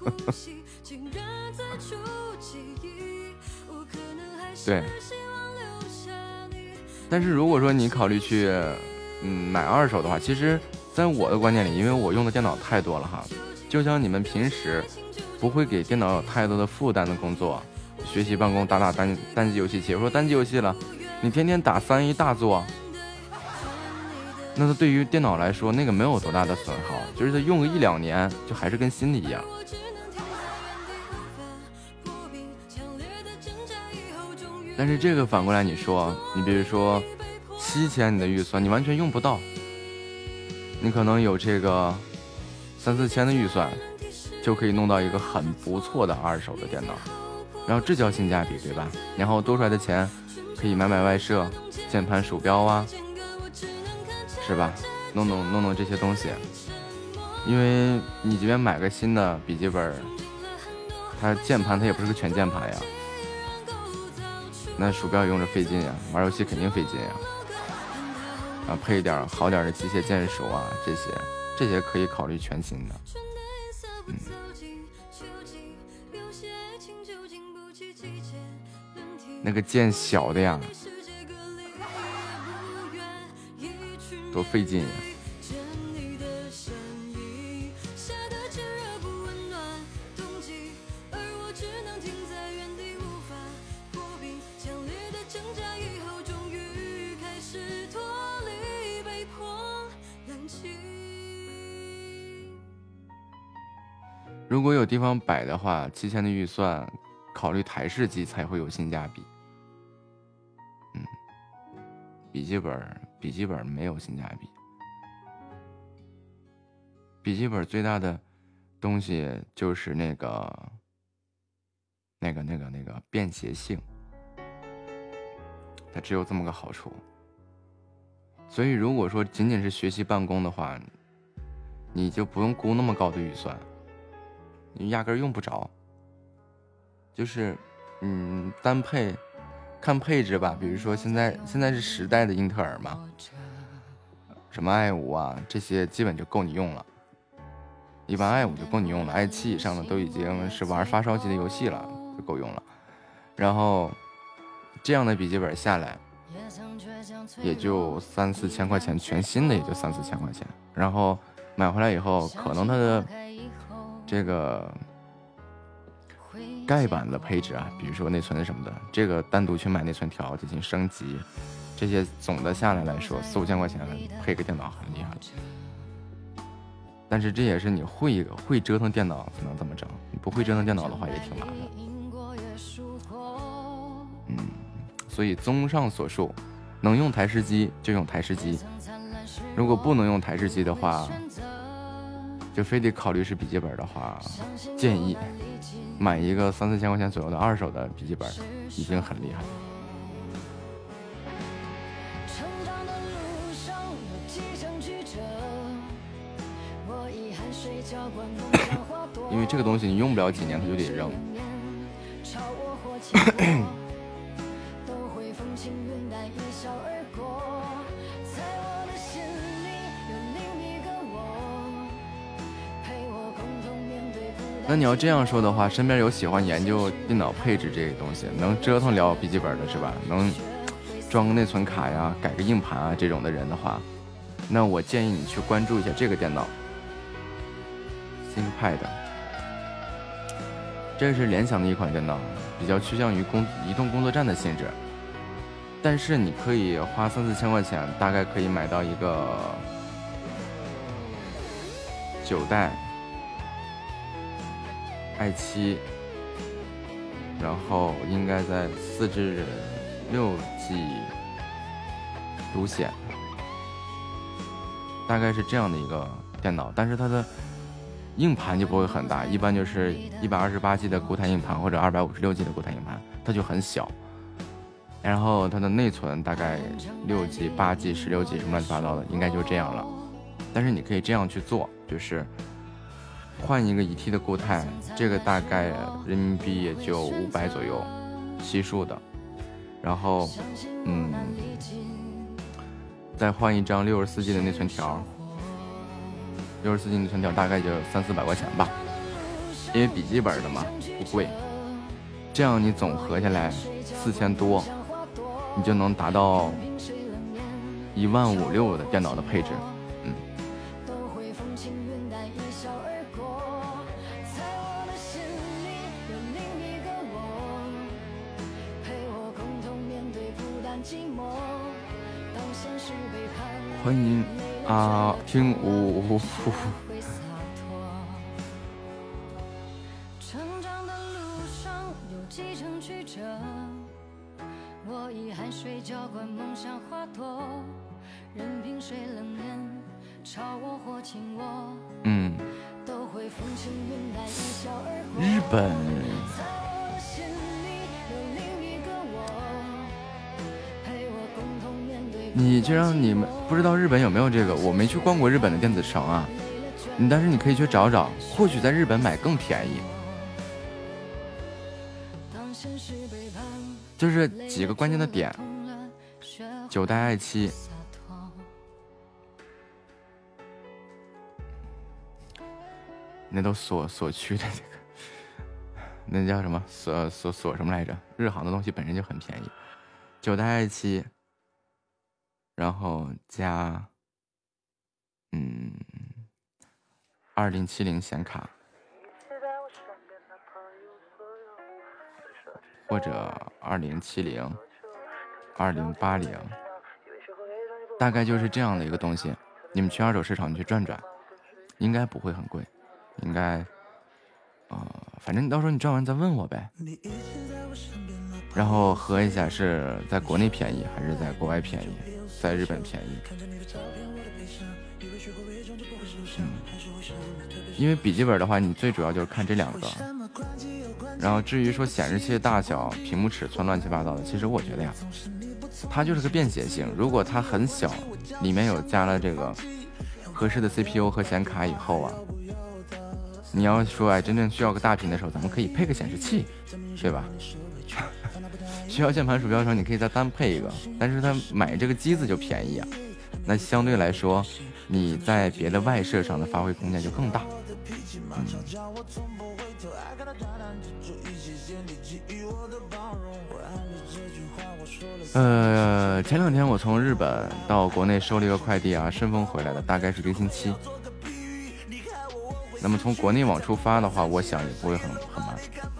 对，但是如果说你考虑去买二手的话，其实在我的观念里，因为我用的电脑太多了哈，就像你们平时不会给电脑有太多的负担的工作，学习办公打单机游戏，比如说单机游戏了，你天天打3A大作，那它对于电脑来说那个没有多大的损耗，就是它用个1、2年就还是跟新的一样。但是这个反过来你说，你比如说7000你的预算你完全用不到，你可能有这个3、4千的预算， 就可以弄到一个很不错的二手的电脑，然后这叫性价比，对吧？然后多出来的钱可以买外设、键盘、鼠标啊，是吧？弄这些东西，因为你即便买个新的笔记本，它键盘它也不是个全键盘呀，那鼠标也用着费劲呀，玩游戏肯定费劲呀。啊，配一点好点的机械键鼠啊，这些可以考虑全新的。那个键小的呀，多费劲呀。如果有地方摆的话，7000的预算，考虑台式机才会有性价比。笔记本没有性价比。笔记本最大的东西就是那个便携性，它只有这么个好处。所以如果说仅仅是学习办公的话，你就不用估那么高的预算，你压根用不着。就是单配看配置吧，比如说现在是10代的英特尔嘛，什么i5啊这些基本就够你用了，一般i5就够你用了，i7以上的都已经是玩发烧级的游戏了，就够用了。然后这样的笔记本下来也就3-4千块钱，全新的也就3-4千块钱，然后买回来以后可能它的这个盖板的配置啊，比如说内存什么的，这个单独去买内存条进行升级，这些总的下来来说4-5千块钱配个电脑很厉害了。但是这也是你会折腾电脑才能这么整，你不会折腾电脑的话也挺麻烦。所以综上所述，能用台式机就用台式机，如果不能用台式机的话，就非得考虑是笔记本的话，建议买一个3-4千块钱左右的二手的笔记本，已经很厉害了。因为这个东西你用不了几年它就得扔。那你要这样说的话，身边有喜欢研究电脑配置这个东西，能折腾了笔记本的是吧？能装个内存卡呀，改个硬盘啊这种的人的话，那我建议你去关注一下这个电脑 ThinkPad， 这是联想的一款电脑，比较趋向于移动工作站的性质，但是你可以花3-4千块钱，大概可以买到一个9代i7，然后应该在4至6G 独显，大概是这样的一个电脑，但是它的硬盘就不会很大，一般就是128G 的固态硬盘或者256G 的固态硬盘，它就很小。然后它的内存大概6G、8G、16G 什么乱七八糟的，应该就这样了。但是你可以这样去做，就是换一个1T 的固态，这个大概人民币也就500左右，7数的。然后再换一张64G 的内存条，64G 内存条大概就300-400块钱吧，因为笔记本的嘛不贵。这样你总合下来4000多，你就能达到15000-16000的电脑的配置。欢迎啊，听呜。 日本，你就让你们不知道日本有没有这个，我没去逛过日本的电子城啊，但是你可以去找找，或许在日本买更便宜。就是几个关键的点，九代爱妻，那都所趋的这个，那叫什么所什么来着？日航的东西本身就很便宜，九代爱妻，然后加2070显卡。或者2070、2080，大概就是这样的一个东西。你们去二手市场你去转转，应该不会很贵，应该，反正你到时候你转完再问我呗。然后核一下是在国内便宜还是在国外便宜，在日本便宜。因为笔记本的话，你最主要就是看这两个。然后至于说显示器大小、屏幕尺寸乱七八糟的，其实我觉得呀，它就是个便携性。如果它很小，里面有加了这个合适的 CPU 和显卡以后啊，你要说哎真正需要个大屏的时候，咱们可以配个显示器，对吧？需要键盘鼠标的时候，你可以再单配一个，但是它买这个机子就便宜啊，那相对来说你在别的外设上的发挥空间就更大。前两天我从日本到国内收了一个快递啊，顺丰回来的，大概是1个星期。那么从国内往出发的话，我想也不会很慢。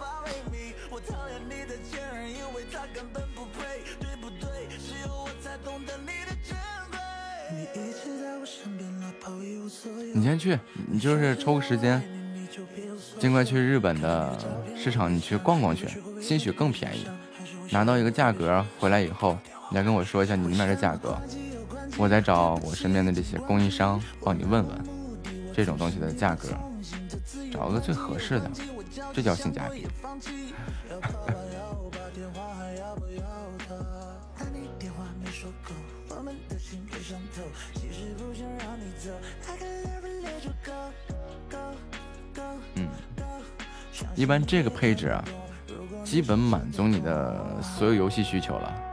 你先去，你就是抽个时间，尽快去日本的市场，你去逛逛去，兴许更便宜。拿到一个价格回来以后，你再跟我说一下你那边的价格，我再找我身边的这些供应商帮你问问这种东西的价格，找个最合适的，这叫性价比。一般这个配置啊，基本满足你的所有游戏需求了，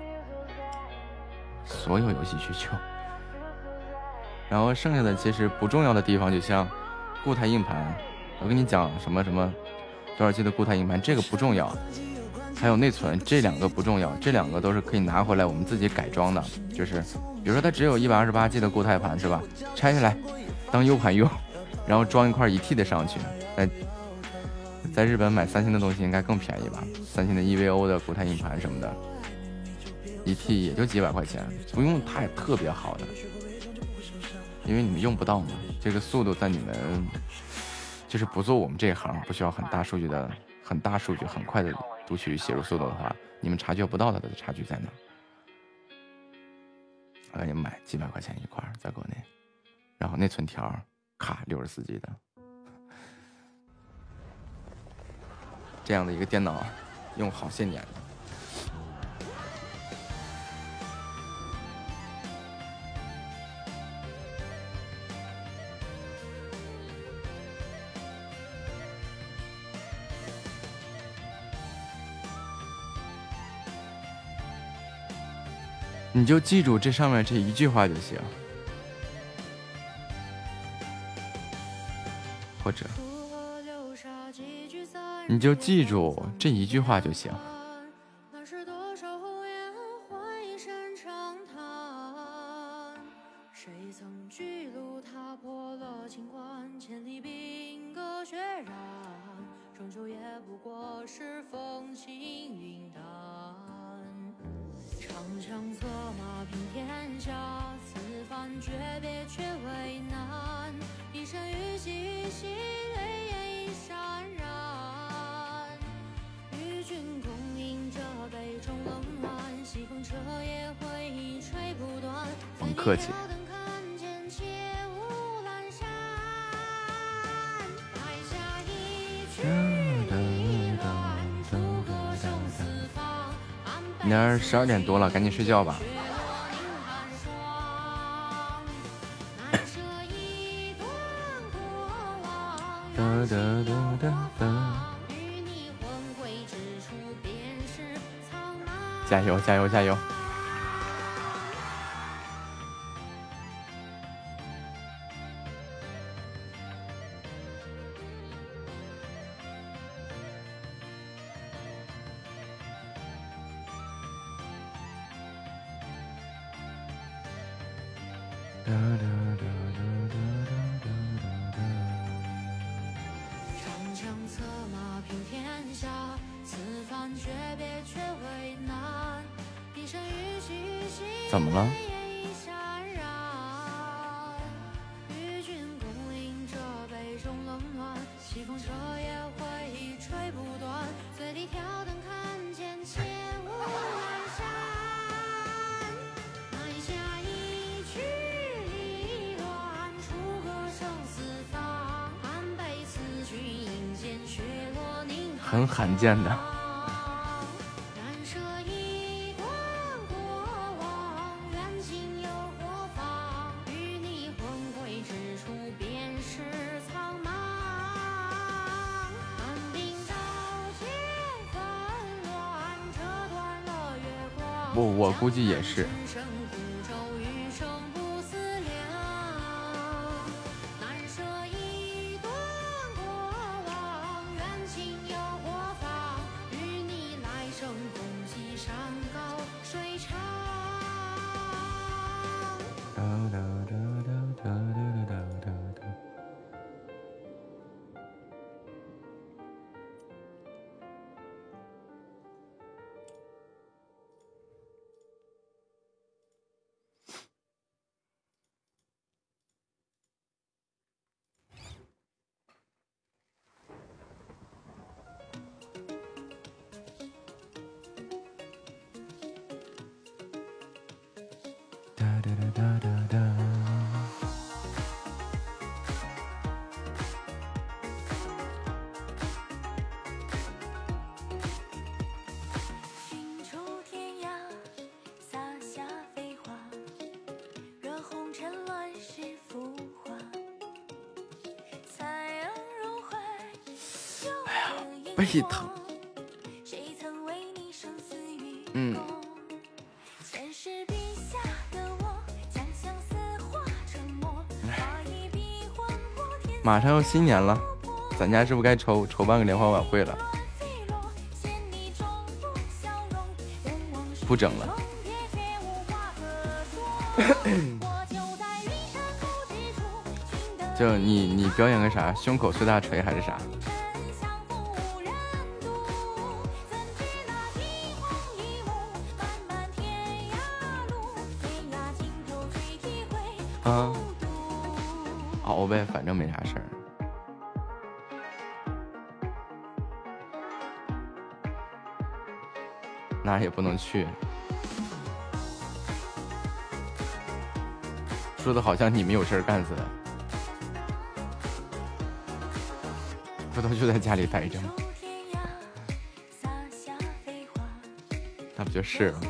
所有游戏需求。然后剩下的其实不重要的地方，就像固态硬盘，我跟你讲什么多少 G 的固态硬盘，这个不重要。还有内存，这两个不重要，这两个都是可以拿回来我们自己改装的。就是比如说它只有128 G 的固态盘是吧？拆下来当 U 盘用，然后装一块1T 的上去。在日本买三星的东西应该更便宜吧？三星的 EVO 的固态硬盘什么的，1T 也就几百块钱，不用太特别好的，因为你们用不到嘛。这个速度在你们就是不做我们这一行，不需要很大数据、很快的读取写入速度的话，你们察觉不到它的差距在哪。我给你们买几百块钱一块，在国内，然后内存条卡64 G 的。这样的一个电脑用好些年了。你就记住这上面这一句话就行，或者你就记住这一句话就行。甭客气。 明儿12点多了，赶紧睡觉吧。加油加油加油！怎么了？很罕见的。我估计也是。背疼。马上要新年了，咱家是不是该筹办个联欢晚会了？不整了。就你表演个啥？胸口碎大锤还是啥？啊，熬呗，反正没啥事儿。哪儿也不能去。说的好像你们有事儿干似的。不都就在家里待着吗？那不就是了吗？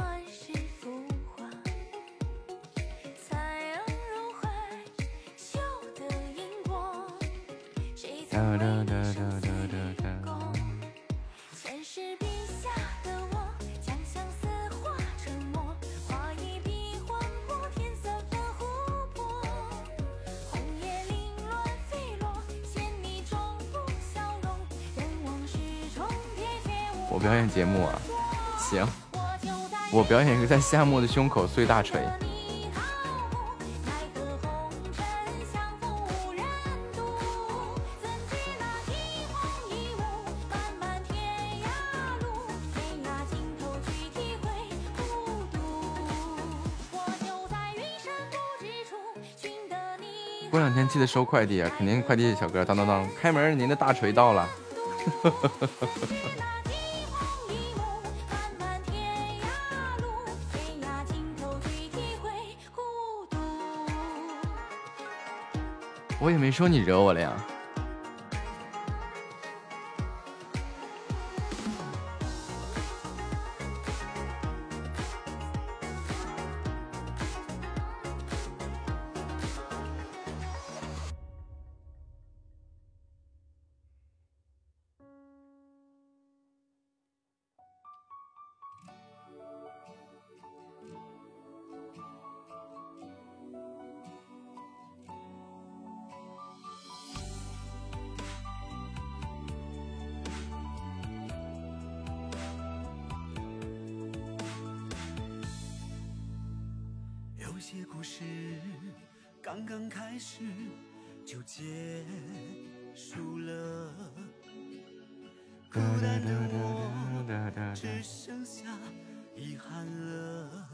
我表演节目啊，行，我表演一个在夏末的胸口碎大锤。过两天记得收快递啊，肯定快递小哥当当当，开门，您的大锤到了。我也没说你惹我了呀。 些故事刚刚开始就结束了，孤单的我只剩下遗憾了，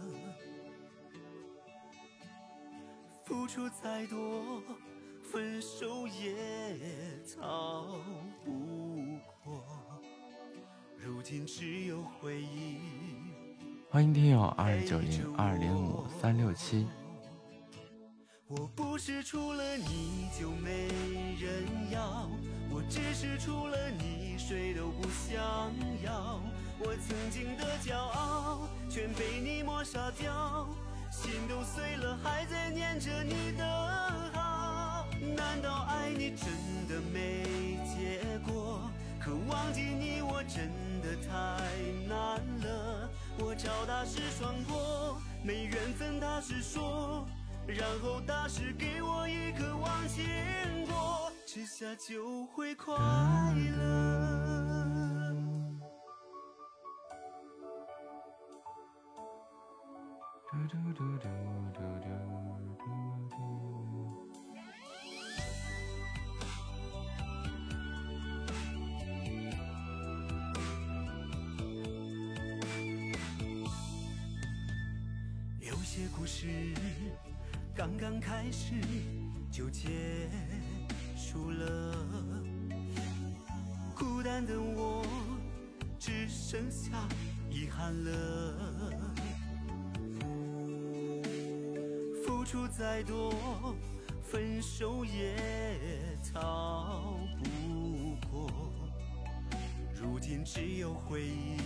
付出再多分手也逃不过，如今只有回忆。 欢迎听友2290205367。 我不是除了你就没人要，我只是除了你谁都不想要，我曾经的骄傲全被你抹杀掉，心都碎了还在念着你的好，难道爱你真的没结果？可忘记你我真的太难了，我找大师双过，没缘分大师说，然后大师给我一颗忘情果，吃下就会快乐。有些故事刚刚开始就结束了，孤单的我只剩下遗憾了，付出再多分手也逃不过，如今只有回忆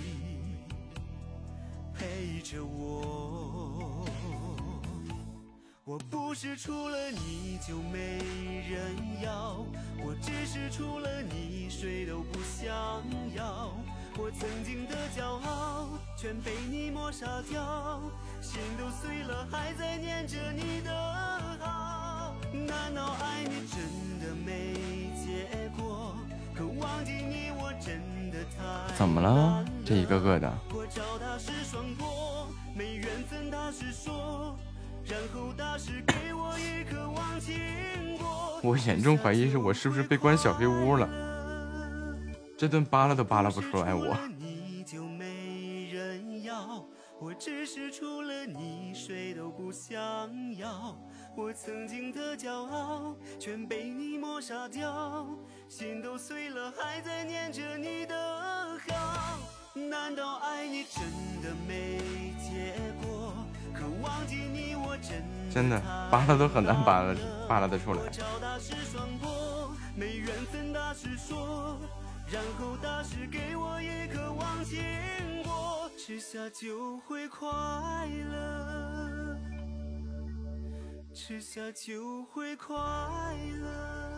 陪着我，我不是除了你就没人要，我只是除了你谁都不想要，我曾经的骄傲全被你抹杀掉，心都碎了还在念着你的好，难道爱你真的没结果？可忘记你我真的太怎么了？这一个个的。 我找大师双过，没缘分大师说，然后大师给我一颗忘情果。 我严重怀疑是我是不是被关小黑屋了？这顿扒拉都扒拉不出来我。 你就没人要，我只是除了你谁都不想要，我曾经的骄傲全被你抹杀掉，心都碎了还在念着你的好，难道爱你真的没结果？可忘记你我真的扒拉都很难扒拉得出来。 我找大师双过，没缘分大师说，然后大师给我一颗忘情果，吃下就会快乐，吃下就会快乐。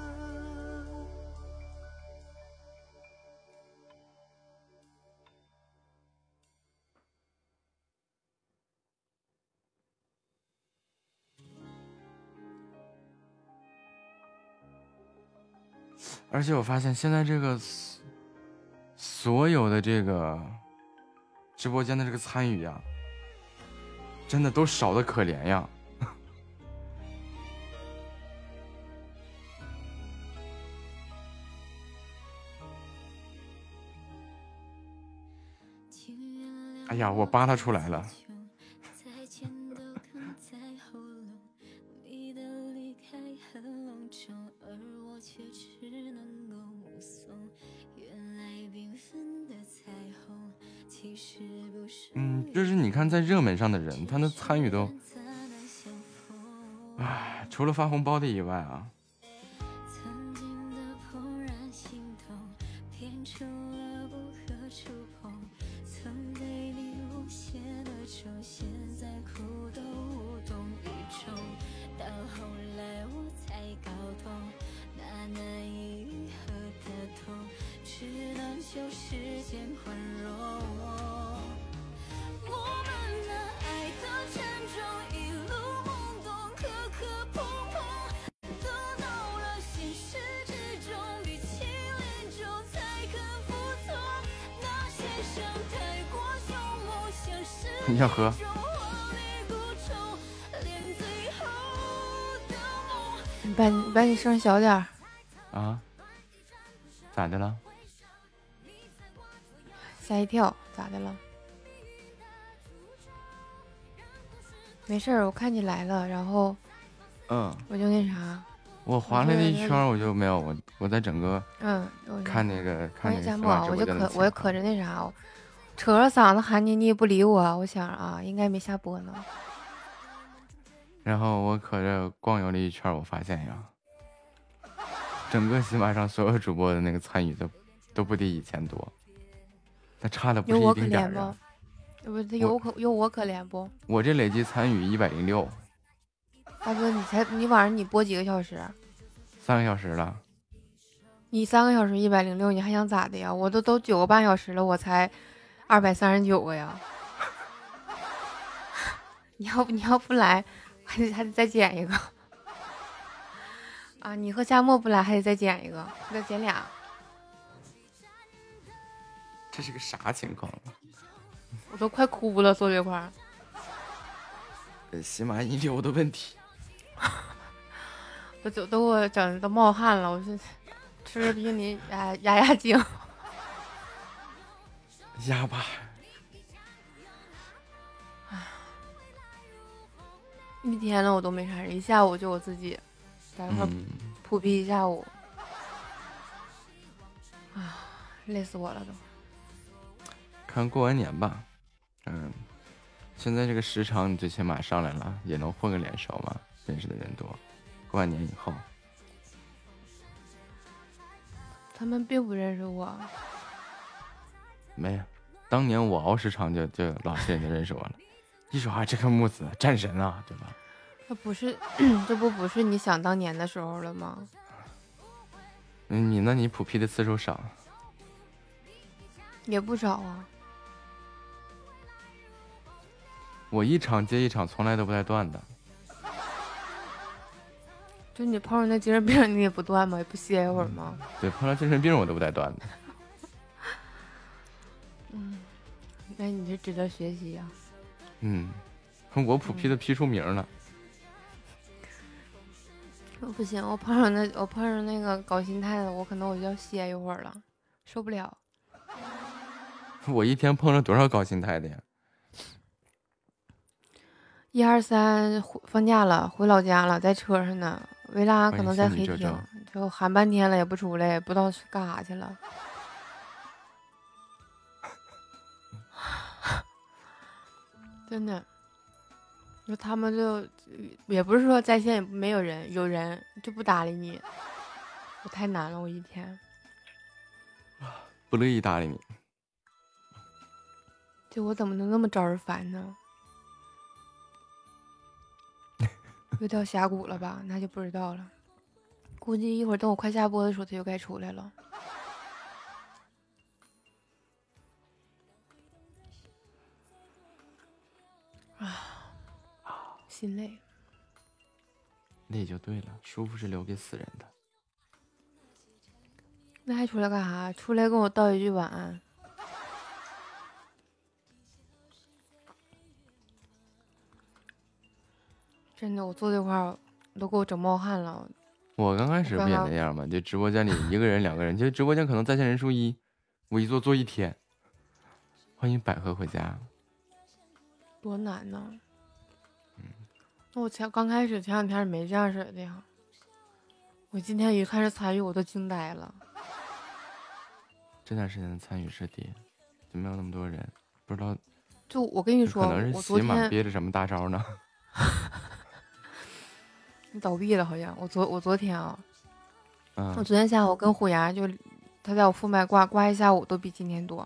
而且我发现现在这个所有的这个直播间的这个参与呀，真的都少得可怜呀。哎呀，我扒拉出来了。就是你看在热门上的人，他的参与都，唉，除了发红包的以外啊。你要喝？ 把你声小点儿。 啊？咋的了？ 吓一跳，咋的了？没事儿，我看你来了，然后，我就那啥。 我滑了一圈，我就没有我在整个看那个夏末，我也可着那啥，扯着嗓子喊你，你也不理我，我想啊，应该没下播呢。 然后我可着逛游了一圈，我发现呀，整个喜马上所有主播的那个参与都不比以前多，那差的不是一丁点儿啊。 不有我可怜不？ 我这累计参与106。 大哥，你晚上你播几个小时 ？3个小时了。 你3个小时106，你还想咋的呀？我都9个半小时了，我才239个呀。你要不来，还得再减一个。啊，你和夏末不来，还得再减一个，再减俩。 这是个啥情况？ 我都快哭了，坐这块儿。 喜马音流的问题。 都给我整都冒汗了，我是吃了比你压惊。 压吧。 一天了我都没啥人，一下午就我自己在那块扑逼一下午。累死我了都。 看过完年吧。现在这个时长你最起码上来了，也能混个脸熟嘛，认识的人多。过完年以后， 他们并不认识我。 没有，当年我熬时长就老些人就认识我了。一说啊，这个木子战神啊，对吧？ 那不是，这不是你想当年的时候了吗？ 你呢？你普 P 的次数少， 也不少啊。 我一场接一场，从来都不带断的。 就你碰上那精神病，你也不断吗？也不歇一会儿吗？ 对，碰上精神病我都不带断的。 那你是值得学习呀。 我普 P 的 P 出名了。 不行，我碰上那个搞心态的，我可能我就要歇一会儿了，受不了。 我一天碰上多少搞心态的呀 ？1、2、3放假了，回老家了，在车上呢。维拉可能在黑厅，就喊半天了也不出来，不知道干啥去了。真的，就他们就也不是说在线也没有人，有人就不搭理你，我太难了，我一天不乐意搭理你。 就我怎么能那么招人烦呢？又掉峡谷了吧？那就不知道了。估计一会儿等我快下播的时候，他就该出来了。心累。 累就对了，舒服是留给死人的。 那还出来干啥？出来跟我道一句晚安。真的，我坐这块儿都给我整冒汗了。 我刚开始不也那样吗？就直播间里1个人、2个人，就直播间可能在线人数1，我一坐一天。欢迎百合回家。 多难呢！那我刚开始前2天没这样式的呀。我今天一开始参与，我都惊呆了。 这段时间的参与是低，就没有那么多人，不知道。 就我跟你说， 可能是喜马憋着什么大招呢？ 你倒闭了好像。我昨天啊，我昨天下午跟虎牙就他在我副麦挂一下午都比今天多。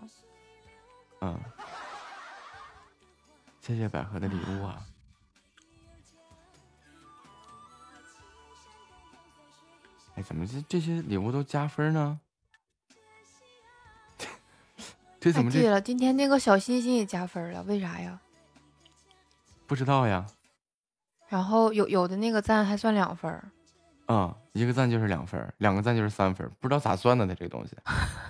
谢谢百合的礼物啊！哎，怎么这些礼物都加分呢？这怎么记了？今天那个小星星也加分了，为啥呀？ 不知道呀。 然后有的那个赞还算2分。 1个赞就是2分，2个赞就是3分，不知道咋算的它这个东西。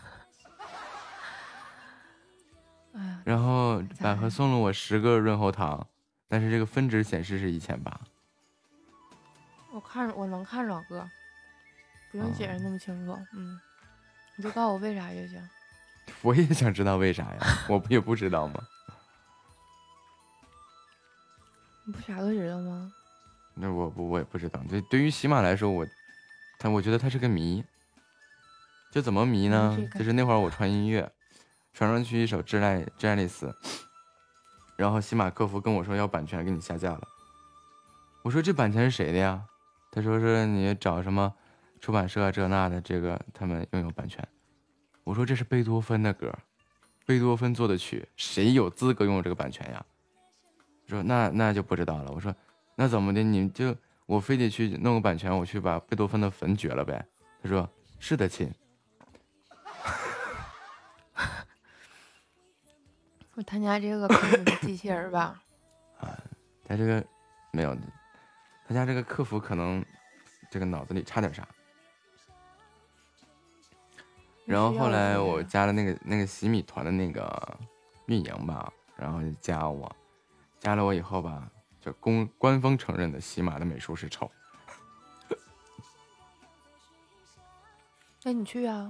然后百合送了我10个润喉糖，但是这个分值显示是1800。 我能看着哥，不用解释那么清楚。你就告诉我为啥就行。 我也想知道为啥呀，我也不知道吗？ 你不啥都知道吗？ 那我也不知道。对于喜马来说，我觉得它是个谜。就怎么谜呢？就是那会儿我传音乐，传上去一首《致爱丽丝》，然后喜马客服跟我说要版权，给你下架了。我说这版权是谁的呀？他说是你找什么出版社这那的，这个他们拥有版权。我说这是贝多芬的歌，贝多芬做的曲，谁有资格拥有这个版权呀？说那就不知道了。我说那怎么的？你就我非得去弄个版权，我去把贝多芬的坟掘了呗？他说是的，亲。 我他家这个客服的机器人吧？ 他这个没有，他家这个客服可能这个脑子里差点啥。然后后来我加了那个洗米团的那个运营吧，然后就加我，加了我以后吧，就官方承认的喜马的美术是丑。 那你去啊。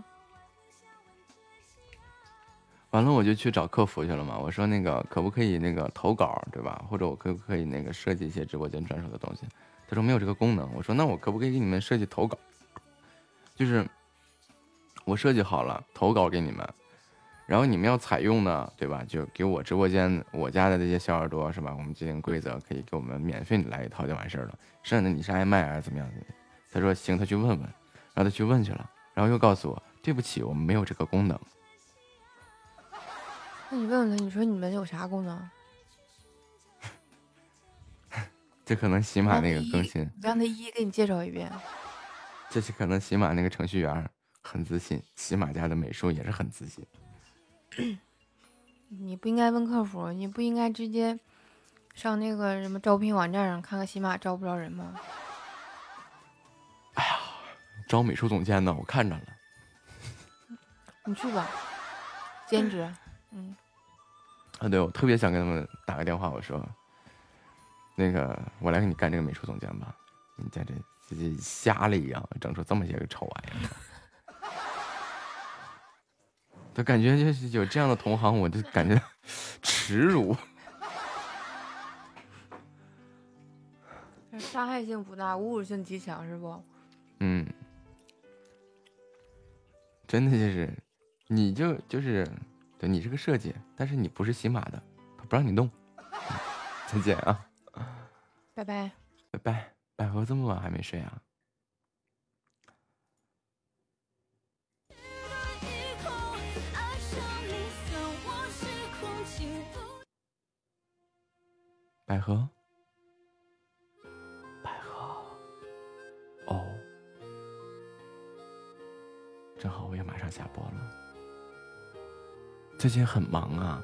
完了我就去找客服去了嘛，我说那个可不可以那个投稿，对吧？或者我可不可以那个设计一些直播间专属的东西？他说没有这个功能。我说那我可不可以给你们设计投稿？就是我设计好了投稿给你们，然后你们要采用呢，对吧？就给我直播间我家的这些小耳朵是吧？我们制定规则，可以给我们免费来一套就完事儿了。剩下的你是爱卖还是怎么样的？他说行，他去问问，然后他去问去了，然后又告诉我对不起，我们没有这个功能。 那你问问他，你说你们有啥功能？ 这可能喜马那个更新， 让他一给你介绍一遍。 这是可能喜马那个程序员很自信，喜马家的美术也是很自信。 你不应该问客服，你不应该直接上那个什么招聘网站上看看喜马招不招人吗？ 哎呀，招美术总监呢，我看着了。 你去吧，兼职。 对，我特别想跟他们打个电话，我说，那个我来给你干这个美术总监吧，你在这自己瞎了一样，整出这么些个丑玩意儿。就感觉就是有这样的同行，我就感觉耻辱。 伤害性不大，侮辱性极强，是不？ 真的就是，你就是对你是个设计，但是你不是喜马的，他不让你弄。再见啊！ 拜拜。 拜拜。百合这么晚还没睡啊？百合，哦，正好我也马上下播了。最近很忙啊，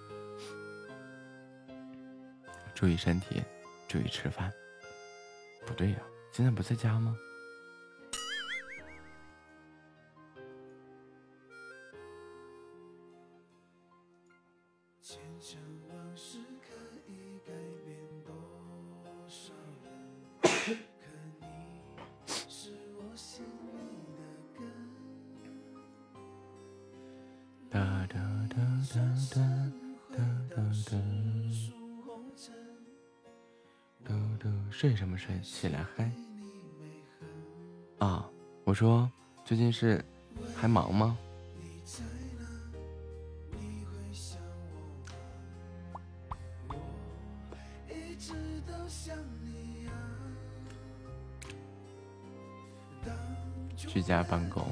注意身体，注意吃饭。不对呀，现在不在家吗？睡什么睡？起来嗨！啊，我说最近是还忙吗？居家办公，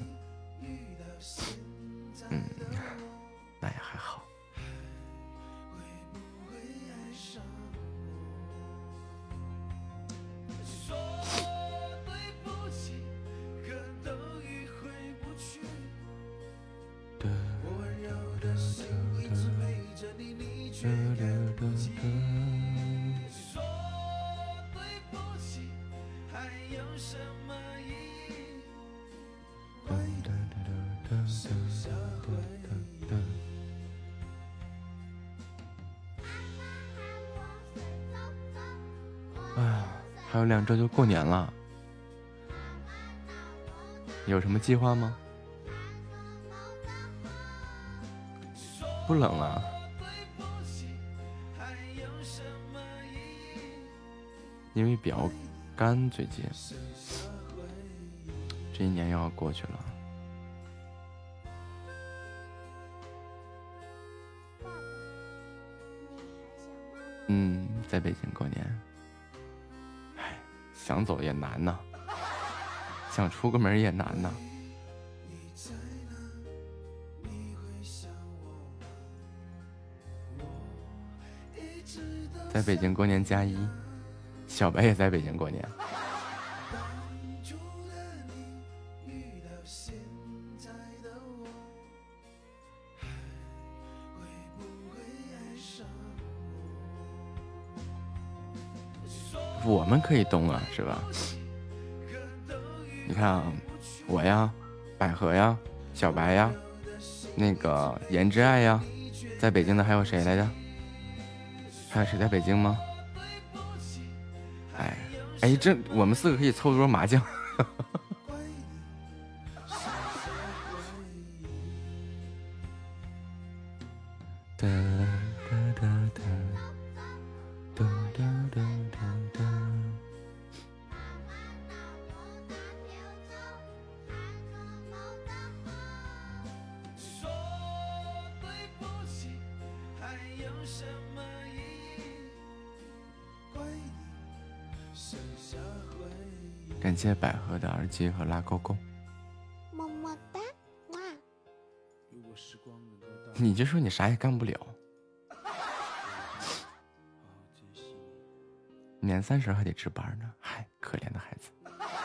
那也还好。还有2周就过年了， 有什么计划吗？不冷啊。因为比较干，最近这一年又要过去了。在北京过年，哎，想走也难呐，想出个门也难呐。在北京过年加1，小白也在北京过年。我们可以动啊，是吧？你看啊，我呀，百合呀，小白呀，那个颜之爱呀，在北京的还有谁来着？还有谁在北京吗？哎，这我们4个可以凑桌麻将。感谢百合的耳机和拉勾勾， 么么哒，哇！ 你就说你啥也干不了。年30还得值班呢，嗨，可怜的孩子。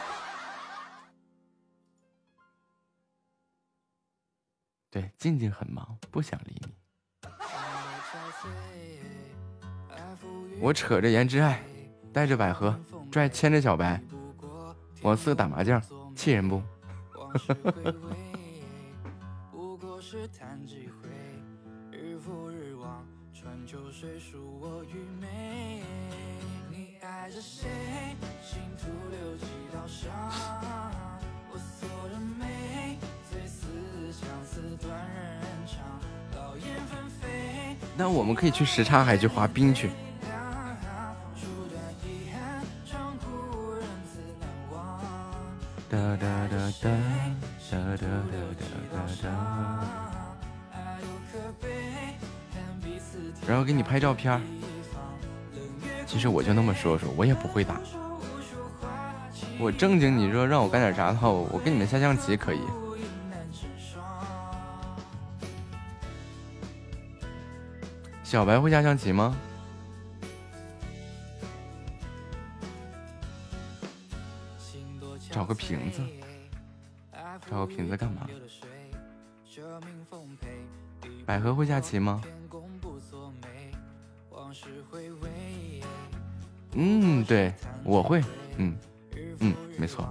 对，静静很忙，不想理你。我扯着颜之爱，带着百合，牵着小白。我4个打麻将，气人不？那我们可以去什刹海去滑冰去。然后给你拍照片。其实我就那么说，我也不会打。我正经，你说让我干点啥的话，我跟你们下象棋可以。小白会下象棋吗？找个瓶子，找个瓶子干嘛？百合会下棋吗？对，我会，没错，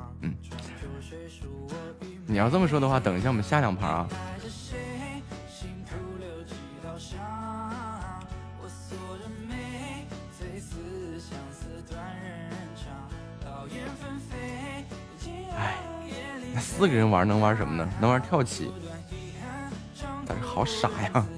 你要这么说的话，等一下我们下2盘啊。4个人玩能玩什么呢？能玩跳棋，但是好傻呀！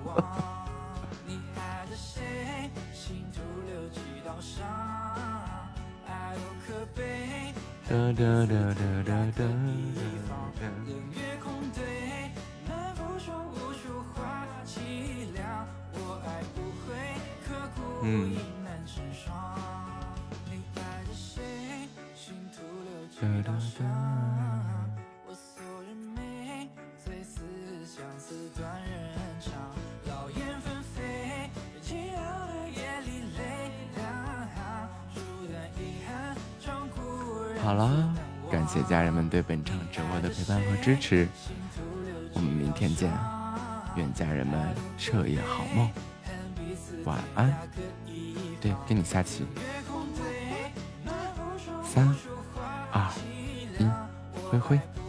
好了，感谢家人们对本场直播的陪伴和支持，我们明天见，愿家人们彻夜好梦，晚安。对，给你下棋。3、2、1，挥挥。